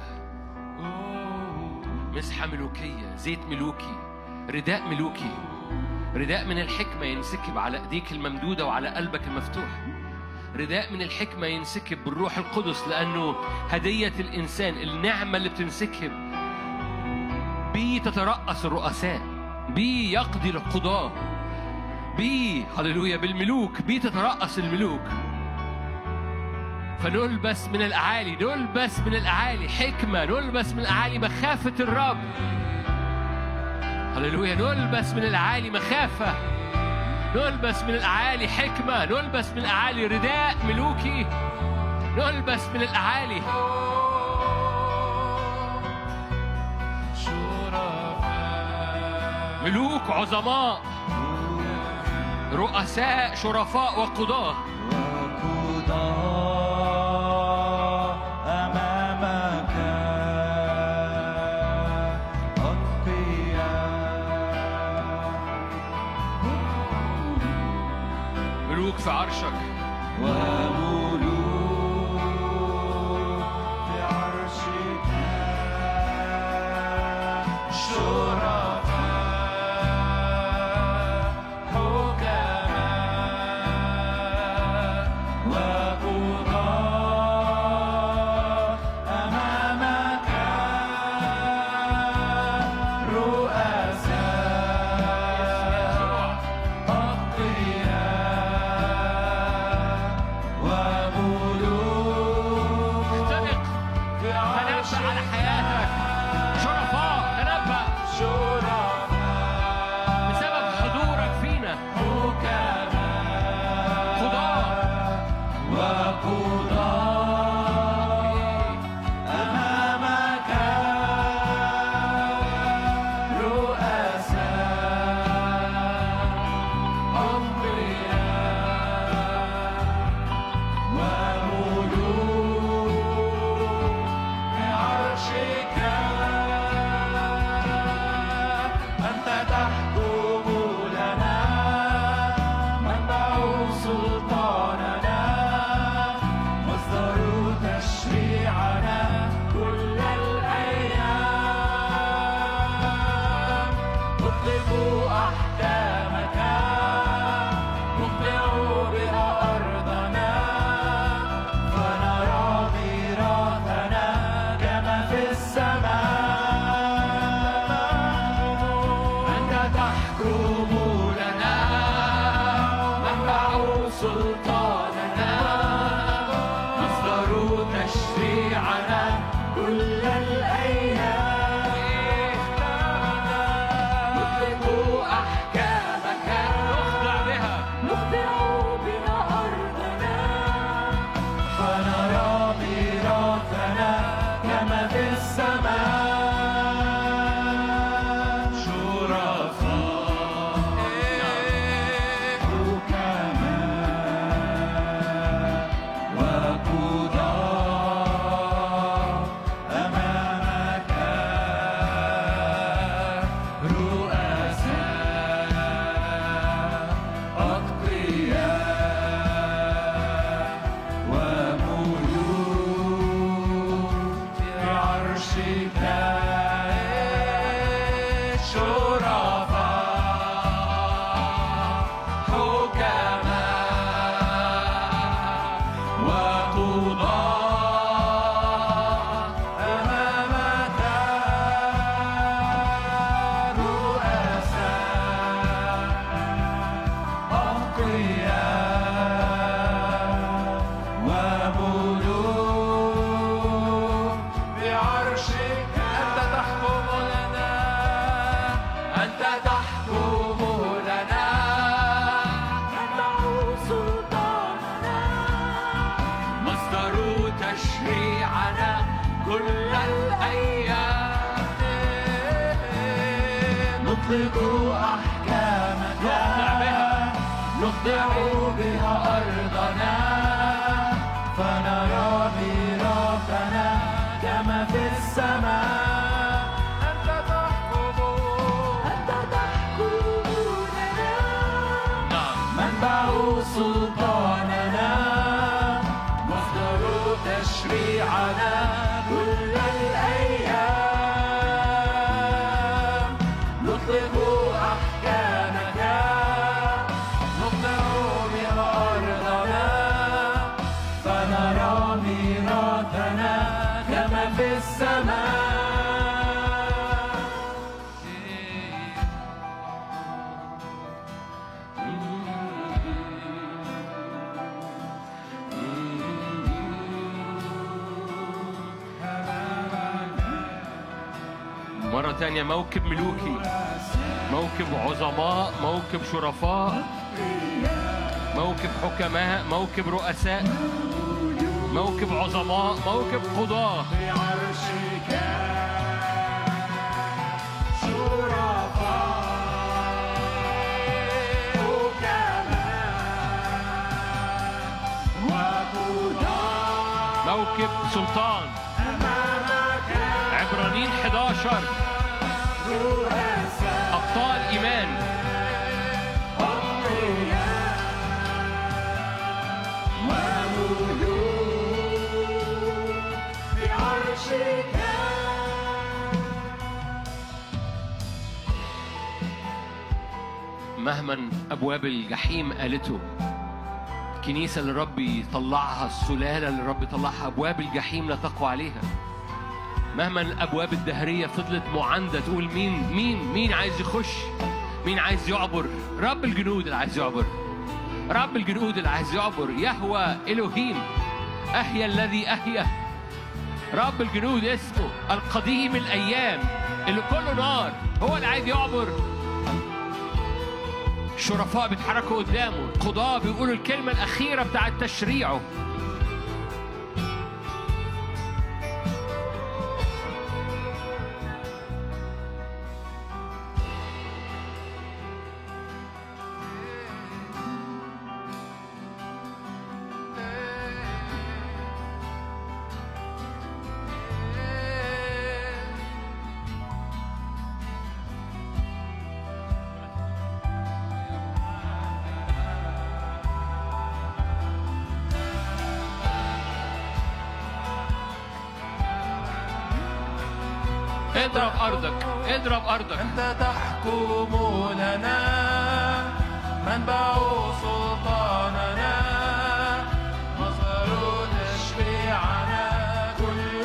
مسحة ملوكية، زيت ملوكي، رداء ملوكي، رداء من الحكمة ينسكب على ايديك الممدودة وعلى قلبك المفتوح. رداء من الحكمة ينسكب بالروح القدس، لأنه هدية الإنسان النعمة اللي بتنسكب بيه تترأس الرؤساء، بيه يقضي القضاة، بيه هللويا بالملوك، بيه تترأس الملوك. فنلبس من الأعالي، نلبس من الأعالي حكمة، نلبس من الأعالي مخافة الرب. هللويا. نلبس من الأعالي مخافة، نلبس من الأعالي حكمة، نلبس من الأعالي رداء ملوكي، نلبس من الأعالي ملوك عظماء، رؤساء، شرفاء وقضاة. في عرشك وملوك في عرشك، شرفاء حكماء وقضاة أمامك، رؤساء كل الأيام نطلق أحكامك نخضع بها نخضع بها أرضنا فنرى ميراثنا كما في السماء أنت تحكم أنت تحكم لنا منبع سلطاننا مصدر تشريعنا كل الأيام نطلق أحكامك نخضع بها أرضنا فنرى ميراثنا كما في السماء مرة تانية موكب ملوكي، موكب عظماء، موكب شرفاء، موكب حكماء، موكب رؤساء، موكب عظماء، موكب قضاة. بعرشك شرفاء حكماء وقضاة موكب سلطان. عبرانيين إحدى عشر أبطال إيمان. مهما أبواب الجحيم قالته، الكنيسة اللي الرب يطلعها، السلالة اللي الرب يطلعها، أبواب الجحيم لا تقوى عليها. مهما الأبواب الدهرية فضلت معاندة تقول مين مين مين عايز يخش، مين عايز يعبر، رب الجنود اللي عايز يعبر، رب الجنود اللي عايز يعبر، يهوى إلهيم أحيا الذي أحيا. رب الجنود اسمه القديم الأيام اللي كله نار، هو اللي عايز يعبر. الشرفاء بيتحركوا قدامه، القضاة بيقولوا الكلمة الأخيرة بتاعت تشريعه. اضرب أرضك، اضرب أرضك. أنت تحكم لنا منبع سلطاننا مصدر تشريعنا كل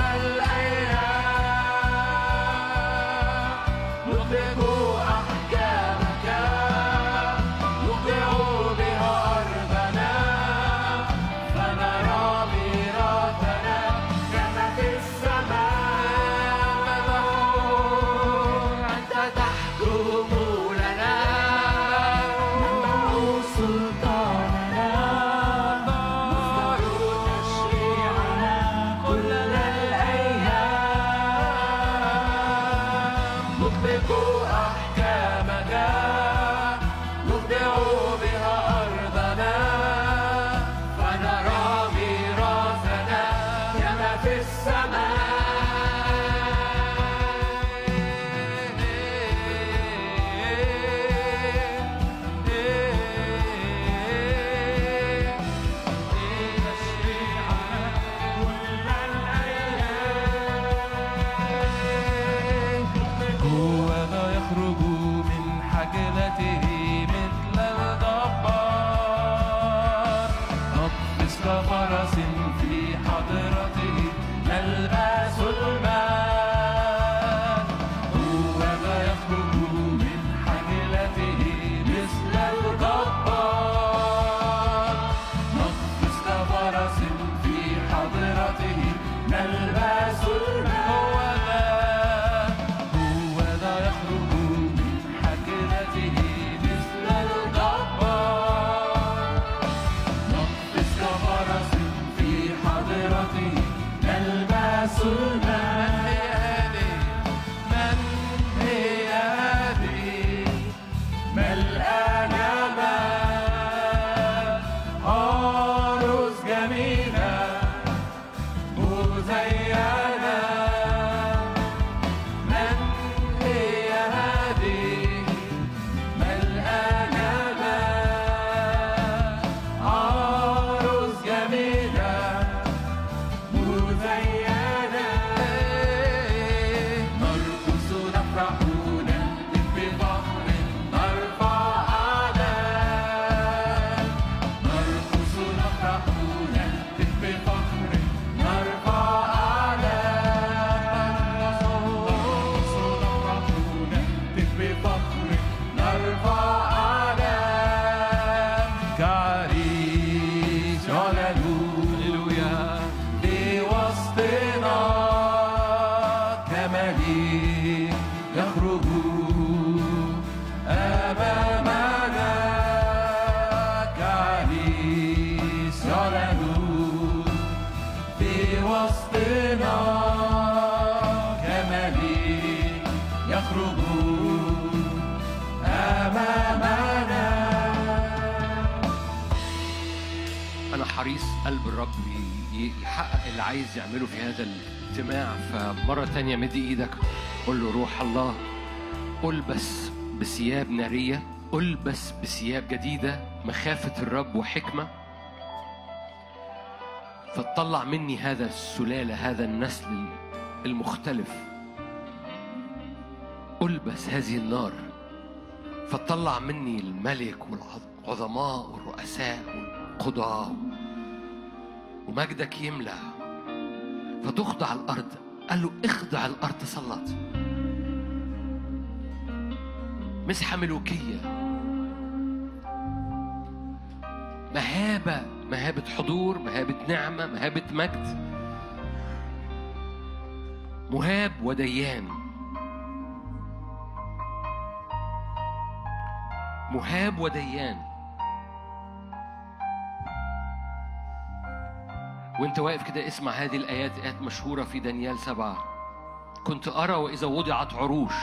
الأيام نطلق أحكامك نخضع بها أرضنا فنرى ميراثنا كما في السماء فرس في حضرته نلبس المال هو ذا يخرج من حجلته مثل الجبار نقفز كفرس في حضرته نلبس المال هو ذا هو ذا يخرج من حجلته مثل الجبار نقفز كفرس في حضرته نلبس المال حريص قلب الرب يحقق اللي عايز يعمله في هذا الاجتماع. فمرة تانية مد ايدك، قل له روح الله ألبس بثياب نارية، ألبس بثياب جديدة، مخافة الرب وحكمة، فتطلع مني هذا السلالة، هذا النسل المختلف. ألبس هذه النار فتطلع مني الملك والعظماء والرؤساء والقضاة، ومجدك يملأ فتخضع الأرض. قال له اخضع الأرض، صلت مسحة ملوكية، مهابة، مهابة حضور، مهابة نعمة، مهابة مجد، مهاب وديان، مهاب وديان. وانت واقف كده اسمع هذه الآيات، آيات مشهورة في دانيال سبعة. كنت أرى وإذا وضعت عروش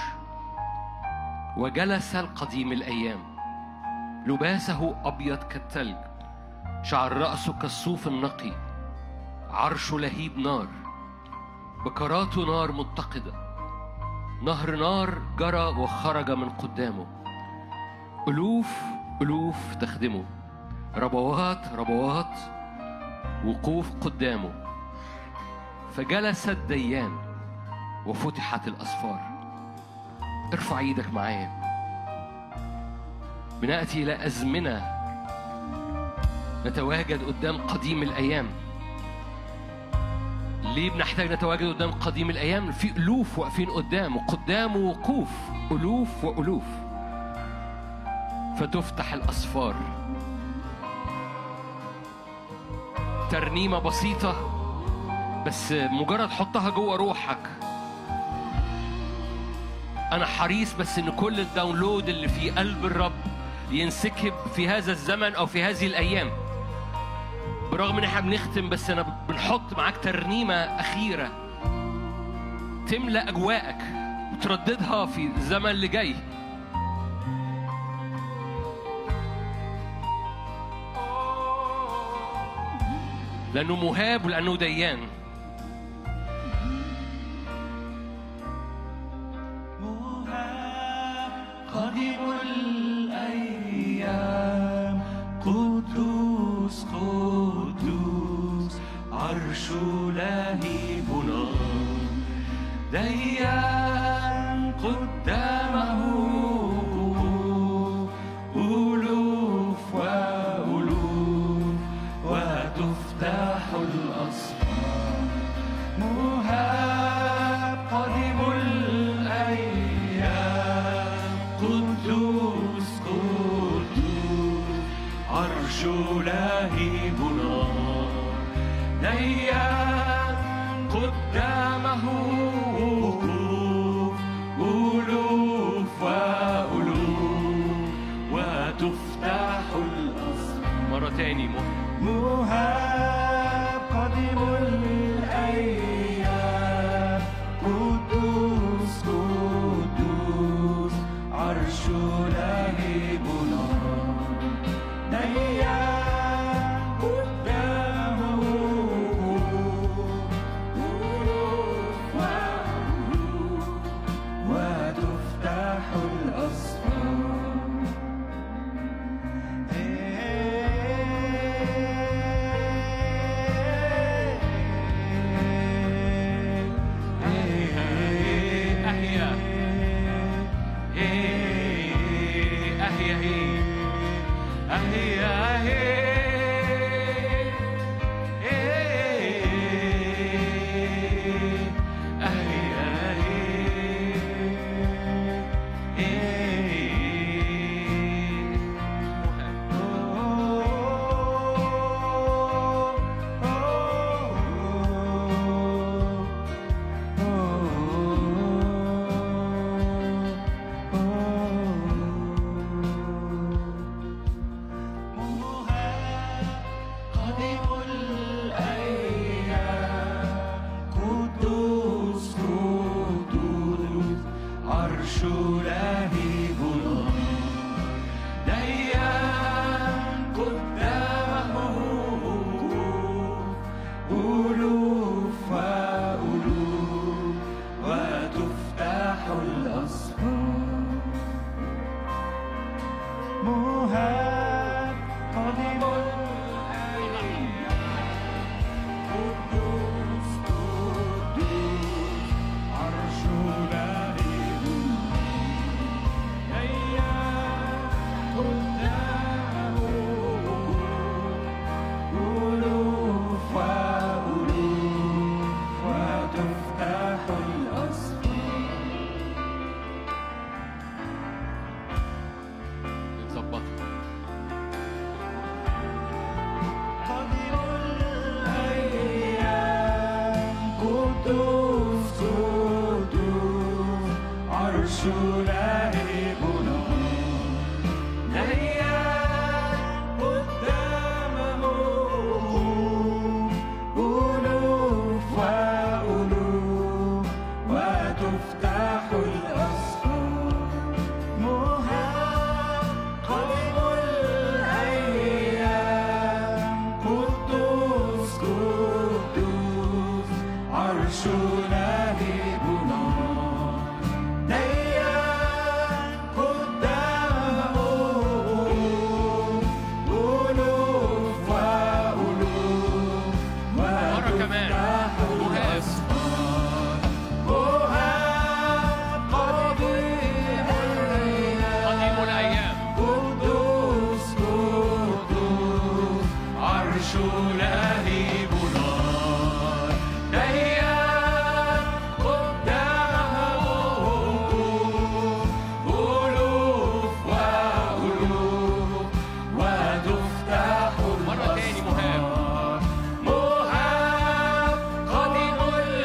وجلس القديم الأيام، لباسه أبيض كالثلج، شعر رأسه كالصوف النقي، عرش لهيب نار، بكرات نار متقدة، نهر نار جرى وخرج من قدامه، ألوف ألوف تخدمه، ربوات ربوات وقوف قدامه. فجلس الديان وفتحت الأسفار. ارفع ايدك معايا. بنأتي إلى أزمنة نتواجد قدام قديم الأيام. ليه بنحتاج نتواجد قدام قديم الأيام؟ في ألوف واقفين قدامه، قدامه وقوف، ألوف وألوف. فتفتح الأسفار. ترنيمة بسيطة بس مجرد حطها جوه روحك. أنا حريص بس إن كل الداونلود اللي في قلب الرب ينسكب في هذا الزمن أو في هذه الأيام. برغم إن إحنا بنختم، بس أنا بنحط معاك ترنيمة أخيرة تملأ أجواءك وترددها في الزمن اللي جاي. لأنه مهاب ولأنه ديان. مهاب قديم الأيام، قدوس قدوس عرش لهيبنا، ديان قدامه ألوف وألوف وتفتح الأسفار. مهاب قديم الأيام، قدوس قدوس عرش لهيبنا، ديان قدامه ألوف وألوف وتفتح الأسفار. مرة تاني. مهاب قديم الأيام، قدوس قدوس عرش لهيبنا، ديان قدامه ألوف وألوف وتفتح الأسفار. مهاب مهاب قديم قدوس قدوس عرش لهيب هيا قدامه ألوف وألوف وتفتح الأسفار. قديم الأيام قدوس قدوس عرش لهيبنا هيا قدامه ألوف وألوف وتفتح الأسفار. مهاب قديم الأيام قدوس قدوس عرش لهيبنا هيا قدامه ألوف وألوف مرة كمان. وتفتح الأسفار. مهاب قديم قديم الأيام قدوس قدوس عرش لهيبنا هيا قدامه ألوف وألوف وتفتح مرة تاني. مهاب مهاب قديم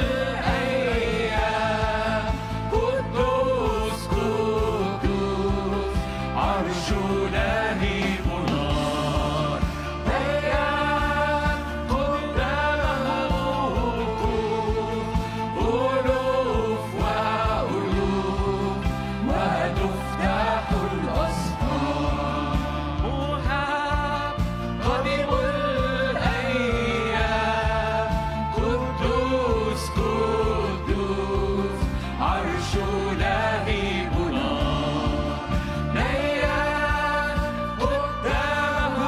الأيام قدوس قدوس عرش لهيبنا هيا قدامه ألوف وألوف وتفتح الأسفار. مهاب قديم الأيام قدوس قدوس عرش لهيبنا هيا قدامه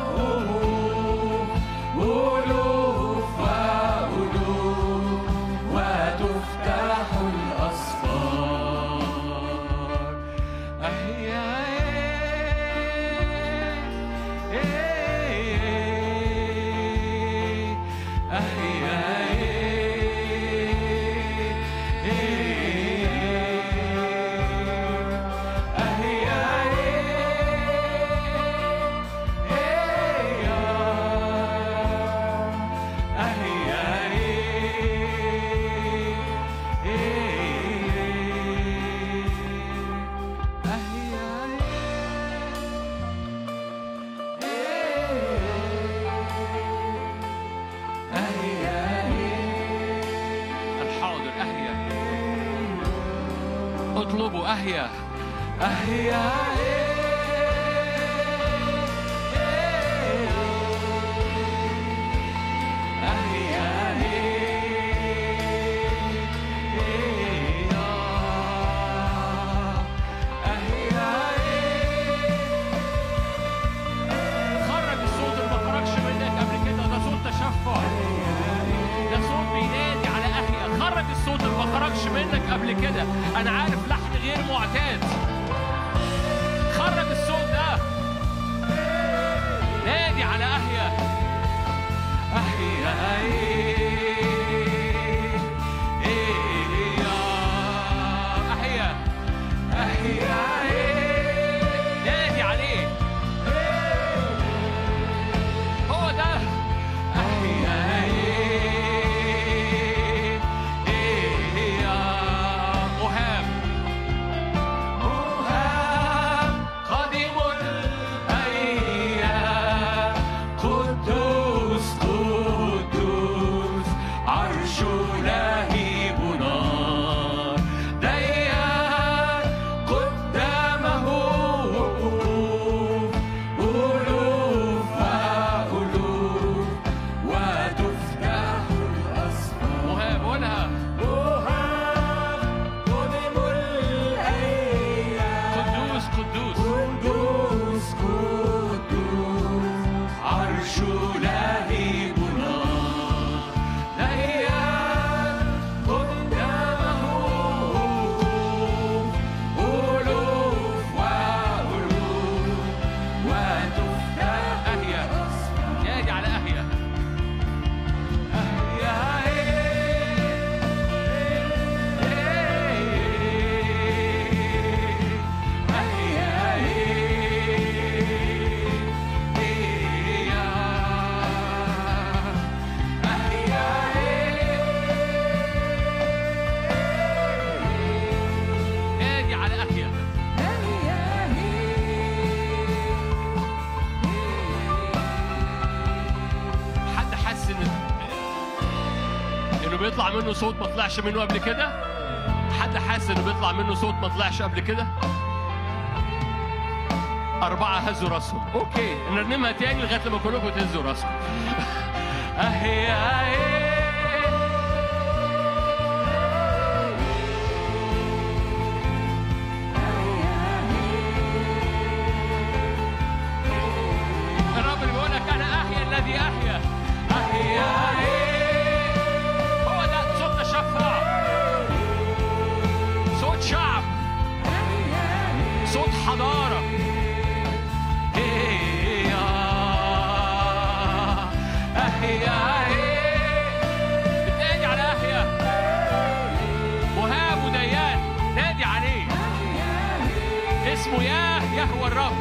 ألوف وألوف وتفتح الأسفار. أهيا الحاضر. أهيا اطلبوا. أهيا أهيا خرج الصوت اللي ما خرجش منك قبل كده. ده صوت تشفع. ده صوت بينادي على أهيا. خرج الصوت اللي ما خرجش منك قبل كده. أنا عارف لحن غير معتاد. خرج الصوت ده. نادي على أهيا. أهيا أهيا أهيا نادي عليه. هو ده. أهيا مهاب بيطلع منه صوت ما طلعش منه قبل كده؟ حد حاسس إنه بيطلع منه صوت ما طلعش قبل كده؟ أربعة هزوا راسهم. أوكي نرنمها تاني لغاية لما كلكم تهزوا راسكم. أهي أهي الرب اللي بيقول لك أنا أحيا الذي أحيا. أهي أهي هو ده صوت تشفع، صوت شعب، صوت حضارة. بتنادي على أحيا مهاب وديان، نادي عليه اسمه ياه يهوى الرب.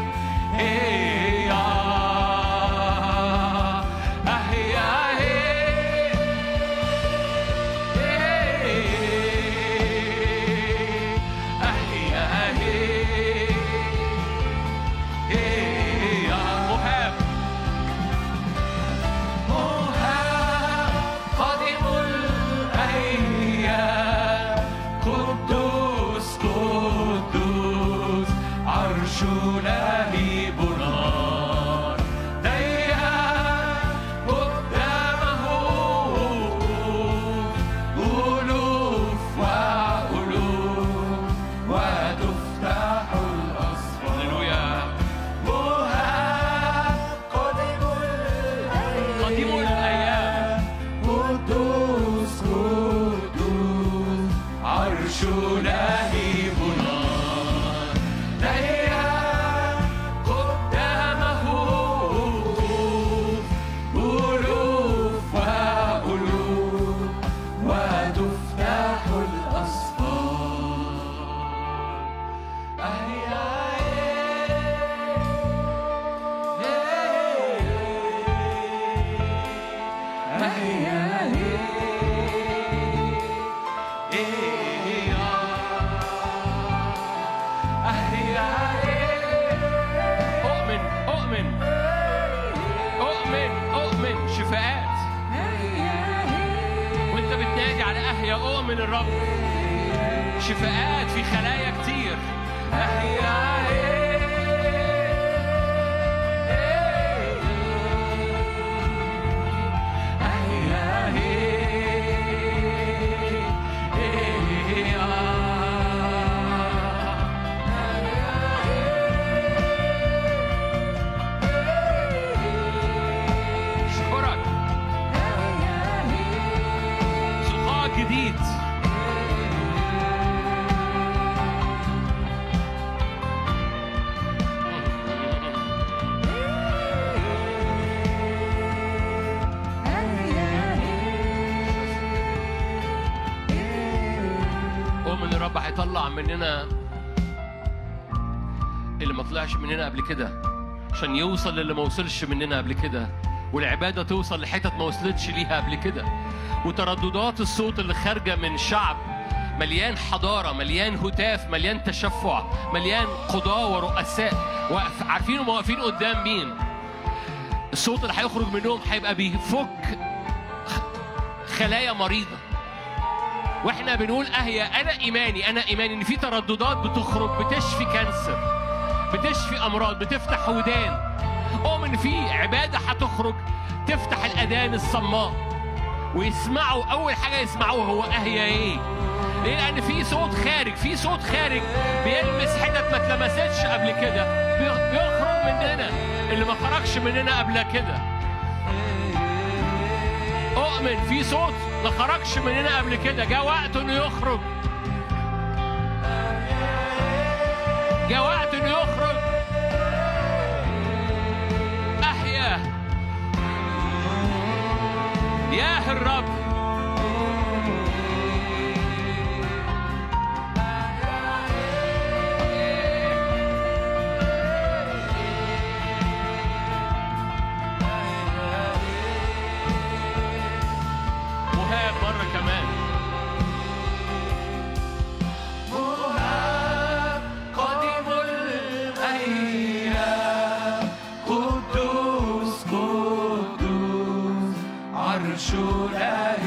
أؤمن الرب شفاءات في خلايا كتير. جديد أؤمن الرب هيطلع مننا اللي ما طلعش مننا قبل كده عشان يوصل للي ما وصلش مننا قبل كده، والعبادة توصل لحتت ما وصلتش ليها قبل كده، وترددات الصوت اللي خارجة من شعب مليان حضارة، مليان هتاف، مليان تشفع، مليان قضاة ورؤساء واقف عارفين هم واقفين قدام مين. الصوت اللي هيخرج منهم هيبقى بيفك خلايا مريضة. واحنا بنقول أهيا أنا إيماني أنا إيماني إن في ترددات بتخرج بتشفي كانسر، بتشفي أمراض، بتفتح ودان. أؤمن في عبادة هتخرج تفتح الأذان الصماء ويسمعوا. أول حاجة يسمعوها هو أهيا إيه؟ ليه؟ لأن في صوت خارج، في صوت خارج بيلمس حتت ما اتلمستش قبل كده، بيخرج مننا اللي ما خرجش مننا قبل كده. أؤمن في صوت ما خرجش مننا قبل كده، جاء وقت إنه يخرج، جاء وقت إنه يخرج. أحيا ياه الرب. مهاب مرة كمان. مهاب قادم الأيام، قدوس قدوس عرش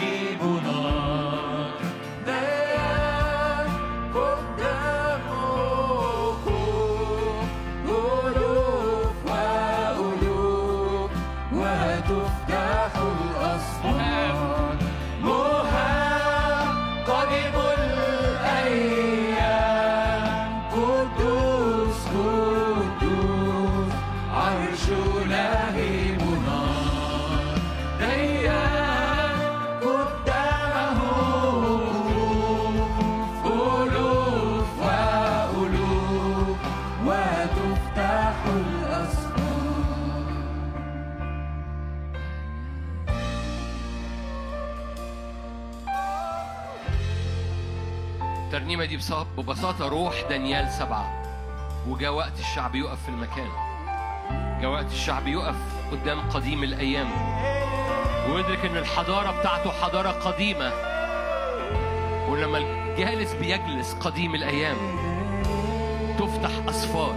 الترنيمة دي ببساطة روح دانيال سبعة. وجاء وقت الشعب يقف في المكان، جاء وقت الشعب يقف قدام قديم الأيام ويدرك إن الحضارة بتاعته حضارة قديمة. ولما الجالس بيجلس قديم الأيام تفتح أسفار.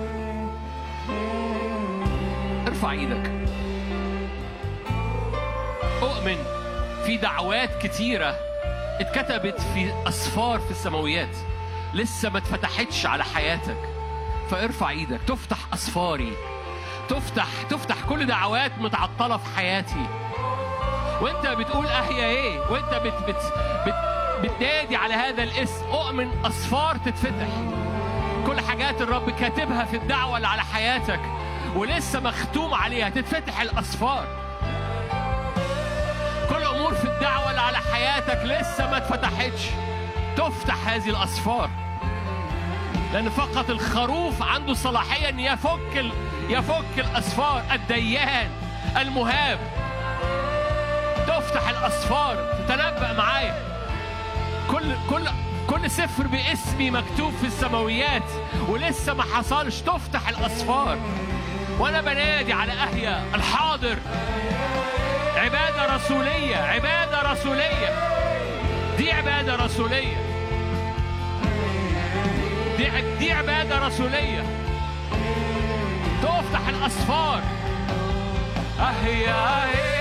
ارفع ايدك. أؤمن في دعوات كتيرة اتكتبت في أسفار في السماويات لسه ما اتفتحتش على حياتك، فارفع ايدك. تفتح أسفاري، تفتح تفتح كل دعوات متعطلة في حياتي. وانت بتقول أهيا ايه، وانت بت بت بت بتنادي على هذا الاسم، أؤمن أسفار تتفتح. كل حاجات الرب كاتبها في الدعوة اللي على حياتك ولسه مختوم عليها تتفتح الأسفار. كل أمور في الدعوة اللي على حياتك لسه ما اتفتحتش تفتح هذه الأسفار، لأن فقط الخروف عنده صلاحية أن يفك ال... يفك الأسفار. الديان المهاب تفتح الأسفار. تتنبأ معايا. كل كل كل سفر باسمي مكتوب في السماويات ولسه ما حصلش تفتح الأسفار. وأنا بنادي على أهيا الحاضر. عبادة رسولية، عبادة رسولية، دي عبادة رسولية، دي, دي عبادة رسولية تفتح الأسفار. أهيا أهيا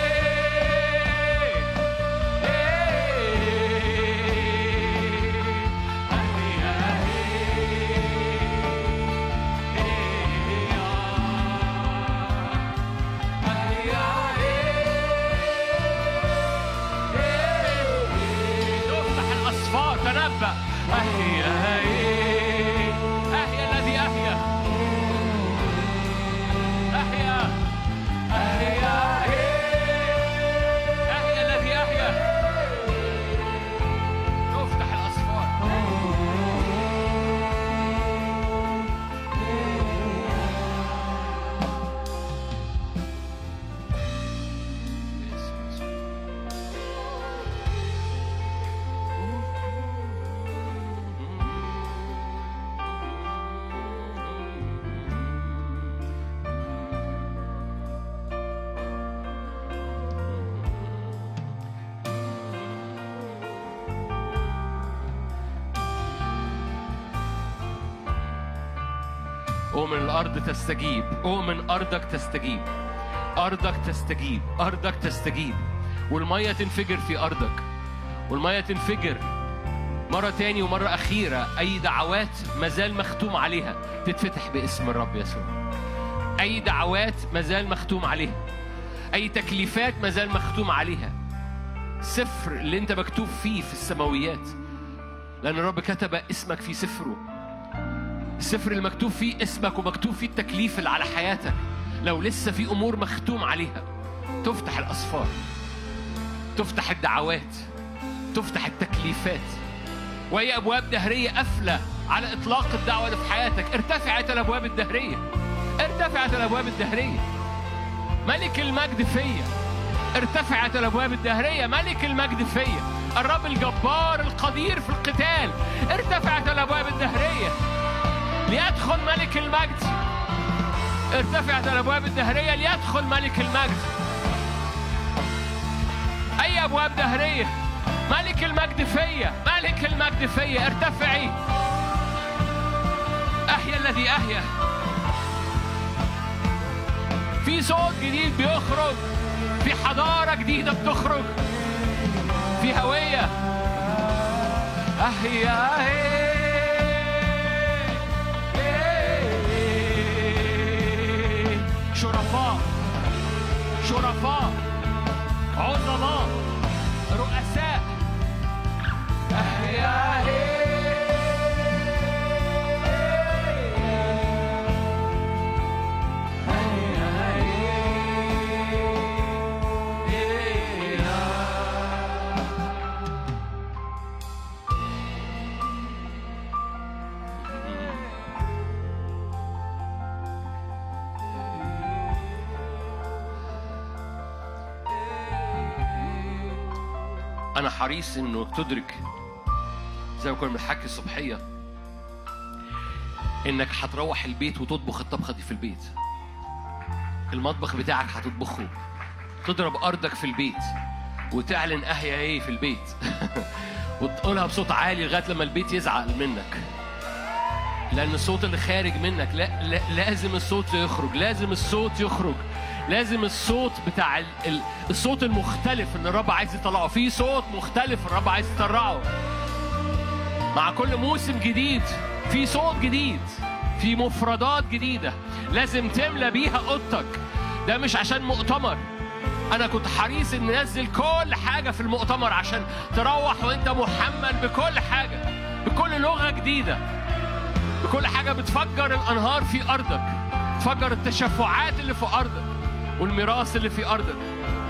تنبأ. أهيا أهيا أهيا الذي أهيا أهيا أهيا أهيا الذي أهيا. تفتح الأسفار. أؤمن الأرض تستجيب، أؤمن أرضك تستجيب، أرضك تستجيب، أرضك تستجيب. والمية تنفجر في أرضك، والمية تنفجر مرة تاني ومرة أخيرة. أي دعوات مازال مختوم عليها تتفتح باسم الرب يسوع. أي دعوات مازال مختوم عليها، أي تكليفات مازال مختوم عليها. سفر اللي أنت مكتوب فيه في السماويات، لأن الرب كتب اسمك في سفره. السفر اللي مكتوب فيه اسمك ومكتوب فيه التكليف اللي على حياتك. لو لسه في أمور مختوم عليها تفتح الأسفار، تفتح الدعوات، تفتح التكليفات. وهي أبواب دهرية قافلة على إطلاق الدعوة اللي في حياتك. ارتفعت الأبواب الدهرية، ارتفعت الأبواب الدهرية. ملك المجد فيا. ارتفعت الأبواب الدهرية، ملك المجد فيا. الرب الجبار القدير في القتال. ارتفعت الأبواب الدهرية ليدخل ملك المجد. ارتفعت الأبواب الدهرية ليدخل ملك المجد. أي أبواب دهرية؟ ملك المجد فيا، ملك المجد فيا. ارتفعي. أحيا الذي أحيا. في صوت جديد بيخرج، في حضارة جديدة بتخرج، في هوية. أحيا أحيا شرفاء، شرفاء، عظماء، رؤساء. أحيا أحيا أنا حريص إنه تدرك زي ما كنا بنحكي الصبحية، إنك هتروح البيت وتطبخ الطبخة دي في البيت. المطبخ بتاعك هتطبخه، تضرب أرضك في البيت وتعلن أهيا إيه في البيت وتقولها بصوت عالي لغاية لما البيت يزعل منك، لأن الصوت اللي خارج منك لا لا لازم الصوت يخرج، لازم الصوت يخرج، لازم الصوت بتاع ال... ال... الصوت المختلف اللي الرب عايز يطلعه. في صوت مختلف الرب عايز يطلعه مع كل موسم جديد. في صوت جديد، في مفردات جديدة لازم تملى بيها أوضتك. ده مش عشان مؤتمر، أنا كنت حريص إن ننزل كل حاجة في المؤتمر عشان تروح وأنت محمل بكل حاجة، بكل لغة جديدة، بكل حاجة بتفجر الأنهار في أرضك، تفجر التشفعات اللي في أرضك والميراث اللي في أرضك.